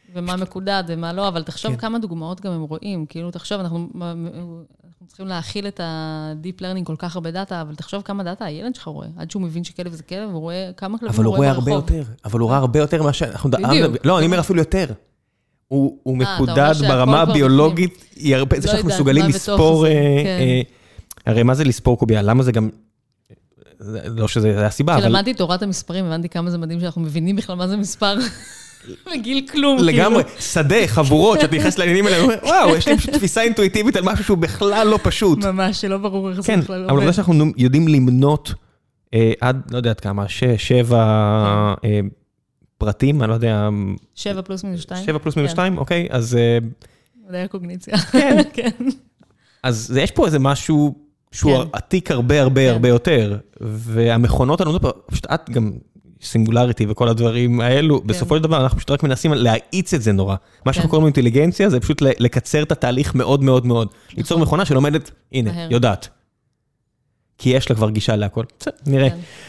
Speaker 2: ומה מקודד ומה לא, אבל תחשוב כמה דוגמאות גם הם רואים, כאילו תחשוב, אנחנו צריכים להכיל את ה-deep learning כל כך הרבה דאטה, אבל תחשוב כמה דאטה הילד שלך רואה, עד שהוא מבין שכלב זה כלב, הוא רואה כמה כלבים הוא רואה ברחוב.
Speaker 1: אבל הוא רואה הרבה יותר מה שאנחנו... לא, אני אומר אפילו יותר. הוא מקודד ברמה הביולוגית, זה שאנחנו מסוגלים לספור... הרי מה זה לספור קוביה? למה זה גם... לא שזה הסיבה, אבל...
Speaker 2: כשלמדתי תורת המספרים, הבנתי כמה זה מדהים שאנחנו מבינים בכלל מה זה מספר. בגיל כלום.
Speaker 1: לגמרי, שדה, חבורות, שאת נכנסת לעניינים האלה, וואו, יש לי פשוט תפיסה אינטואיטיבית על משהו שהוא בכלל לא פשוט.
Speaker 2: ממש, שלא ברור איך זה בכלל לא
Speaker 1: עובד. אבל זה שאנחנו יודעים למנות עד, לא יודעת כמה, 7 פרטים, אני לא יודע...
Speaker 2: 7 פלוס מינוס 2.
Speaker 1: 7 פלוס מינוס 2, אוקיי, אז...
Speaker 2: מדעי הקוגניציה.
Speaker 1: כן. אז יש פה איזה משהו שהוא עתיק הרבה הרבה הרבה יותר, והמכונות, אני לא יודע, פשוט את גם... סינגולריטי וכל הדברים האלו, בסופו של דבר אנחנו פשוט רק מנסים להאיץ את זה נורא. מה שאנחנו קוראים אינטליגנציה, זה פשוט לקצר את התהליך מאוד מאוד מאוד. ליצור מכונה שלומדת, הנה, יודעת. כי יש לה כבר גישה להכל. נראה.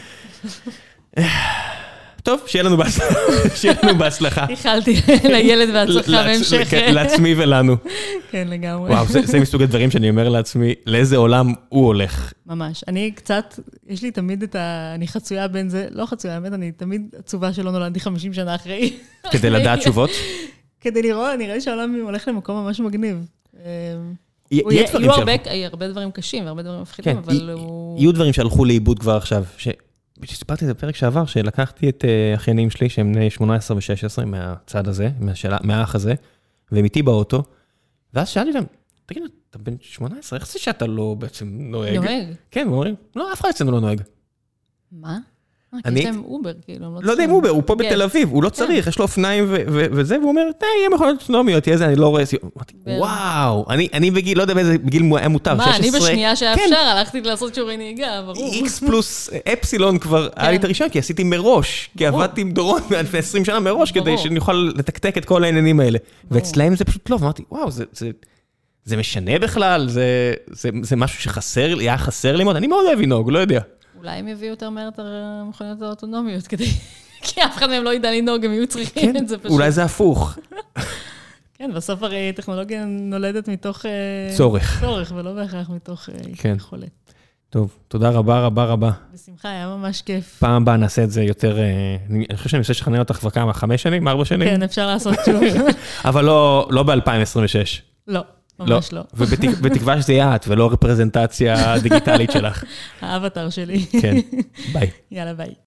Speaker 1: טוב, שיהיה לנו בהצלחה.
Speaker 2: איחלתי לילד בהצלחה בהמשך.
Speaker 1: לעצמי ולנו.
Speaker 2: כן, לגמרי.
Speaker 1: וואו, זה מסוג הדברים שאני אומר לעצמי, לאיזה עולם הוא הולך.
Speaker 2: ממש. אני קצת, יש לי תמיד אני חצויה בין זה, לא חצויה, האמת, אני תמיד עצובה שלא נולדתי 50 שנה אחרי.
Speaker 1: כדי לדעת תשובות?
Speaker 2: כדי לראות, נראה לי שהעולם הולך למקום ממש מגניב.
Speaker 1: יהיו
Speaker 2: הרבה דברים קשים והרבה דברים מפחידים, אבל הוא...
Speaker 1: יהיו דברים שהלכו לאיבוד כבר עכשיו, כשסיפרתי את זה בפרק שעבר, שלקחתי את אחיינים שלי, שהם בני 18 ו-16, מהצד הזה, מהאח הזה, והם איתי באוטו, ואז שאלתי להם, תגיד, אתה בן 18, איך זה שאתה לא בעצם נוהג?
Speaker 2: נוהג?
Speaker 1: כן, הוא אומרים, לא, אף אחד אצלנו לא נוהג.
Speaker 2: מה? כי יש להם אובר, כאילו.
Speaker 1: לא יודע אם אובר, הוא פה בתל אביב, הוא לא צריך, יש לו אופניים וזה, והוא אומר, יהיה מכונות אוטונומיות, יהיה זה, אני לא רואה... וואו, אני בגיל, לא יודע באיזה בגיל היה מותר, 16...
Speaker 2: מה, אני בשנייה שאפשר, הלכתי לעשות שיעורי נהיגה, ברור.
Speaker 1: X פלוס אפסילון כבר היה לי את הראשון, כי עשיתי מראש, כי עבדתי עם דורון לפני 20 שנה מראש, כדי שאני אוכל לתקתק את כל העניינים האלה. ואצלהם זה פשוט לא, ואמרתי, וואו, זה משנה בכלל, זה משהו שחסר, היה חסר לי מאוד, אני מאוד אוהב לנהוג, לא יודע.
Speaker 2: אולי הם יביאו יותר מהר את המכוניות האוטונומיות, כי אף אחד מהם לא ידע לנהוג, הם יהיו צריכים את זה פשוט.
Speaker 1: אולי זה הפוך.
Speaker 2: כן, בסוף הרי טכנולוגיה נולדת מתוך...
Speaker 1: צורך,
Speaker 2: ולא בהכרח מתוך יכולת.
Speaker 1: טוב, תודה רבה רבה רבה.
Speaker 2: בשמחה, היה ממש כיף.
Speaker 1: פעם הבאה נעשה את זה יותר... אני חושב שאני עושה שכנע אותך כבר כמה, 5 שנים, 4 שנים?
Speaker 2: כן, אפשר לעשות שוב.
Speaker 1: אבל לא ב-2026.
Speaker 2: לא. ממש לא.
Speaker 1: ובתקווה שזה יהיה את, ולא רפרזנטציה דיגיטלית שלך.
Speaker 2: האבטר שלי.
Speaker 1: כן, ביי.
Speaker 2: יאללה, ביי.